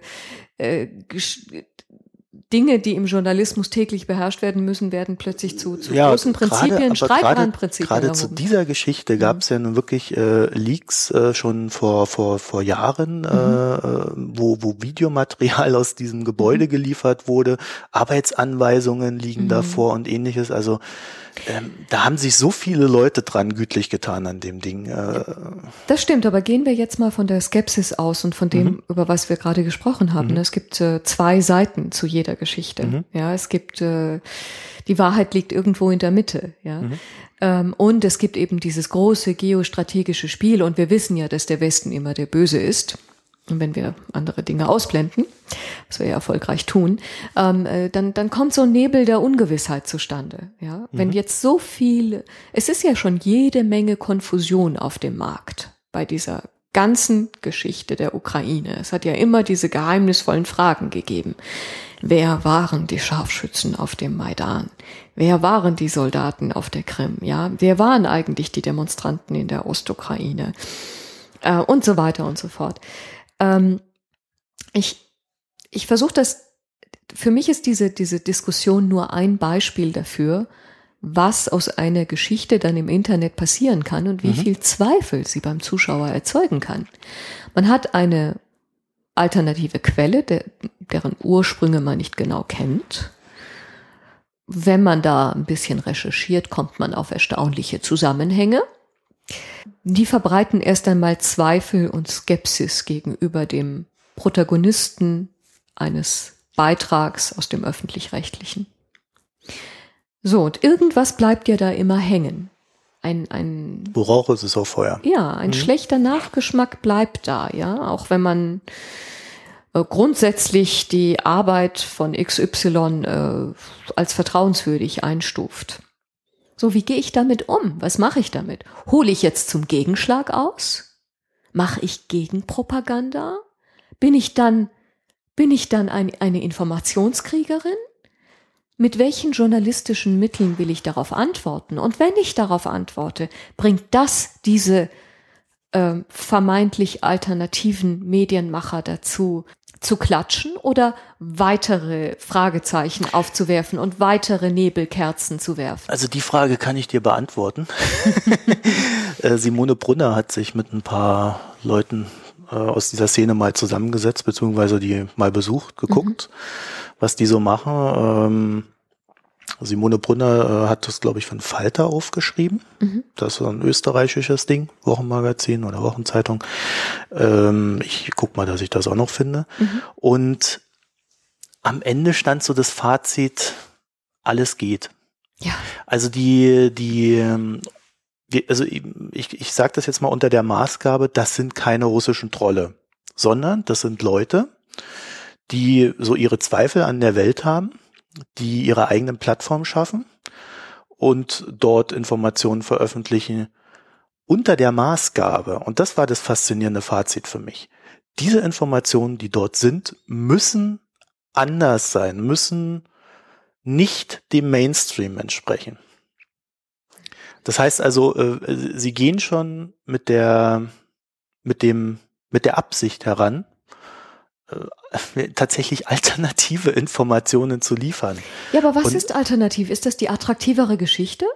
Dinge, die im Journalismus täglich beherrscht werden müssen, werden plötzlich zu großen Prinzipien, streitbaren Prinzipien. Gerade zu dieser Geschichte gab es ja nun wirklich Leaks schon vor Jahren, wo Videomaterial aus diesem Gebäude geliefert wurde, Arbeitsanweisungen liegen davor und ähnliches. Also da haben sich so viele Leute dran gütlich getan an dem Ding. Das stimmt, aber gehen wir jetzt mal von der Skepsis aus und von dem, über was wir gerade gesprochen haben. Es gibt 2 Seiten zu jeder Geschichte. Ja, es gibt die Wahrheit liegt irgendwo in der Mitte. Ja, und es gibt eben dieses große geostrategische Spiel und wir wissen ja, dass der Westen immer der Böse ist. Und wenn wir andere Dinge ausblenden, was wir ja erfolgreich tun, dann kommt so ein Nebel der Ungewissheit zustande. Ja, wenn jetzt so viel, es ist ja schon jede Menge Konfusion auf dem Markt bei dieser ganzen Geschichte der Ukraine. Es hat ja immer diese geheimnisvollen Fragen gegeben. Wer waren die Scharfschützen auf dem Maidan? Wer waren die Soldaten auf der Krim? Ja, wer waren eigentlich die Demonstranten in der Ostukraine? Und so weiter und so fort. Ich versuche das, für mich ist diese Diskussion nur ein Beispiel dafür, was aus einer Geschichte dann im Internet passieren kann und wie viel Zweifel sie beim Zuschauer erzeugen kann. Man hat eine alternative Quelle, deren Ursprünge man nicht genau kennt. Wenn man da ein bisschen recherchiert, kommt man auf erstaunliche Zusammenhänge. Die verbreiten erst einmal Zweifel und Skepsis gegenüber dem Protagonisten eines Beitrags aus dem Öffentlich-Rechtlichen. So, und irgendwas bleibt ja da immer hängen. Wo Rauch ist, ist auch Feuer. Ja, ein schlechter Nachgeschmack bleibt da, ja, auch wenn man grundsätzlich die Arbeit von XY als vertrauenswürdig einstuft. So, wie gehe ich damit um? Was mache ich damit? Hole ich jetzt zum Gegenschlag aus? Mache ich Gegenpropaganda? Bin ich dann eine Informationskriegerin? Mit welchen journalistischen Mitteln will ich darauf antworten? Und wenn ich darauf antworte, bringt das diese vermeintlich alternativen Medienmacher dazu zu klatschen oder weitere Fragezeichen aufzuwerfen und weitere Nebelkerzen zu werfen? Also die Frage kann ich dir beantworten. Simone Brunner hat sich mit ein paar Leuten aus dieser Szene mal zusammengesetzt, beziehungsweise die mal besucht, geguckt, was die so machen. Simone Brunner hat das, glaube ich, von Falter aufgeschrieben. Das ist ein österreichisches Ding, Wochenmagazin oder Wochenzeitung. Ich guck mal, dass ich das auch noch finde. Und am Ende stand so das Fazit, alles geht. Ja. Also ich sage das jetzt mal unter der Maßgabe, das sind keine russischen Trolle, sondern das sind Leute, die so ihre Zweifel an der Welt haben, die ihre eigenen Plattformen schaffen und dort Informationen veröffentlichen unter der Maßgabe. Und das war das faszinierende Fazit für mich. Diese Informationen, die dort sind, müssen anders sein, müssen nicht dem Mainstream entsprechen. Das heißt also, sie gehen schon mit der Absicht heran, tatsächlich alternative Informationen zu liefern. Ja, aber was ist alternativ? Ist das die attraktivere Geschichte?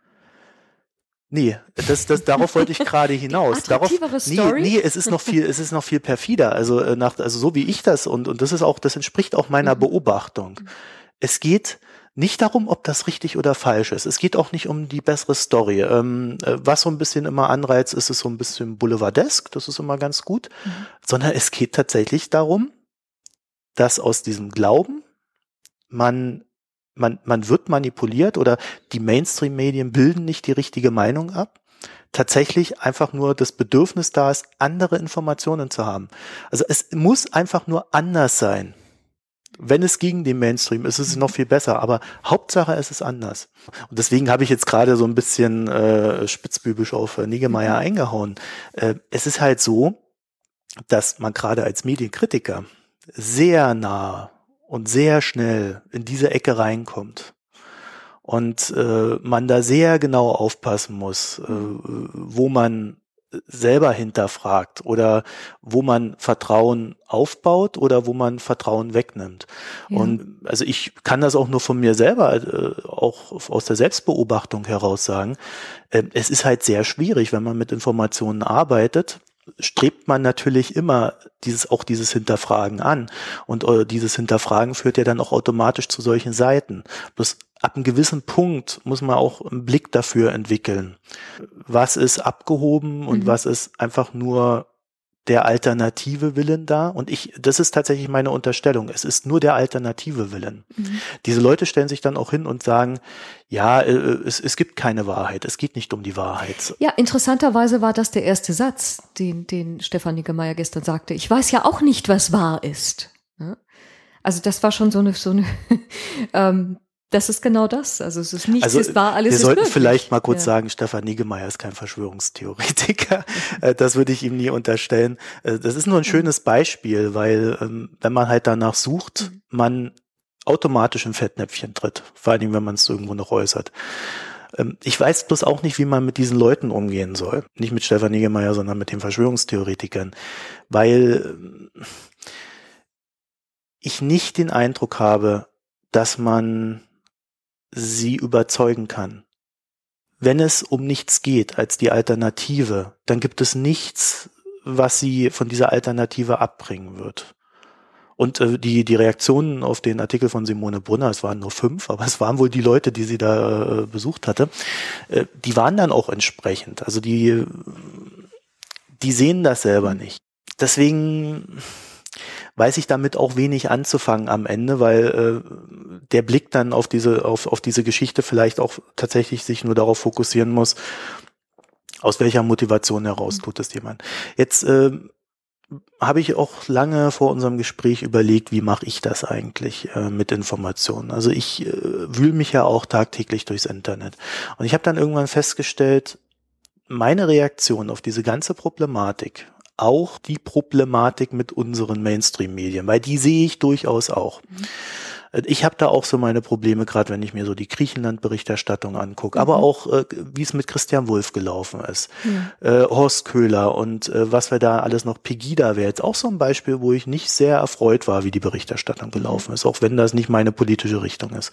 Nee, darauf wollte ich gerade hinaus. Story? Nee, es ist noch viel perfider. Also so wie ich das und das entspricht auch meiner Beobachtung. Es geht nicht darum, ob das richtig oder falsch ist. Es geht auch nicht um die bessere Story. Was so ein bisschen immer anreizt, ist es so ein bisschen boulevardesk, das ist immer ganz gut, sondern es geht tatsächlich darum, dass aus diesem Glauben man wird manipuliert oder die Mainstream-Medien bilden nicht die richtige Meinung ab, tatsächlich einfach nur das Bedürfnis da ist, andere Informationen zu haben. Also es muss einfach nur anders sein. Wenn es gegen den Mainstream ist, ist es noch viel besser, aber Hauptsache es ist anders. Und deswegen habe ich jetzt gerade so ein bisschen spitzbübisch auf Niggemeier eingehauen. Es ist halt so, dass man gerade als Medienkritiker sehr nah und sehr schnell in diese Ecke reinkommt und man da sehr genau aufpassen muss, wo man selber hinterfragt oder wo man Vertrauen aufbaut oder wo man Vertrauen wegnimmt. Ja. Und also ich kann das auch nur von mir selber, auch aus der Selbstbeobachtung heraus sagen, es ist halt sehr schwierig, wenn man mit Informationen arbeitet, strebt man natürlich immer dieses Hinterfragen an. Und dieses Hinterfragen führt ja dann auch automatisch zu solchen Seiten. Bloß ab einem gewissen Punkt muss man auch einen Blick dafür entwickeln. Was ist abgehoben und was ist einfach nur der alternative Willen da? Und das ist tatsächlich meine Unterstellung. Es ist nur der alternative Willen. Diese Leute stellen sich dann auch hin und sagen, ja, es gibt keine Wahrheit. Es geht nicht um die Wahrheit. Ja, interessanterweise war das der erste Satz, den Stefan Niggemeier gestern sagte. Ich weiß ja auch nicht, was wahr ist. Also das war schon so eine das ist genau das. Also es ist nichts, ist wahr, alles ist möglich. Wir sollten vielleicht mal kurz sagen, Stefan Niggemeier ist kein Verschwörungstheoretiker. Das würde ich ihm nie unterstellen. Das ist nur ein schönes Beispiel, weil wenn man halt danach sucht, man automatisch in Fettnäpfchen tritt. Vor allem, wenn man es irgendwo noch äußert. Ich weiß bloß auch nicht, wie man mit diesen Leuten umgehen soll. Nicht mit Stefan Niggemeier, sondern mit den Verschwörungstheoretikern. Weil ich nicht den Eindruck habe, dass man sie überzeugen kann. Wenn es um nichts geht als die Alternative, dann gibt es nichts, was sie von dieser Alternative abbringen wird. Und die Reaktionen auf den Artikel von Simone Brunner, es waren nur 5, aber es waren wohl die Leute, die sie da besucht hatte, die waren dann auch entsprechend. Also die sehen das selber nicht. Deswegen weiß ich damit auch wenig anzufangen am Ende, weil der Blick dann auf diese Geschichte vielleicht auch tatsächlich sich nur darauf fokussieren muss, aus welcher Motivation heraus tut es jemand. Jetzt habe ich auch lange vor unserem Gespräch überlegt, wie mache ich das eigentlich mit Informationen. Also ich wühle mich ja auch tagtäglich durchs Internet. Und ich habe dann irgendwann festgestellt, meine Reaktion auf diese ganze Problematik, auch die Problematik mit unseren Mainstream-Medien, weil die sehe ich durchaus auch. Ich habe da auch so meine Probleme, gerade wenn ich mir so die Griechenland-Berichterstattung angucke, aber auch, wie es mit Christian Wulff gelaufen ist, Horst Köhler und was wir da alles noch, Pegida wäre jetzt auch so ein Beispiel, wo ich nicht sehr erfreut war, wie die Berichterstattung gelaufen ist, auch wenn das nicht meine politische Richtung ist.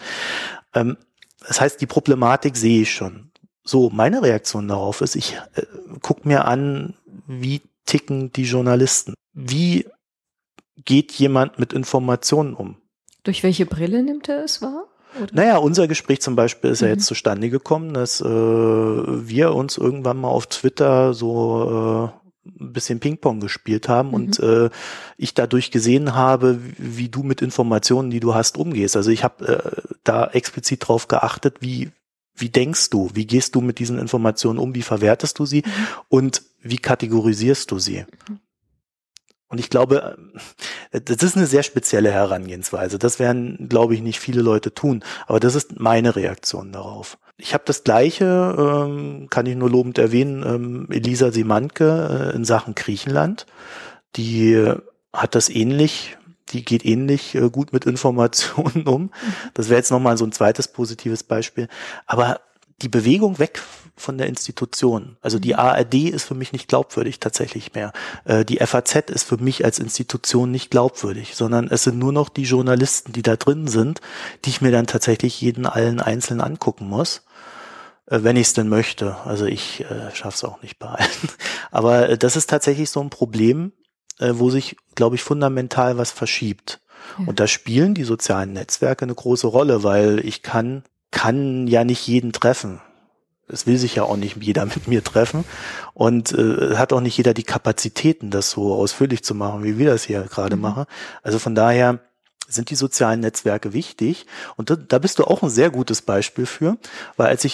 Das heißt, die Problematik sehe ich schon. So, meine Reaktion darauf ist, ich gucke mir an, wie ticken die Journalisten? Wie geht jemand mit Informationen um? Durch welche Brille nimmt er es wahr? Oder? Naja, unser Gespräch zum Beispiel ist ja jetzt zustande gekommen, dass wir uns irgendwann mal auf Twitter so ein bisschen Ping-Pong gespielt haben und ich dadurch gesehen habe, wie du mit Informationen, die du hast, umgehst. Also ich habe da explizit drauf geachtet, wie denkst du, wie gehst du mit diesen Informationen um, wie verwertest du sie und wie kategorisierst du sie? Und ich glaube, das ist eine sehr spezielle Herangehensweise. Das werden, glaube ich, nicht viele Leute tun. Aber das ist meine Reaktion darauf. Ich habe das Gleiche, kann ich nur lobend erwähnen, Elisa Simanke in Sachen Griechenland. Die hat das ähnlich, die geht ähnlich gut mit Informationen um. Das wäre jetzt nochmal so ein zweites positives Beispiel. Aber die Bewegung weg von der Institution. Also die ARD ist für mich nicht glaubwürdig tatsächlich mehr. Die FAZ ist für mich als Institution nicht glaubwürdig, sondern es sind nur noch die Journalisten, die da drin sind, die ich mir dann tatsächlich allen einzeln angucken muss, wenn ich es denn möchte. Also ich schaffe es auch nicht bei allen. Aber das ist tatsächlich so ein Problem, wo sich, glaube ich, fundamental was verschiebt. Ja. Und da spielen die sozialen Netzwerke eine große Rolle, weil ich kann ja nicht jeden treffen. Es will sich ja auch nicht jeder mit mir treffen und hat auch nicht jeder die Kapazitäten, das so ausführlich zu machen, wie wir das hier gerade machen. Also von daher sind die sozialen Netzwerke wichtig und da bist du auch ein sehr gutes Beispiel für, weil als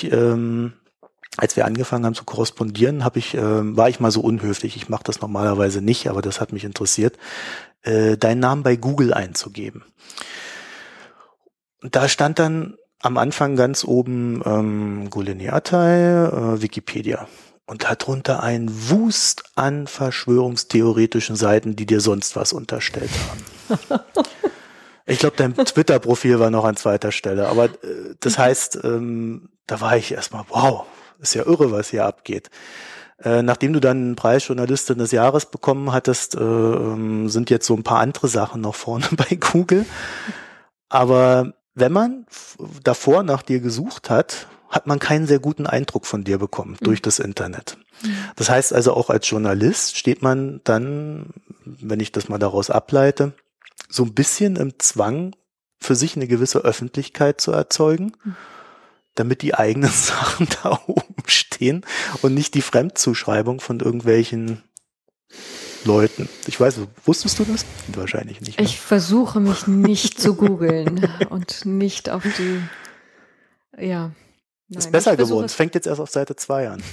wir angefangen haben zu korrespondieren, war ich mal so unhöflich, ich mache das normalerweise nicht, aber das hat mich interessiert, deinen Namen bei Google einzugeben. Und da stand dann am Anfang ganz oben Güleni Atay, Wikipedia. Und darunter ein Wust an verschwörungstheoretischen Seiten, die dir sonst was unterstellt haben. Ich glaube, dein Twitter-Profil war noch an zweiter Stelle. Aber das heißt, da war ich erstmal, wow, ist ja irre, was hier abgeht. Nachdem du dann einen Preis Journalistin des Jahres bekommen hattest, sind jetzt so ein paar andere Sachen noch vorne bei Google. Aber wenn man davor nach dir gesucht hat, hat man keinen sehr guten Eindruck von dir bekommen durch das Internet. Das heißt also auch als Journalist steht man dann, wenn ich das mal daraus ableite, so ein bisschen im Zwang, für sich eine gewisse Öffentlichkeit zu erzeugen, damit die eigenen Sachen da oben stehen und nicht die Fremdzuschreibung von irgendwelchen Leuten. Ich weiß, wusstest du das? Wahrscheinlich nicht. Ne? Ich versuche mich nicht zu googeln und nicht auf die, ja. Nein, ist besser geworden. Es fängt jetzt erst auf Seite 2 an.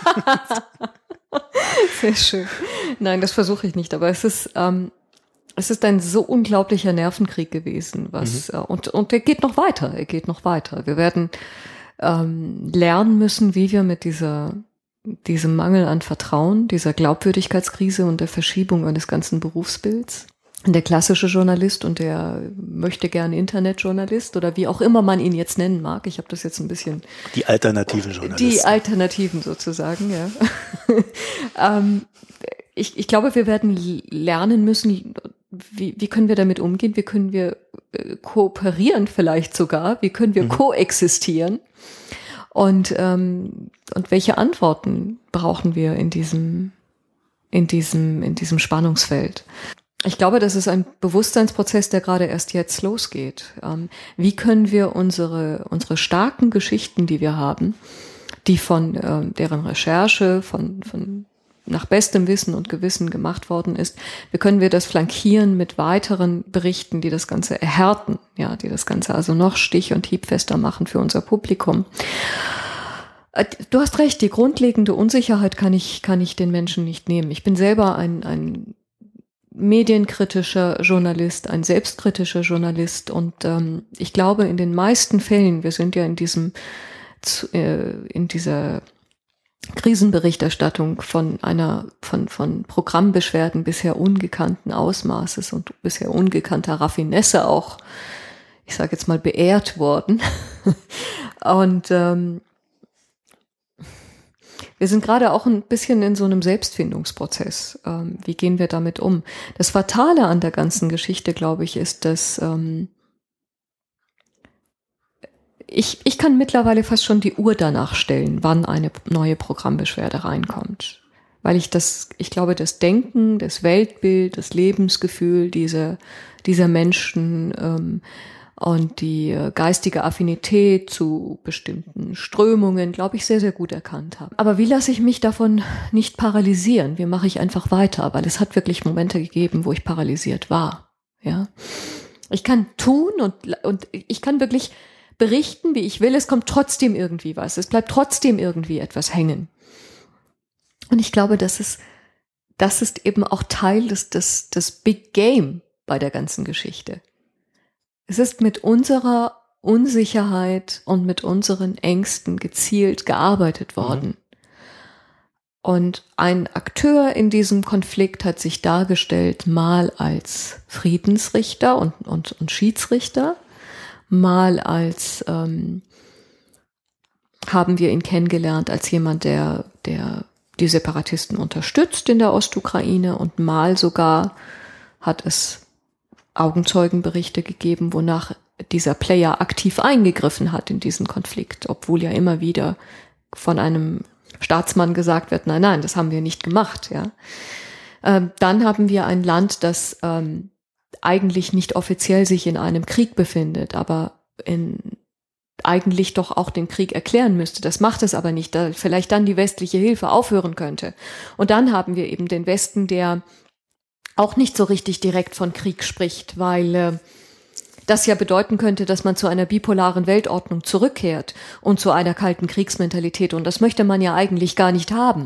Sehr schön. Nein, das versuche ich nicht, aber es ist ein so unglaublicher Nervenkrieg gewesen, und er geht noch weiter. Wir werden lernen müssen, wie wir mit diesem Mangel an Vertrauen, dieser Glaubwürdigkeitskrise und der Verschiebung eines ganzen Berufsbilds. Der klassische Journalist und der möchte gerne Internetjournalist oder wie auch immer man ihn jetzt nennen mag. Ich habe das jetzt ein bisschen... Die alternativen Journalisten. Die Alternativen sozusagen, ja. Ich glaube, wir werden lernen müssen, wie können wir damit umgehen? Wie können wir kooperieren vielleicht sogar? Wie können wir koexistieren? Und welche Antworten brauchen wir in diesem Spannungsfeld? Ich glaube, das ist ein Bewusstseinsprozess, der gerade erst jetzt losgeht. Wie können wir unsere starken Geschichten, die wir haben, die von deren Recherche, von nach bestem Wissen und Gewissen gemacht worden ist, wie können wir das flankieren mit weiteren Berichten, die das Ganze erhärten, ja, die das Ganze also noch stich- und hiebfester machen für unser Publikum. Du hast recht, die grundlegende Unsicherheit kann ich den Menschen nicht nehmen. Ich bin selber ein medienkritischer Journalist, ein selbstkritischer Journalist und ich glaube, in den meisten Fällen, wir sind ja in dieser Krisenberichterstattung von Programmbeschwerden bisher ungekannten Ausmaßes und bisher ungekannter Raffinesse auch ich sage jetzt mal, beehrt worden. Und wir sind gerade auch ein bisschen in so einem Selbstfindungsprozess. Wie gehen wir damit um? Das Fatale an der ganzen Geschichte, glaube ich, ist, dass ich kann mittlerweile fast schon die Uhr danach stellen, wann eine neue Programmbeschwerde reinkommt. Weil ich glaube, das Denken, das Weltbild, das Lebensgefühl dieser Menschen und die geistige Affinität zu bestimmten Strömungen, glaube ich, sehr, sehr gut erkannt habe. Aber wie lasse ich mich davon nicht paralysieren? Wie mache ich einfach weiter? Weil es hat wirklich Momente gegeben, wo ich paralysiert war. Ja, ich kann tun und ich kann wirklich berichten, wie ich will. Es kommt trotzdem irgendwie was. Es bleibt trotzdem irgendwie etwas hängen. Und ich glaube, das ist eben auch Teil des Big Game bei der ganzen Geschichte. Es ist mit unserer Unsicherheit und mit unseren Ängsten gezielt gearbeitet worden. Und ein Akteur in diesem Konflikt hat sich dargestellt, mal als Friedensrichter und Schiedsrichter, mal als haben wir ihn kennengelernt als jemand, der die Separatisten unterstützt in der Ostukraine, und mal sogar hat es Augenzeugenberichte gegeben, wonach dieser Player aktiv eingegriffen hat in diesen Konflikt, obwohl ja immer wieder von einem Staatsmann gesagt wird, nein, das haben wir nicht gemacht. Ja. Dann haben wir ein Land, das eigentlich nicht offiziell sich in einem Krieg befindet, aber eigentlich doch auch den Krieg erklären müsste. Das macht es aber nicht, da vielleicht dann die westliche Hilfe aufhören könnte. Und dann haben wir eben den Westen, der auch nicht so richtig direkt von Krieg spricht, weil das ja bedeuten könnte, dass man zu einer bipolaren Weltordnung zurückkehrt und zu einer kalten Kriegsmentalität. Und das möchte man ja eigentlich gar nicht haben.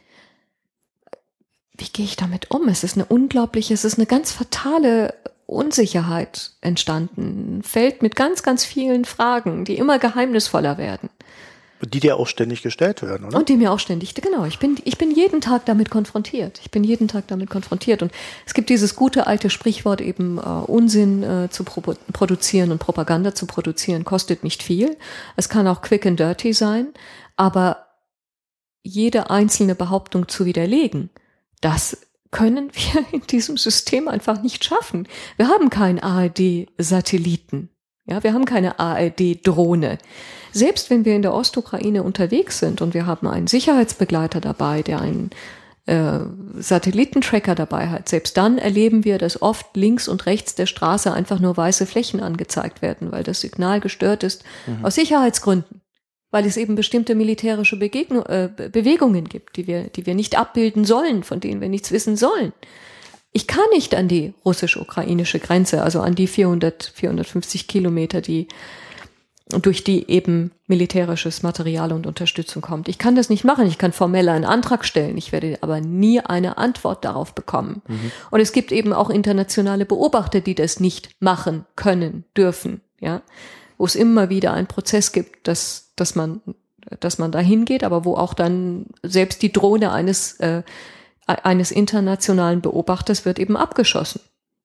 Wie gehe ich damit um? Es ist eine ganz fatale Unsicherheit entstanden. Ein Feld mit ganz, ganz vielen Fragen, die immer geheimnisvoller werden. Die dir auch ständig gestellt werden, oder? Und die mir auch ständig, genau. Ich bin jeden Tag damit konfrontiert. Und es gibt dieses gute alte Sprichwort eben, Unsinn zu produzieren und Propaganda zu produzieren, kostet nicht viel. Es kann auch quick and dirty sein, aber jede einzelne Behauptung zu widerlegen, das können wir in diesem System einfach nicht schaffen. Wir haben keinen ARD-Satelliten. Ja, wir haben keine ARD-Drohne. Selbst wenn wir in der Ostukraine unterwegs sind und wir haben einen Sicherheitsbegleiter dabei, der einen Satellitentracker dabei hat, selbst dann erleben wir, dass oft links und rechts der Straße einfach nur weiße Flächen angezeigt werden, weil das Signal gestört ist, aus Sicherheitsgründen, weil es eben bestimmte militärische Bewegungen gibt, die wir nicht abbilden sollen, von denen wir nichts wissen sollen. Ich kann nicht an die russisch-ukrainische Grenze, also an die 450 Kilometer, durch die eben militärisches Material und Unterstützung kommt. Ich kann das nicht machen. Ich kann formell einen Antrag stellen. Ich werde aber nie eine Antwort darauf bekommen. Und es gibt eben auch internationale Beobachter, die das nicht machen können, dürfen, ja, wo es immer wieder einen Prozess gibt, dass man da hingeht, aber wo auch dann selbst die Drohne eines internationalen Beobachters wird eben abgeschossen.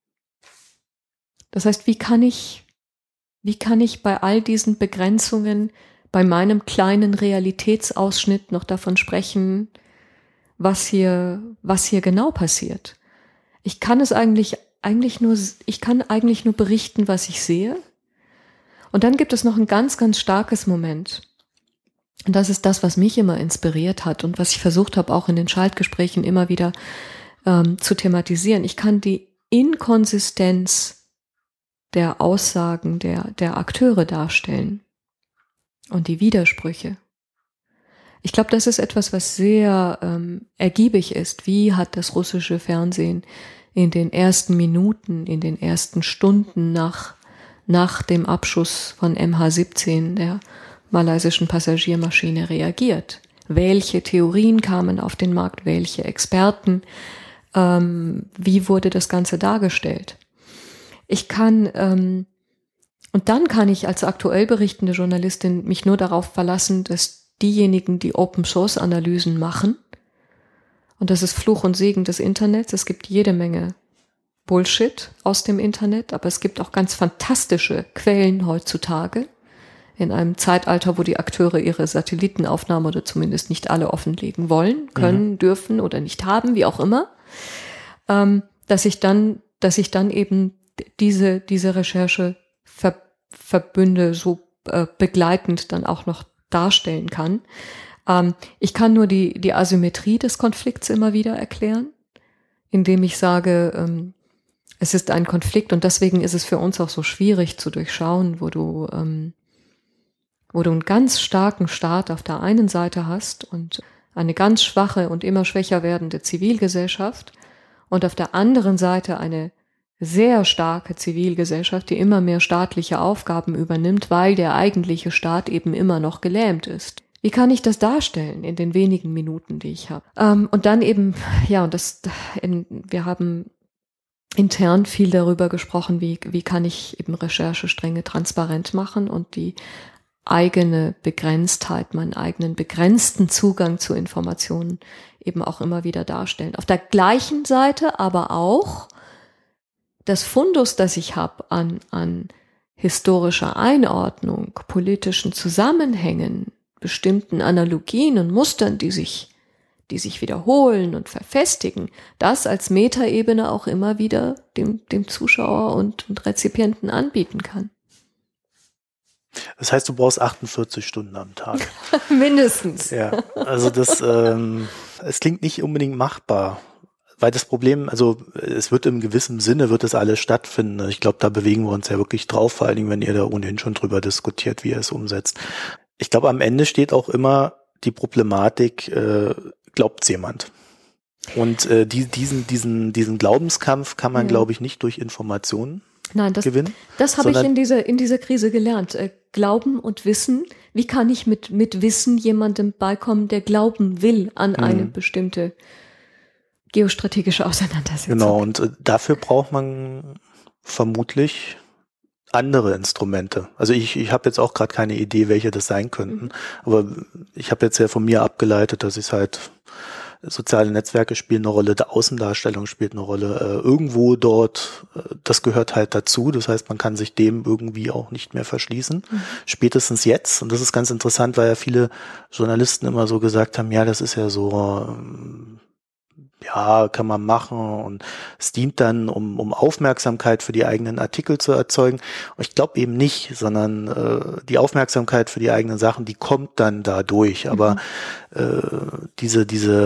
Das heißt, wie kann ich bei all diesen Begrenzungen, bei meinem kleinen Realitätsausschnitt noch davon sprechen, was hier genau passiert? Ich kann eigentlich nur berichten, was ich sehe. Und dann gibt es noch ein ganz, ganz starkes Moment. Und das ist das, was mich immer inspiriert hat und was ich versucht habe, auch in den Schaltgesprächen immer wieder zu thematisieren. Ich kann die Inkonsistenz der Aussagen der Akteure darstellen und die Widersprüche. Ich glaube, das ist etwas, was sehr ergiebig ist. Wie hat das russische Fernsehen in den ersten Minuten, in den ersten Stunden nach dem Abschuss von MH17, der malaysischen Passagiermaschine, reagiert? Welche Theorien kamen auf den Markt? Welche Experten? Wie wurde das Ganze dargestellt? Und dann kann ich als aktuell berichtende Journalistin mich nur darauf verlassen, dass diejenigen, die Open-Source-Analysen machen, und das ist Fluch und Segen des Internets, es gibt jede Menge Bullshit aus dem Internet, aber es gibt auch ganz fantastische Quellen heutzutage in einem Zeitalter, wo die Akteure ihre Satellitenaufnahmen oder zumindest nicht alle offenlegen wollen, können, dürfen oder nicht haben, wie auch immer, dass ich dann eben diese Recherche Verbünde so begleitend dann auch noch darstellen kann. Ich kann nur die Asymmetrie des Konflikts immer wieder erklären, indem ich sage, es ist ein Konflikt und deswegen ist es für uns auch so schwierig zu durchschauen, wo du einen ganz starken Staat auf der einen Seite hast und eine ganz schwache und immer schwächer werdende Zivilgesellschaft und auf der anderen Seite eine sehr starke Zivilgesellschaft, die immer mehr staatliche Aufgaben übernimmt, weil der eigentliche Staat eben immer noch gelähmt ist. Wie kann ich das darstellen in den wenigen Minuten, die ich habe? Und dann eben, wir haben intern viel darüber gesprochen, wie kann ich eben Recherchestränge transparent machen und die eigene Begrenztheit, meinen eigenen begrenzten Zugang zu Informationen eben auch immer wieder darstellen. Auf der gleichen Seite aber auch das Fundus, das ich habe an historischer Einordnung, politischen Zusammenhängen, bestimmten Analogien und Mustern, die sich wiederholen und verfestigen, das als Metaebene auch immer wieder dem Zuschauer und Rezipienten anbieten kann. Das heißt, du brauchst 48 Stunden am Tag. Mindestens. Ja, also es klingt nicht unbedingt machbar. Weil das Problem, also es wird im gewissen Sinne, wird das alles stattfinden. Ich glaube, da bewegen wir uns ja wirklich drauf, vor allen Dingen, wenn ihr da ohnehin schon drüber diskutiert, wie ihr es umsetzt. Ich glaube, am Ende steht auch immer die Problematik, glaubt's jemand? Und diesen Glaubenskampf kann man, glaube ich, nicht durch Informationen gewinnen. Das habe ich in dieser Krise gelernt. Glauben und Wissen. Wie kann ich mit Wissen jemandem beikommen, der glauben will an eine bestimmte geostrategische Auseinandersetzung? Genau, und dafür braucht man vermutlich andere Instrumente. Also ich habe jetzt auch gerade keine Idee, welche das sein könnten, aber ich habe jetzt ja von mir abgeleitet, dass es halt soziale Netzwerke spielen eine Rolle, der Außendarstellung spielt eine Rolle, irgendwo dort, das gehört halt dazu, das heißt, man kann sich dem irgendwie auch nicht mehr verschließen, spätestens jetzt, und das ist ganz interessant, weil ja viele Journalisten immer so gesagt haben, ja, das ist ja so, ja, kann man machen und es dient dann, um Aufmerksamkeit für die eigenen Artikel zu erzeugen. Und ich glaube eben nicht, sondern die Aufmerksamkeit für die eigenen Sachen, die kommt dann dadurch. Aber diese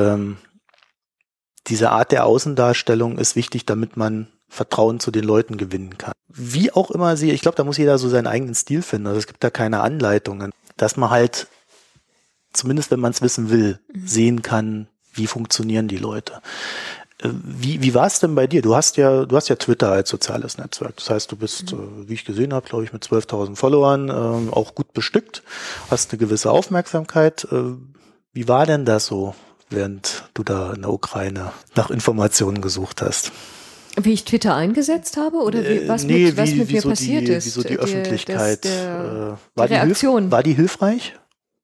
Art der Außendarstellung ist wichtig, damit man Vertrauen zu den Leuten gewinnen kann. Wie auch immer ich glaube, da muss jeder so seinen eigenen Stil finden. Also es gibt da keine Anleitungen, dass man halt, zumindest wenn man es wissen will, sehen kann, wie funktionieren die Leute. Wie war es denn bei dir? Du hast ja Twitter als soziales Netzwerk. Das heißt, du bist, wie ich gesehen habe, glaube ich, mit 12.000 Followern auch gut bestückt, hast eine gewisse Aufmerksamkeit. Wie war denn das so, während du da in der Ukraine nach Informationen gesucht hast? Wie ich Twitter eingesetzt habe oder was mit mir passiert ist? Wieso die Öffentlichkeit, Reaktion. War die hilfreich?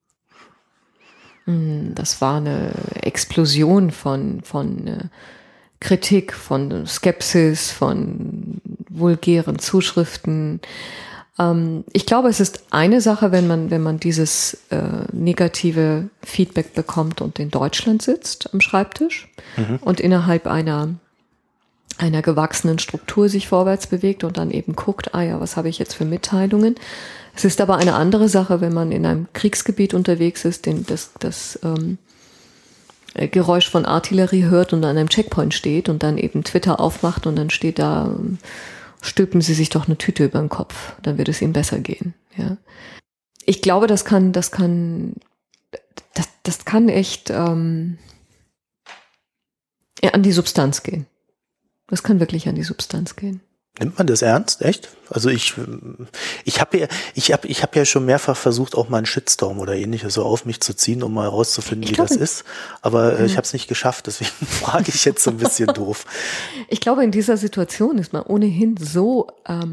Das war eine Explosion von Kritik, von Skepsis, von vulgären Zuschriften. Ich glaube, es ist eine Sache, wenn man dieses negative Feedback bekommt und in Deutschland sitzt am Schreibtisch und innerhalb einer gewachsenen Struktur sich vorwärts bewegt und dann eben guckt, was habe ich jetzt für Mitteilungen. Es ist aber eine andere Sache, wenn man in einem Kriegsgebiet unterwegs ist, das Geräusch von Artillerie hört und an einem Checkpoint steht und dann eben Twitter aufmacht und dann steht da, stülpen Sie sich doch eine Tüte über den Kopf, dann wird es Ihnen besser gehen. Ja. Ich glaube, das kann echt an die Substanz gehen. Das kann wirklich an die Substanz gehen. Nimmt man das ernst? Echt? Also ich habe ja schon mehrfach versucht, auch mal einen Shitstorm oder ähnliches so auf mich zu ziehen, um mal herauszufinden, wie das ist. Aber ich habe es nicht geschafft, deswegen frage ich jetzt so ein bisschen doof. Ich glaube, in dieser Situation ist man ohnehin so,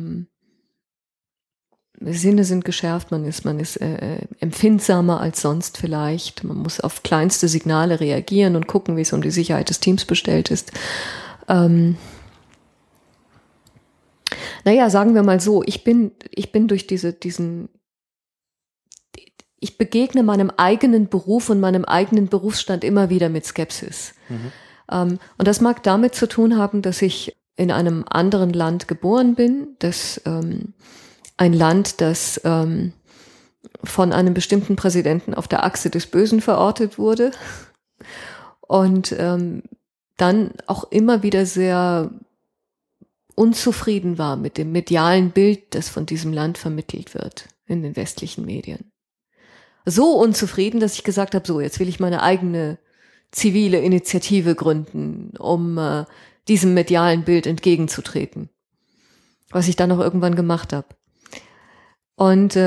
Sinne sind geschärft, man ist empfindsamer als sonst vielleicht. Man muss auf kleinste Signale reagieren und gucken, wie es um die Sicherheit des Teams bestellt ist. Naja, sagen wir mal so, ich bin durch ich begegne meinem eigenen Beruf und meinem eigenen Berufsstand immer wieder mit Skepsis. Und das mag damit zu tun haben, dass ich in einem anderen Land geboren bin, ein Land, das von einem bestimmten Präsidenten auf der Achse des Bösen verortet wurde und dann auch immer wieder sehr unzufrieden war mit dem medialen Bild, das von diesem Land vermittelt wird in den westlichen Medien. So unzufrieden, dass ich gesagt habe, so, jetzt will ich meine eigene zivile Initiative gründen, um diesem medialen Bild entgegenzutreten. Was ich dann auch irgendwann gemacht habe. Und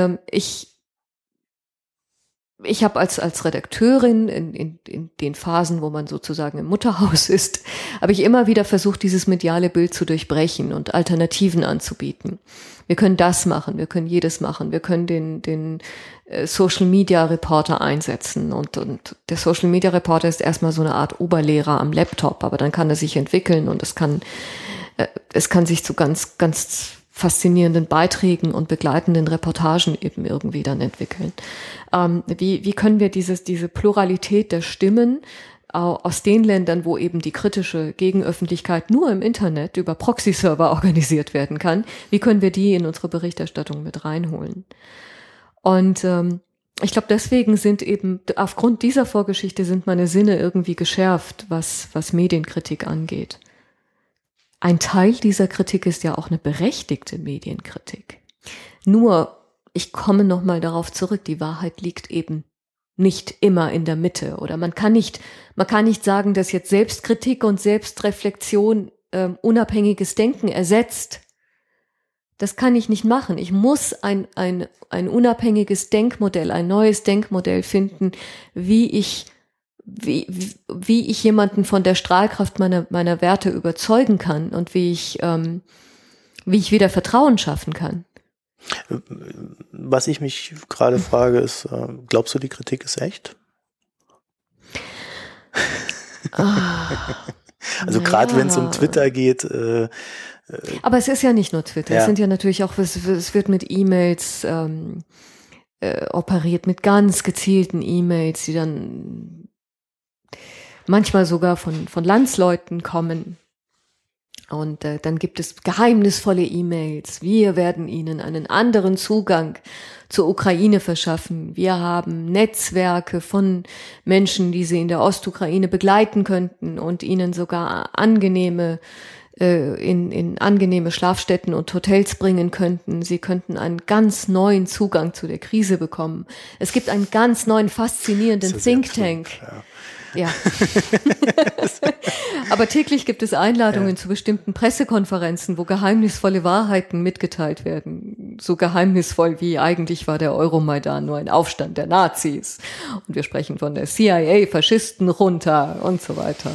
ich habe als Redakteurin in den Phasen, wo man sozusagen im Mutterhaus ist, habe ich immer wieder versucht, dieses mediale Bild zu durchbrechen und Alternativen anzubieten. Wir können das machen, wir können jedes machen, wir können den Social Media Reporter einsetzen und der Social Media Reporter ist erstmal so eine Art Oberlehrer am Laptop, aber dann kann er sich entwickeln und es kann sich zu ganz, ganz faszinierenden Beiträgen und begleitenden Reportagen eben irgendwie dann entwickeln. Wie können wir diese Pluralität der Stimmen aus den Ländern, wo eben die kritische Gegenöffentlichkeit nur im Internet über Proxy-Server organisiert werden kann, wie können wir die in unsere Berichterstattung mit reinholen? Und ich glaube, deswegen sind eben, aufgrund dieser Vorgeschichte sind meine Sinne irgendwie geschärft, was Medienkritik angeht. Ein Teil dieser Kritik ist ja auch eine berechtigte Medienkritik. Nur, ich komme nochmal darauf zurück, die Wahrheit liegt eben nicht immer in der Mitte. Oder man kann nicht sagen, dass jetzt Selbstkritik und Selbstreflexion unabhängiges Denken ersetzt. Das kann ich nicht machen. Ich muss ein unabhängiges Denkmodell, ein neues Denkmodell finden, wie ich jemanden von der Strahlkraft meiner Werte überzeugen kann und wie ich wieder Vertrauen schaffen kann. Was ich mich gerade frage ist, glaubst du, die Kritik ist echt? Also gerade wenn es um Twitter geht. Aber es ist ja nicht nur Twitter. Ja. Es sind ja natürlich auch, es wird mit E-Mails operiert, mit ganz gezielten E-Mails, die dann manchmal sogar von Landsleuten kommen. Und dann gibt es geheimnisvolle E-Mails. Wir werden Ihnen einen anderen Zugang zur Ukraine verschaffen. Wir haben Netzwerke von Menschen, die Sie in der Ostukraine begleiten könnten und Ihnen sogar in angenehme Schlafstätten und Hotels bringen könnten. Sie könnten einen ganz neuen Zugang zu der Krise bekommen. Es gibt einen ganz neuen, faszinierenden Think Tank. Ja. Aber täglich gibt es Einladungen zu bestimmten Pressekonferenzen, wo geheimnisvolle Wahrheiten mitgeteilt werden. So geheimnisvoll wie eigentlich war der Euromaidan nur ein Aufstand der Nazis. Und wir sprechen von der CIA, Faschisten runter und so weiter.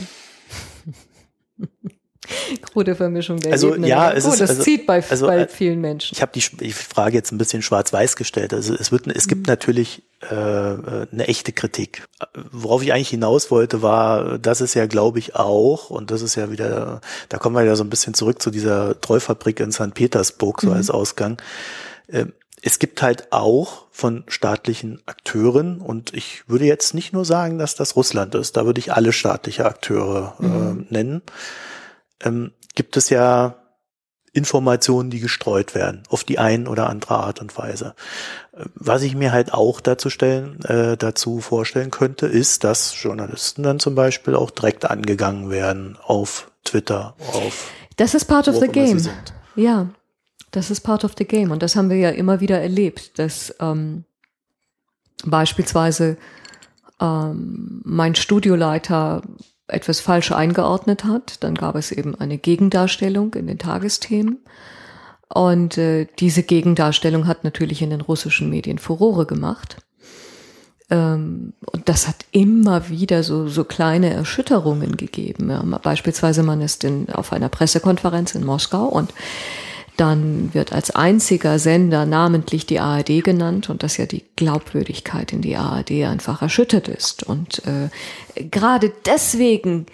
Krude Vermischung der Ebenen. Ja, das zieht bei vielen Menschen. Ich habe die Frage jetzt ein bisschen schwarz-weiß gestellt. Also es gibt natürlich eine echte Kritik. Worauf ich eigentlich hinaus wollte, war, das ist ja, glaube ich, auch, und das ist ja wieder, da kommen wir ja so ein bisschen zurück zu dieser Treufabrik in St. Petersburg, so als Ausgang. Es gibt halt auch von staatlichen Akteuren, und ich würde jetzt nicht nur sagen, dass das Russland ist, da würde ich alle staatliche Akteure nennen, gibt es ja Informationen, die gestreut werden, auf die eine oder andere Art und Weise. Was ich mir halt auch dazu vorstellen könnte, ist, dass Journalisten dann zum Beispiel auch direkt angegangen werden auf Twitter, Das ist part of the game. Ja, das ist part of the game. Und das haben wir ja immer wieder erlebt, dass beispielsweise mein Studioleiter etwas falsch eingeordnet hat. Dann gab es eben eine Gegendarstellung in den Tagesthemen. Und diese Gegendarstellung hat natürlich in den russischen Medien Furore gemacht. Und das hat immer wieder so kleine Erschütterungen gegeben. Ja, beispielsweise man ist auf einer Pressekonferenz in Moskau und dann wird als einziger Sender namentlich die ARD genannt und dass ja die Glaubwürdigkeit in die ARD einfach erschüttert ist. Und gerade deswegen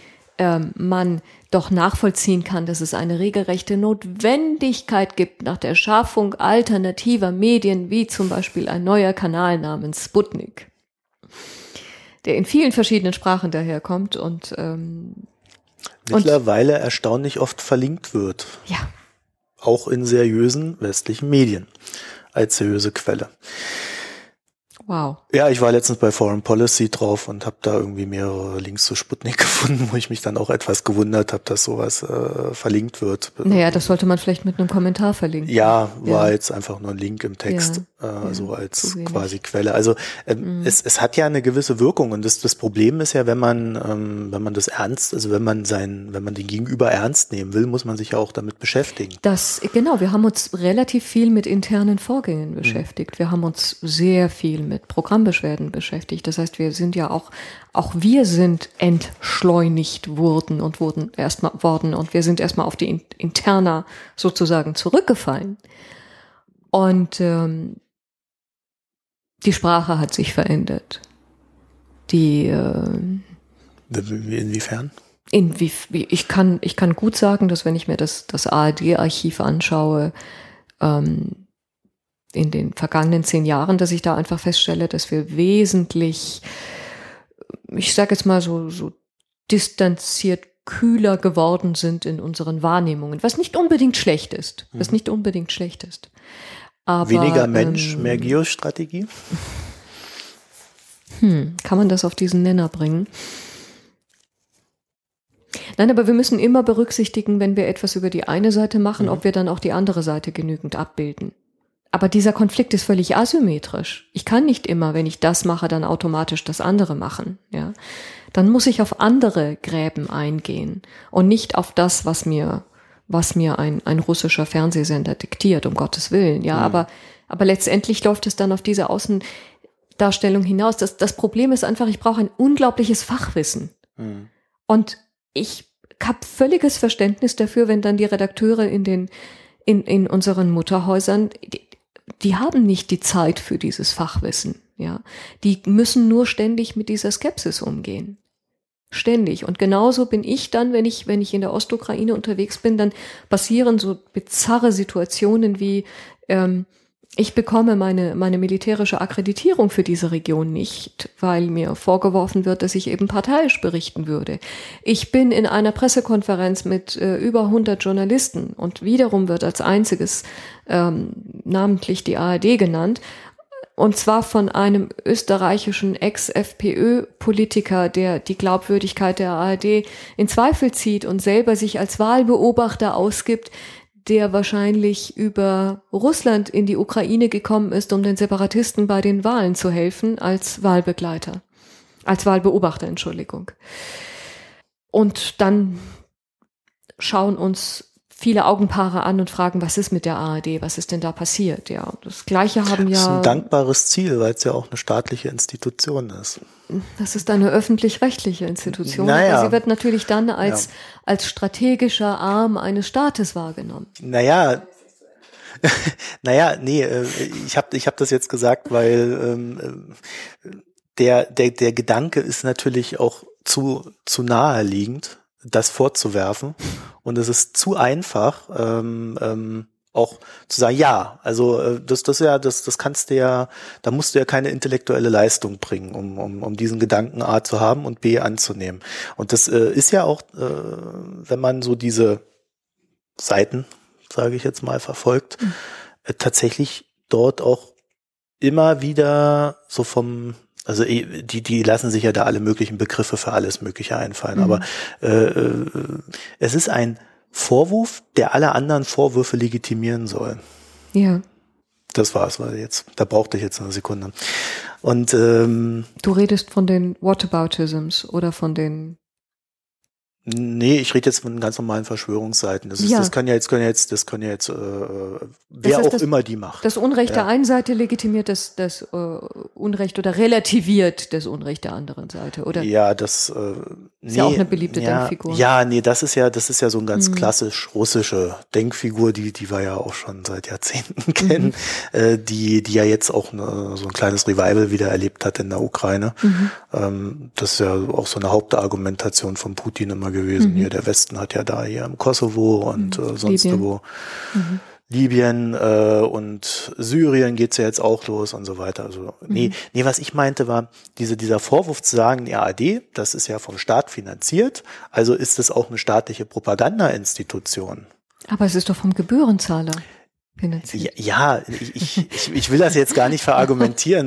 man doch nachvollziehen kann, dass es eine regelrechte Notwendigkeit gibt nach der Schaffung alternativer Medien, wie zum Beispiel ein neuer Kanal namens Sputnik, der in vielen verschiedenen Sprachen daherkommt und mittlerweile erstaunlich oft verlinkt wird. Ja. Auch in seriösen westlichen Medien als seriöse Quelle. Wow. Ja, ich war letztens bei Foreign Policy drauf und habe da irgendwie mehrere Links zu Sputnik gefunden, wo ich mich dann auch etwas gewundert habe, dass sowas verlinkt wird. Naja, das sollte man vielleicht mit einem Kommentar verlinken. Ja, war jetzt einfach nur ein Link im Text, so als quasi Quelle. Also es hat ja eine gewisse Wirkung und das Problem ist ja, wenn man das ernst, also wenn man den Gegenüber ernst nehmen will, muss man sich ja auch damit beschäftigen. Genau, wir haben uns relativ viel mit internen Vorgängen beschäftigt. Wir haben uns sehr viel mit Programmbeschwerden beschäftigt. Das heißt, wir sind ja auch wir sind entschleunigt worden und wir sind erstmal auf die Interna sozusagen zurückgefallen. Und die Sprache hat sich verändert. Inwiefern? Ich kann gut sagen, dass wenn ich mir das ARD-Archiv anschaue, in den vergangenen 10 Jahren, dass ich da einfach feststelle, dass wir wesentlich, ich sage jetzt mal so distanziert kühler geworden sind in unseren Wahrnehmungen, was nicht unbedingt schlecht ist. Aber, weniger Mensch, mehr Geostrategie? Kann man das auf diesen Nenner bringen? Nein, aber wir müssen immer berücksichtigen, wenn wir etwas über die eine Seite machen, ob wir dann auch die andere Seite genügend abbilden. Aber dieser Konflikt ist völlig asymmetrisch. Ich kann nicht immer, wenn ich das mache, dann automatisch das andere machen. Ja, dann muss ich auf andere Gräben eingehen und nicht auf das, was mir ein russischer Fernsehsender diktiert, um Gottes Willen. Ja, aber letztendlich läuft es dann auf diese Außendarstellung hinaus. Das Problem ist einfach, ich brauche ein unglaubliches Fachwissen. Und ich habe völliges Verständnis dafür, wenn dann die Redakteure in unseren Mutterhäusern, die haben nicht die Zeit für dieses Fachwissen, ja. Die müssen nur ständig mit dieser Skepsis umgehen. Ständig. Und genauso bin ich dann, wenn ich in der Ostukraine unterwegs bin, dann passieren so bizarre Situationen wie, ich bekomme meine militärische Akkreditierung für diese Region nicht, weil mir vorgeworfen wird, dass ich eben parteiisch berichten würde. Ich bin in einer Pressekonferenz mit über 100 Journalisten und wiederum wird als einziges namentlich die ARD genannt. Und zwar von einem österreichischen Ex-FPÖ-Politiker, der die Glaubwürdigkeit der ARD in Zweifel zieht und selber sich als Wahlbeobachter ausgibt, der wahrscheinlich über Russland in die Ukraine gekommen ist, um den Separatisten bei den Wahlen zu helfen, als Wahlbeobachter, Entschuldigung. Und dann schauen uns viele Augenpaare an und fragen, was ist mit der ARD, was ist denn da passiert? Ja, das Gleiche haben ja... Das ist ein dankbares Ziel, weil es ja auch eine staatliche Institution ist. Das ist eine öffentlich-rechtliche Institution, naja. aber sie wird natürlich dann als strategischer Arm eines Staates wahrgenommen. Nee, ich hab das jetzt gesagt, weil der Gedanke ist natürlich auch zu naheliegend, das vorzuwerfen. Und es ist zu einfach, auch zu sagen, ja, also das kannst du ja, da musst du ja keine intellektuelle Leistung bringen, um diesen Gedanken A zu haben und B anzunehmen. Und das ist ja auch, wenn man so diese Seiten, sage ich jetzt mal, verfolgt, tatsächlich dort auch immer wieder so also die lassen sich ja da alle möglichen Begriffe für alles Mögliche einfallen, aber es ist ein Vorwurf, der alle anderen Vorwürfe legitimieren soll. Ja. Das war's, da brauchte ich jetzt eine Sekunde. Und du redest von den Whataboutisms oder von den... Nee, ich rede jetzt von ganz normalen Verschwörungsseiten. Das können ja jetzt wer auch immer die macht. Das Unrecht der einen Seite legitimiert das Unrecht oder relativiert das Unrecht der anderen Seite, oder? Ja, Ist ja auch eine beliebte Denkfigur. Ja, nee, das ist ja so ein ganz klassisch russische Denkfigur, die wir ja auch schon seit Jahrzehnten kennen, die ja jetzt auch so ein kleines Revival wieder erlebt hat in der Ukraine. Das ist ja auch so eine Hauptargumentation von Putin immer gewesen. Hier, der Westen hat ja da hier im Kosovo und sonst wo. Libyen und Syrien geht's ja jetzt auch los und so weiter. Also nee, was ich meinte war, dieser Vorwurf zu sagen, die ARD, das ist ja vom Staat finanziert, also ist es auch eine staatliche Propagandainstitution. Aber es ist doch vom Gebührenzahler finanziert. Ja, ich will das jetzt gar nicht verargumentieren,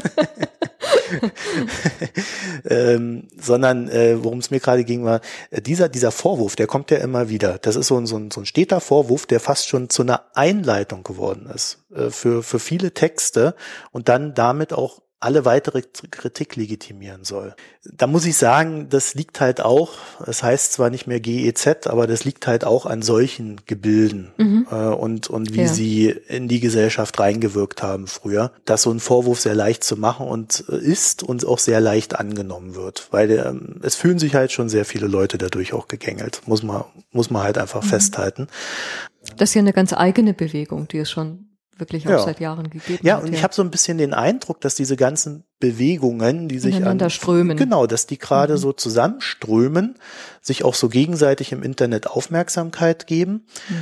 sondern worum es mir gerade ging, war, dieser Vorwurf, der kommt ja immer wieder. Das ist so ein steter Vorwurf, der fast schon zu einer Einleitung geworden ist für viele Texte und dann damit auch alle weitere Kritik legitimieren soll. Da muss ich sagen, das liegt halt auch, es heißt zwar nicht mehr GEZ, aber das liegt halt auch an solchen Gebilden und wie sie in die Gesellschaft reingewirkt haben früher, dass so ein Vorwurf sehr leicht zu machen und ist und auch sehr leicht angenommen wird, weil es fühlen sich halt schon sehr viele Leute dadurch auch gegängelt, muss man halt einfach festhalten. Das ist ja eine ganz eigene Bewegung, die es schon wirklich auch seit Jahren gegeben hat. Ja, und ich habe so ein bisschen den Eindruck, dass diese ganzen Bewegungen, die sich ineinander strömen. Genau, dass die gerade so zusammenströmen, sich auch so gegenseitig im Internet Aufmerksamkeit geben.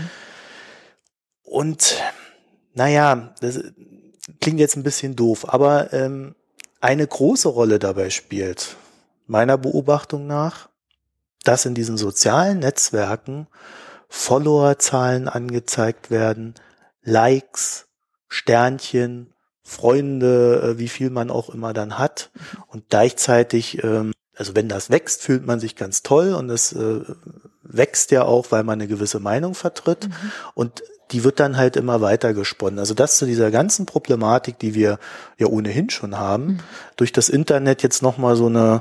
Und naja, das klingt jetzt ein bisschen doof, aber eine große Rolle dabei spielt, meiner Beobachtung nach, dass in diesen sozialen Netzwerken Followerzahlen angezeigt werden, Likes, Sternchen, Freunde, wie viel man auch immer dann hat. Und gleichzeitig, also wenn das wächst, fühlt man sich ganz toll und es wächst ja auch, weil man eine gewisse Meinung vertritt. Und die wird dann halt immer weiter gesponnen. Also das zu dieser ganzen Problematik, die wir ja ohnehin schon haben, durch das Internet jetzt nochmal so eine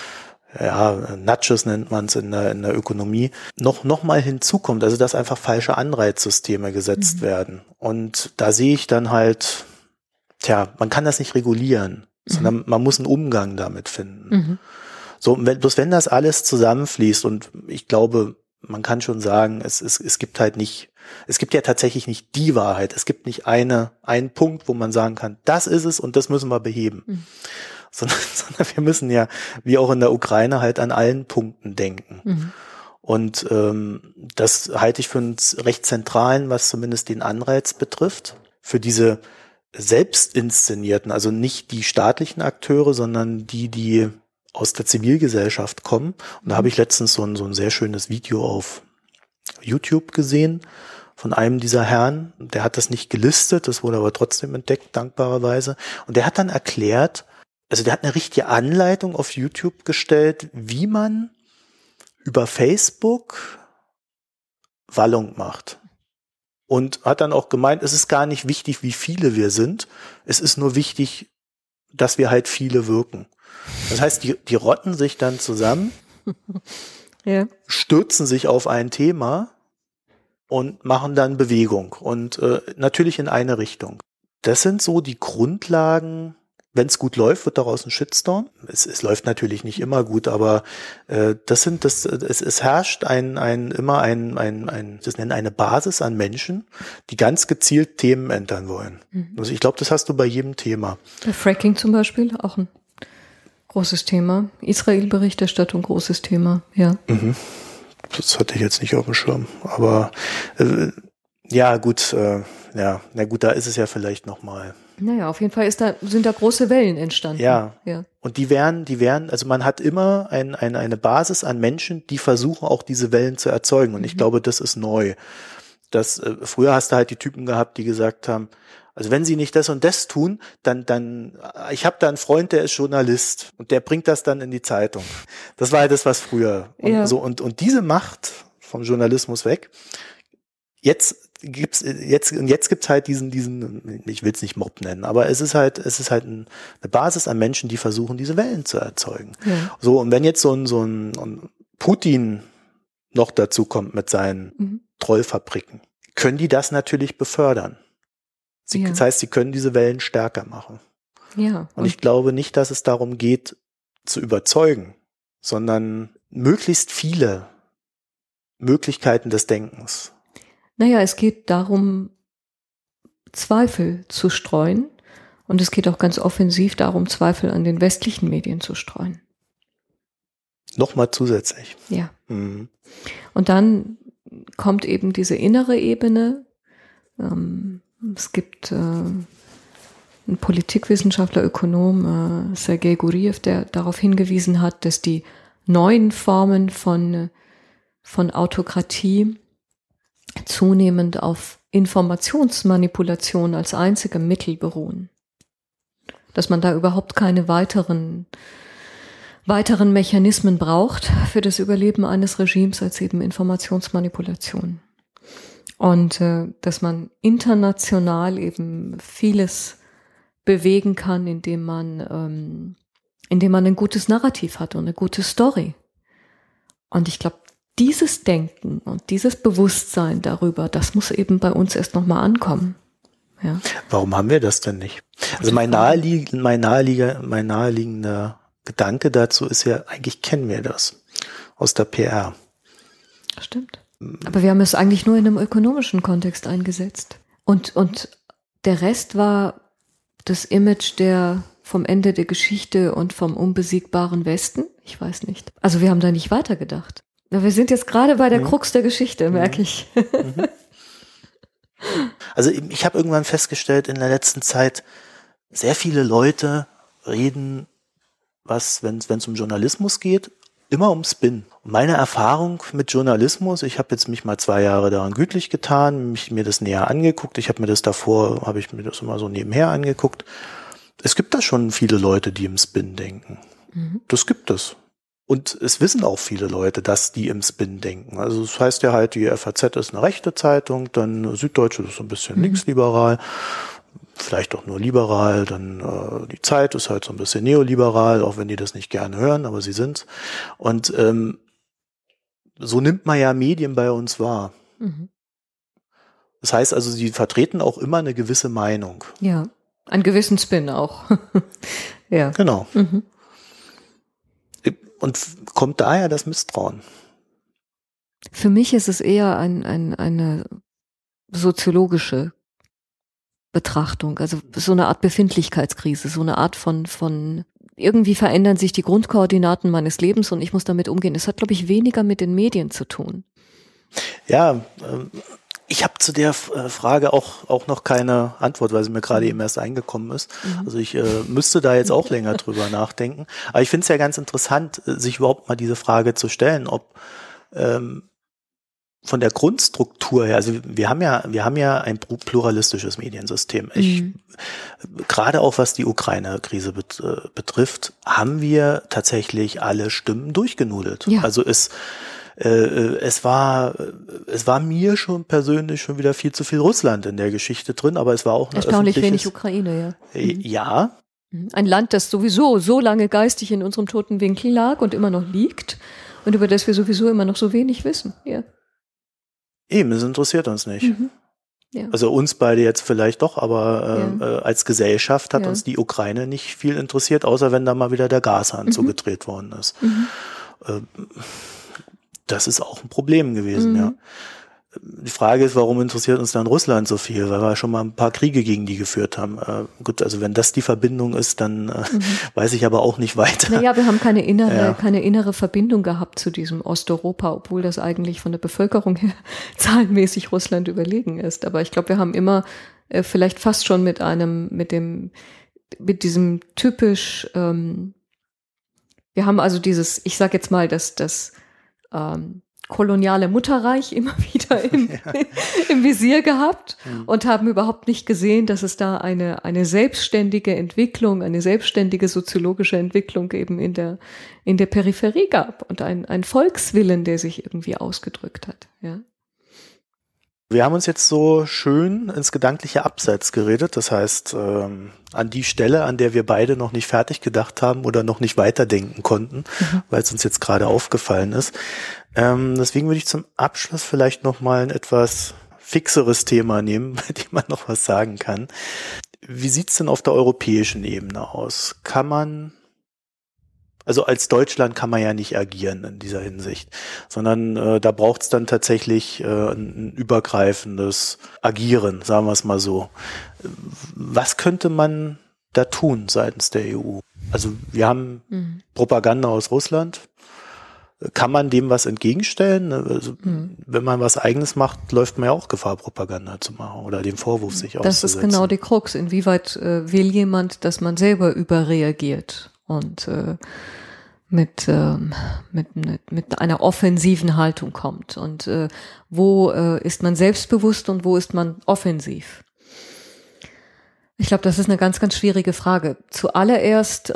Nudges nennt man es in der Ökonomie, noch mal hinzukommt, also dass einfach falsche Anreizsysteme gesetzt werden. Und da sehe ich dann halt, man kann das nicht regulieren, sondern man muss einen Umgang damit finden. So, bloß wenn das alles zusammenfließt und ich glaube, man kann schon sagen, es gibt ja tatsächlich nicht die Wahrheit. Es gibt nicht einen Punkt, wo man sagen kann, das ist es und das müssen wir beheben. Sondern wir müssen ja, wie auch in der Ukraine, halt an allen Punkten denken. Und das halte ich für einen recht zentralen, was zumindest den Anreiz betrifft, für diese selbst inszenierten, also nicht die staatlichen Akteure, sondern die aus der Zivilgesellschaft kommen. Und da habe ich letztens so ein sehr schönes Video auf YouTube gesehen von einem dieser Herren. Der hat das nicht gelistet, das wurde aber trotzdem entdeckt, dankbarerweise. Und der hat dann erklärt, also der hat eine richtige Anleitung auf YouTube gestellt, wie man über Facebook Wallung macht. Und hat dann auch gemeint, es ist gar nicht wichtig, wie viele wir sind. Es ist nur wichtig, dass wir halt viele wirken. Das heißt, die rotten sich dann zusammen, stürzen sich auf ein Thema und machen dann Bewegung. Und natürlich in eine Richtung. Das sind so die Grundlagen. Wenn es gut läuft, wird daraus ein Shitstorm. Es läuft natürlich nicht immer gut, aber es herrscht immer eine Basis an Menschen, die ganz gezielt Themen ändern wollen. Also ich glaube, das hast du bei jedem Thema. Der Fracking zum Beispiel, auch ein großes Thema. Israel-Berichterstattung, großes Thema, ja. Das hatte ich jetzt nicht auf dem Schirm, aber ja gut, da ist es ja vielleicht nochmal. Naja, auf jeden Fall sind da große Wellen entstanden. Ja. Und die werden, also man hat immer eine Basis an Menschen, die versuchen auch diese Wellen zu erzeugen. Und ich glaube, das ist neu. Früher hast du halt die Typen gehabt, die gesagt haben, also wenn sie nicht das und das tun, dann ich habe da einen Freund, der ist Journalist und der bringt das dann in die Zeitung. Das war halt das, was früher. Und diese Macht vom Journalismus weg. Jetzt gibt's halt diesen, ich will es nicht Mob nennen, aber es ist halt eine Basis an Menschen, die versuchen, diese Wellen zu erzeugen. So, und wenn jetzt so ein Putin noch dazu kommt mit seinen Trollfabriken, können die das natürlich befördern. Das heißt, sie können diese Wellen stärker machen. Ja. Und ich glaube nicht, dass es darum geht, zu überzeugen, sondern möglichst viele Möglichkeiten des Denkens? Naja, es geht darum, Zweifel zu streuen. Und es geht auch ganz offensiv darum, Zweifel an den westlichen Medien zu streuen. Nochmal zusätzlich. Ja. Und dann kommt eben diese innere Ebene. Es gibt einen Politikwissenschaftler, Ökonom, Sergei Guriev, der darauf hingewiesen hat, dass die neuen Formen von Autokratie zunehmend auf Informationsmanipulation als einzigem Mittel beruhen. Dass man da überhaupt keine weiteren Mechanismen braucht für das Überleben eines Regimes als eben Informationsmanipulation. Und dass man international eben vieles bewegen kann, indem man ein gutes Narrativ hat und eine gute Story. Und ich glaube, dieses Denken und dieses Bewusstsein darüber, das muss eben bei uns erst nochmal ankommen. Ja. Warum haben wir das denn nicht? Also mein naheliegender Gedanke dazu ist ja, eigentlich kennen wir das aus der PR. Stimmt. Aber wir haben es eigentlich nur in einem ökonomischen Kontext eingesetzt. Und der Rest war das Image vom Ende der Geschichte und vom unbesiegbaren Westen. Ich weiß nicht. Also wir haben da nicht weitergedacht. Wir sind jetzt gerade bei der Krux der Geschichte, merke ich. Also ich habe irgendwann festgestellt, in der letzten Zeit, sehr viele Leute reden, wenn es um Journalismus geht, immer um Spin. Und meine Erfahrung mit Journalismus, ich habe jetzt mich mal 2 Jahre daran gütlich getan, mir das näher angeguckt. Habe ich mir das immer so nebenher angeguckt. Es gibt da schon viele Leute, die im Spin denken. Das gibt es. Und es wissen auch viele Leute, dass die im Spin denken. Also das heißt ja halt, die FAZ ist eine rechte Zeitung, dann Süddeutsche ist so ein bisschen linksliberal, vielleicht auch nur liberal, dann die Zeit ist halt so ein bisschen neoliberal, auch wenn die das nicht gerne hören, aber sie sind's. Und so nimmt man ja Medien bei uns wahr. Das heißt also, sie vertreten auch immer eine gewisse Meinung. Ja, einen gewissen Spin auch. Ja. Genau. Und kommt daher das Misstrauen? Für mich ist es eher eine soziologische Betrachtung, also so eine Art Befindlichkeitskrise, so eine Art von irgendwie verändern sich die Grundkoordinaten meines Lebens und ich muss damit umgehen. Das hat, glaube ich, weniger mit den Medien zu tun. Ja, ich habe zu der Frage auch noch keine Antwort, weil sie mir gerade eben erst eingekommen ist. Also ich müsste da jetzt auch länger drüber nachdenken. Aber ich finde es ja ganz interessant, sich überhaupt mal diese Frage zu stellen, ob von der Grundstruktur her, also wir haben ja ein pluralistisches Mediensystem. Gerade auch was die Ukraine-Krise betrifft, haben wir tatsächlich alle Stimmen durchgenudelt. Ja. Also es war mir schon persönlich schon wieder viel zu viel Russland in der Geschichte drin, aber es war auch erstaunlich wenig Ukraine, ja. Ja. Ein Land, das sowieso so lange geistig in unserem toten Winkel lag und immer noch liegt und über das wir sowieso immer noch so wenig wissen, ja. Eben, es interessiert uns nicht. Ja. Also uns beide jetzt vielleicht doch, aber als Gesellschaft hat uns die Ukraine nicht viel interessiert, außer wenn da mal wieder der Gashahn zugedreht worden ist. Das ist auch ein Problem gewesen, ja. Die Frage ist, warum interessiert uns dann Russland so viel? Weil wir schon mal ein paar Kriege gegen die geführt haben. Gut, also wenn das die Verbindung ist, dann weiß ich aber auch nicht weiter. Naja, wir haben keine innere Verbindung gehabt zu diesem Osteuropa, obwohl das eigentlich von der Bevölkerung her zahlenmäßig Russland überlegen ist. Aber ich glaube, wir haben immer vielleicht fast schon mit diesem typisch, wir haben also dieses, ich sag jetzt mal, das koloniale Mutterreich immer wieder im Visier gehabt und haben überhaupt nicht gesehen, dass es da eine selbstständige Entwicklung, eine selbstständige soziologische Entwicklung eben in der Peripherie gab und ein Volkswillen, der sich irgendwie ausgedrückt hat, ja. Wir haben uns jetzt so schön ins gedankliche Abseits geredet, das heißt an die Stelle, an der wir beide noch nicht fertig gedacht haben oder noch nicht weiterdenken konnten, weil es uns jetzt gerade aufgefallen ist. Deswegen würde ich zum Abschluss vielleicht noch mal ein etwas fixeres Thema nehmen, bei dem man noch was sagen kann. Wie sieht's denn auf der europäischen Ebene aus? Kann man Also als Deutschland kann man ja nicht agieren in dieser Hinsicht, sondern da braucht es dann tatsächlich ein übergreifendes Agieren, sagen wir es mal so. Was könnte man da tun seitens der EU? Also wir haben Propaganda aus Russland. Kann man dem was entgegenstellen? Also, wenn man was Eigenes macht, läuft man ja auch Gefahr, Propaganda zu machen oder dem Vorwurf sich auszusetzen. Das ist genau die Krux. Inwieweit will jemand, dass man selber überreagiert und mit einer offensiven Haltung kommt? Und wo ist man selbstbewusst und wo ist man offensiv? Ich glaube, das ist eine ganz, ganz schwierige Frage. Zuallererst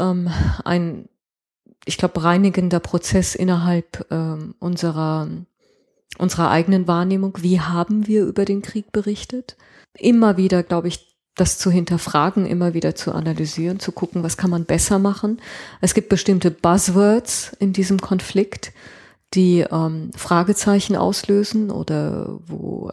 ich glaube, reinigender Prozess innerhalb unserer eigenen Wahrnehmung. Wie haben wir über den Krieg berichtet? Immer wieder, glaube ich, das zu hinterfragen, immer wieder zu analysieren, zu gucken, was kann man besser machen. Es gibt bestimmte Buzzwords in diesem Konflikt, die Fragezeichen auslösen oder wo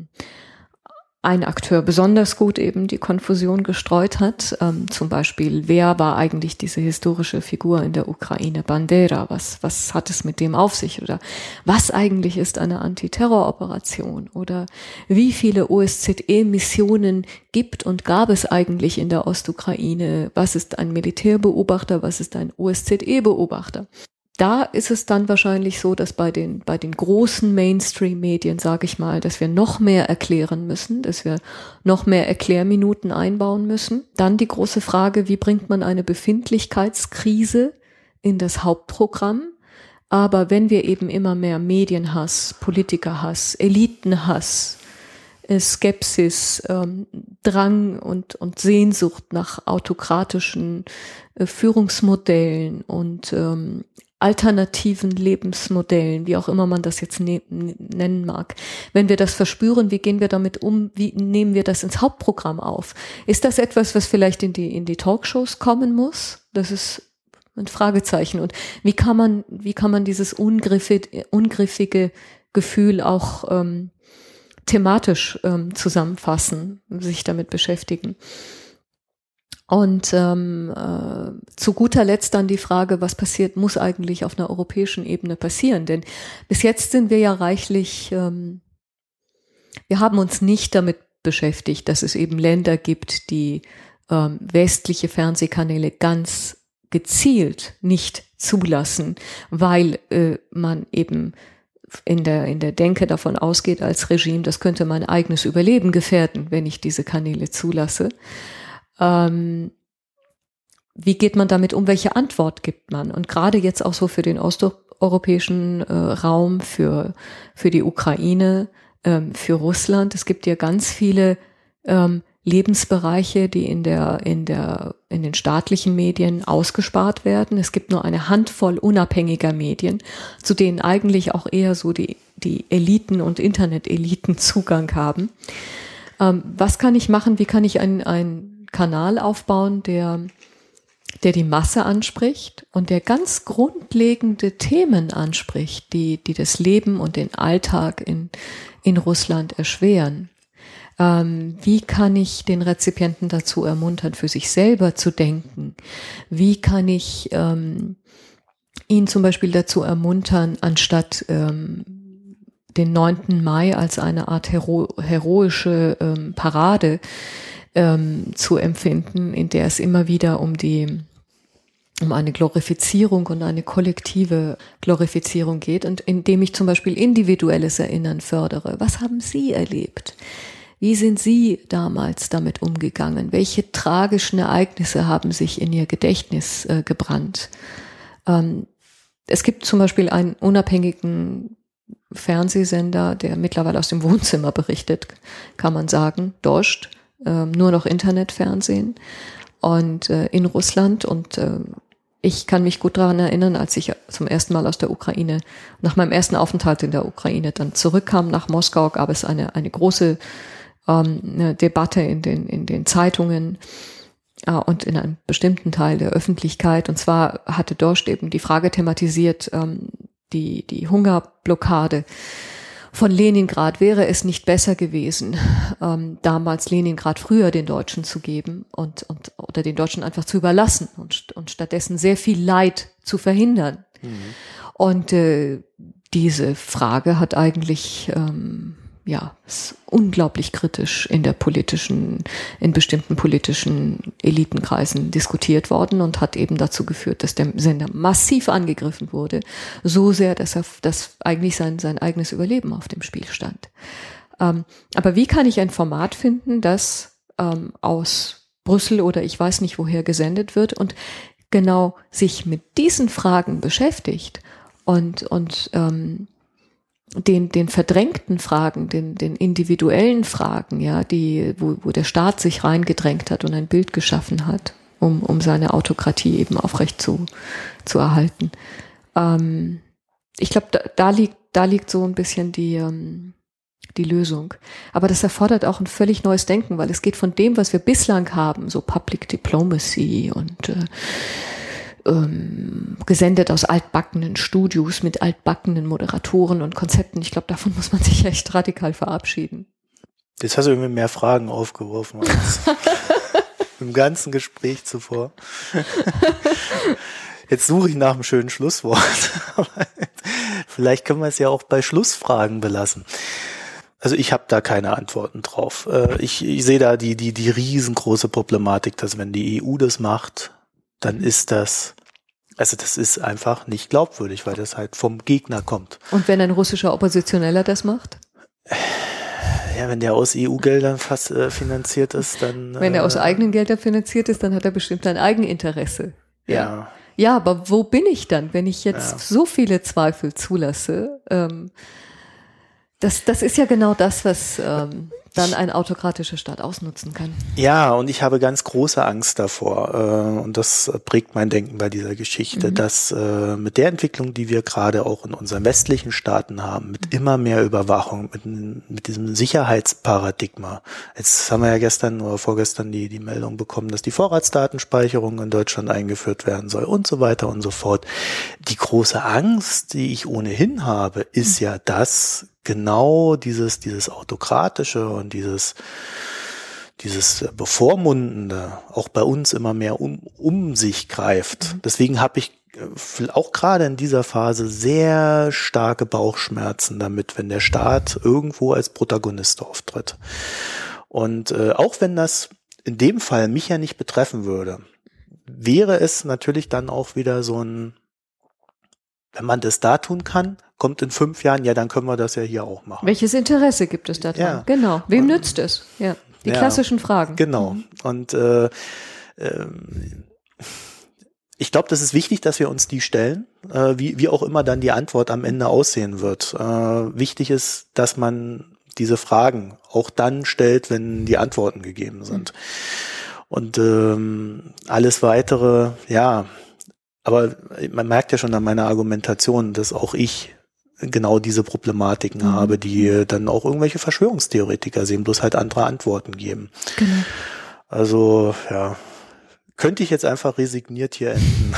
ein Akteur besonders gut eben die Konfusion gestreut hat. Zum Beispiel, wer war eigentlich diese historische Figur in der Ukraine? Bandera, was hat es mit dem auf sich? Oder was eigentlich ist eine Antiterroroperation? Oder wie viele OSZE-Missionen gibt und gab es eigentlich in der Ostukraine? Was ist ein Militärbeobachter? Was ist ein OSZE-Beobachter? Da ist es dann wahrscheinlich so, dass bei den großen Mainstream-Medien, sage ich mal, dass wir noch mehr erklären müssen, dass wir noch mehr Erklärminuten einbauen müssen. Dann die große Frage, wie bringt man eine Befindlichkeitskrise in das Hauptprogramm? Aber wenn wir eben immer mehr Medienhass, Politikerhass, Elitenhass, Skepsis, Drang und Sehnsucht nach autokratischen Führungsmodellen und alternativen Lebensmodellen, wie auch immer man das jetzt nennen mag. Wenn wir das verspüren, wie gehen wir damit um? Wie nehmen wir das ins Hauptprogramm auf? Ist das etwas, was vielleicht in die Talkshows kommen muss? Das ist ein Fragezeichen. Und wie kann man dieses ungriffige Gefühl auch thematisch zusammenfassen, sich damit beschäftigen? Und zu guter Letzt dann die Frage, was muss eigentlich auf einer europäischen Ebene passieren? Denn bis jetzt sind wir ja reichlich, wir haben uns nicht damit beschäftigt, dass es eben Länder gibt, die westliche Fernsehkanäle ganz gezielt nicht zulassen, weil man eben in der Denke davon ausgeht als Regime, das könnte mein eigenes Überleben gefährden, wenn ich diese Kanäle zulasse. Wie geht man damit um? Welche Antwort gibt man? Und gerade jetzt auch so für den osteuropäischen Raum, für die Ukraine, für Russland. Es gibt ja ganz viele Lebensbereiche, die in den staatlichen Medien ausgespart werden. Es gibt nur eine Handvoll unabhängiger Medien, zu denen eigentlich auch eher so die Eliten und Internet-Eliten Zugang haben. Was kann ich machen? Wie kann ich einen Kanal aufbauen, der die Masse anspricht und der ganz grundlegende Themen anspricht, die das Leben und den Alltag in Russland erschweren? Wie kann ich den Rezipienten dazu ermuntern, für sich selber zu denken? Wie kann ich ihn zum Beispiel dazu ermuntern, anstatt den 9. Mai als eine Art heroische Parade zu empfinden, in der es immer wieder um eine Glorifizierung und eine kollektive Glorifizierung geht und indem ich zum Beispiel individuelles Erinnern fördere. Was haben Sie erlebt? Wie sind Sie damals damit umgegangen? Welche tragischen Ereignisse haben sich in Ihr Gedächtnis gebrannt? Es gibt zum Beispiel einen unabhängigen Fernsehsender, der mittlerweile aus dem Wohnzimmer berichtet, kann man sagen, Dost, nur noch Internetfernsehen und in Russland. Und ich kann mich gut daran erinnern, als ich zum ersten Mal aus der Ukraine, nach meinem ersten Aufenthalt in der Ukraine dann zurückkam nach Moskau, gab es eine große eine Debatte in den Zeitungen und in einem bestimmten Teil der Öffentlichkeit. Und zwar hatte Dost eben die Frage thematisiert, die Hungerblockade von Leningrad, wäre es nicht besser gewesen, damals Leningrad früher den Deutschen zu geben oder den Deutschen einfach zu überlassen und stattdessen sehr viel Leid zu verhindern. Und diese Frage hat eigentlich ist unglaublich kritisch in bestimmten politischen Elitenkreisen diskutiert worden und hat eben dazu geführt, dass der Sender massiv angegriffen wurde, so sehr, dass eigentlich sein eigenes Überleben auf dem Spiel stand. Aber wie kann ich ein Format finden, das aus Brüssel oder ich weiß nicht woher gesendet wird und genau sich mit diesen Fragen beschäftigt und den verdrängten Fragen, den individuellen Fragen, ja, wo der Staat sich reingedrängt hat und ein Bild geschaffen hat, um seine Autokratie eben aufrecht zu erhalten. Ich glaube, da liegt so ein bisschen die Lösung. Aber das erfordert auch ein völlig neues Denken, weil es geht von dem, was wir bislang haben, so Public Diplomacy und gesendet aus altbackenen Studios mit altbackenen Moderatoren und Konzepten. Ich glaube, davon muss man sich echt radikal verabschieden. Jetzt hast du irgendwie mehr Fragen aufgeworfen als im ganzen Gespräch zuvor. Jetzt suche ich nach einem schönen Schlusswort. Vielleicht können wir es ja auch bei Schlussfragen belassen. Also ich habe da keine Antworten drauf. Ich sehe da die riesengroße Problematik, dass wenn die EU das macht, dann ist das ist einfach nicht glaubwürdig, weil das halt vom Gegner kommt. Und wenn ein russischer Oppositioneller das macht? Ja, wenn der aus EU-Geldern fast finanziert ist, dann... Wenn er aus eigenen Geldern finanziert ist, dann hat er bestimmt ein Eigeninteresse. Ja. Ja, aber wo bin ich dann, wenn ich jetzt so viele Zweifel zulasse? Das ist ja genau das, was dann ein autokratischer Staat ausnutzen kann. Ja, und ich habe ganz große Angst davor. Und das prägt mein Denken bei dieser Geschichte, dass mit der Entwicklung, die wir gerade auch in unseren westlichen Staaten haben, mit immer mehr Überwachung, mit diesem Sicherheitsparadigma. Jetzt haben wir ja gestern oder vorgestern die Meldung bekommen, dass die Vorratsdatenspeicherung in Deutschland eingeführt werden soll und so weiter und so fort. Die große Angst, die ich ohnehin habe, ist ja, dass genau dieses Autokratische und dieses Bevormundende auch bei uns immer mehr um sich greift. Deswegen habe ich auch gerade in dieser Phase sehr starke Bauchschmerzen damit, wenn der Staat irgendwo als Protagonist auftritt. Und auch wenn das in dem Fall mich ja nicht betreffen würde, wäre es natürlich dann auch wieder so ein, wenn man das da tun kann, kommt in 5 Jahren, ja, dann können wir das ja hier auch machen. Welches Interesse gibt es da dran? Ja. Genau. Wem nützt es? Ja. Die klassischen Fragen. Genau. Und ich glaube, das ist wichtig, dass wir uns die stellen, wie auch immer dann die Antwort am Ende aussehen wird. Wichtig ist, dass man diese Fragen auch dann stellt, wenn die Antworten gegeben sind. Und alles Weitere, ja, aber man merkt ja schon an meiner Argumentation, dass auch ich genau diese Problematiken habe, die dann auch irgendwelche Verschwörungstheoretiker sehen, bloß halt andere Antworten geben. Genau. Also, ja, könnte ich jetzt einfach resigniert hier enden.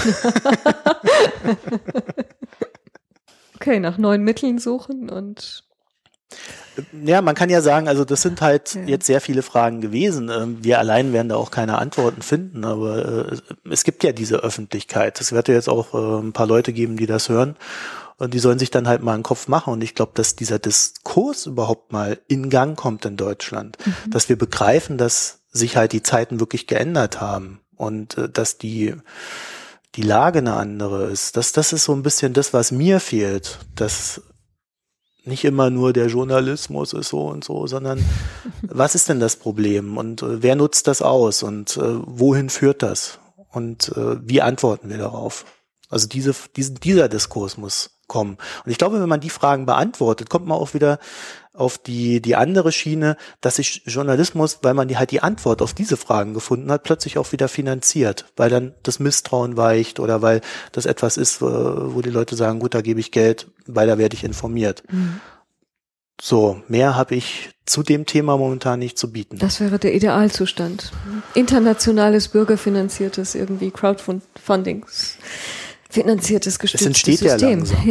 Okay, nach neuen Mitteln suchen und... Ja, man kann ja sagen, also das sind halt jetzt sehr viele Fragen gewesen. Wir allein werden da auch keine Antworten finden, aber es gibt ja diese Öffentlichkeit. Es wird ja jetzt auch ein paar Leute geben, die das hören und die sollen sich dann halt mal einen Kopf machen. Und ich glaube, dass dieser Diskurs überhaupt mal in Gang kommt in Deutschland, dass wir begreifen, dass sich halt die Zeiten wirklich geändert haben und dass die Lage eine andere ist. Das ist so ein bisschen das, was mir fehlt, dass nicht immer nur der Journalismus ist so und so, sondern was ist denn das Problem und wer nutzt das aus und wohin führt das und wie antworten wir darauf? Also dieser Diskurs muss kommen. Und ich glaube, wenn man die Fragen beantwortet, kommt man auch wieder auf die andere Schiene, dass sich Journalismus, weil man die Antwort auf diese Fragen gefunden hat, plötzlich auch wieder finanziert, weil dann das Misstrauen weicht oder weil das etwas ist, wo die Leute sagen, gut, da gebe ich Geld, weil da werde ich informiert. So, mehr habe ich zu dem Thema momentan nicht zu bieten. Das wäre der Idealzustand. Internationales, bürgerfinanziertes, irgendwie Crowdfundings finanziertes, gestütztes System. Es entsteht System. ja langsam. Ja.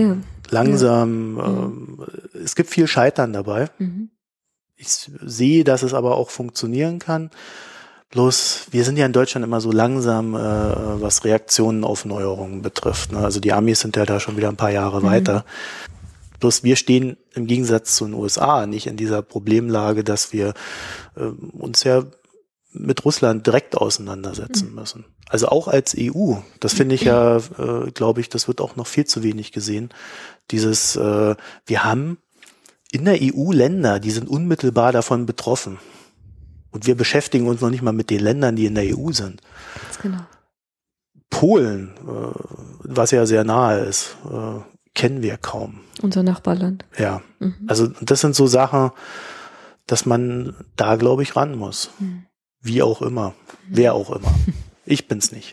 langsam. Es gibt viel Scheitern dabei. Ich sehe, dass es aber auch funktionieren kann. Bloß, wir sind ja in Deutschland immer so langsam, was Reaktionen auf Neuerungen betrifft. Ne? Also die Amis sind ja da schon wieder ein paar Jahre weiter. Bloß wir stehen im Gegensatz zu den USA nicht in dieser Problemlage, dass wir uns ja mit Russland direkt auseinandersetzen müssen. Also auch als EU. Das finde ich ja, glaube ich, das wird auch noch viel zu wenig gesehen. Wir haben in der EU Länder, die sind unmittelbar davon betroffen. Und wir beschäftigen uns noch nicht mal mit den Ländern, die in der EU sind. Ganz genau. Polen, was ja sehr nahe ist, kennen wir kaum. Unser Nachbarland. Ja, also das sind so Sachen, dass man da, glaube ich, ran muss. Wie auch immer. Wer auch immer. Ich bin's nicht.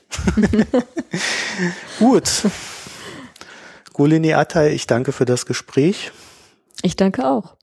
Gut. Gulini Atay, ich danke für das Gespräch. Ich danke auch.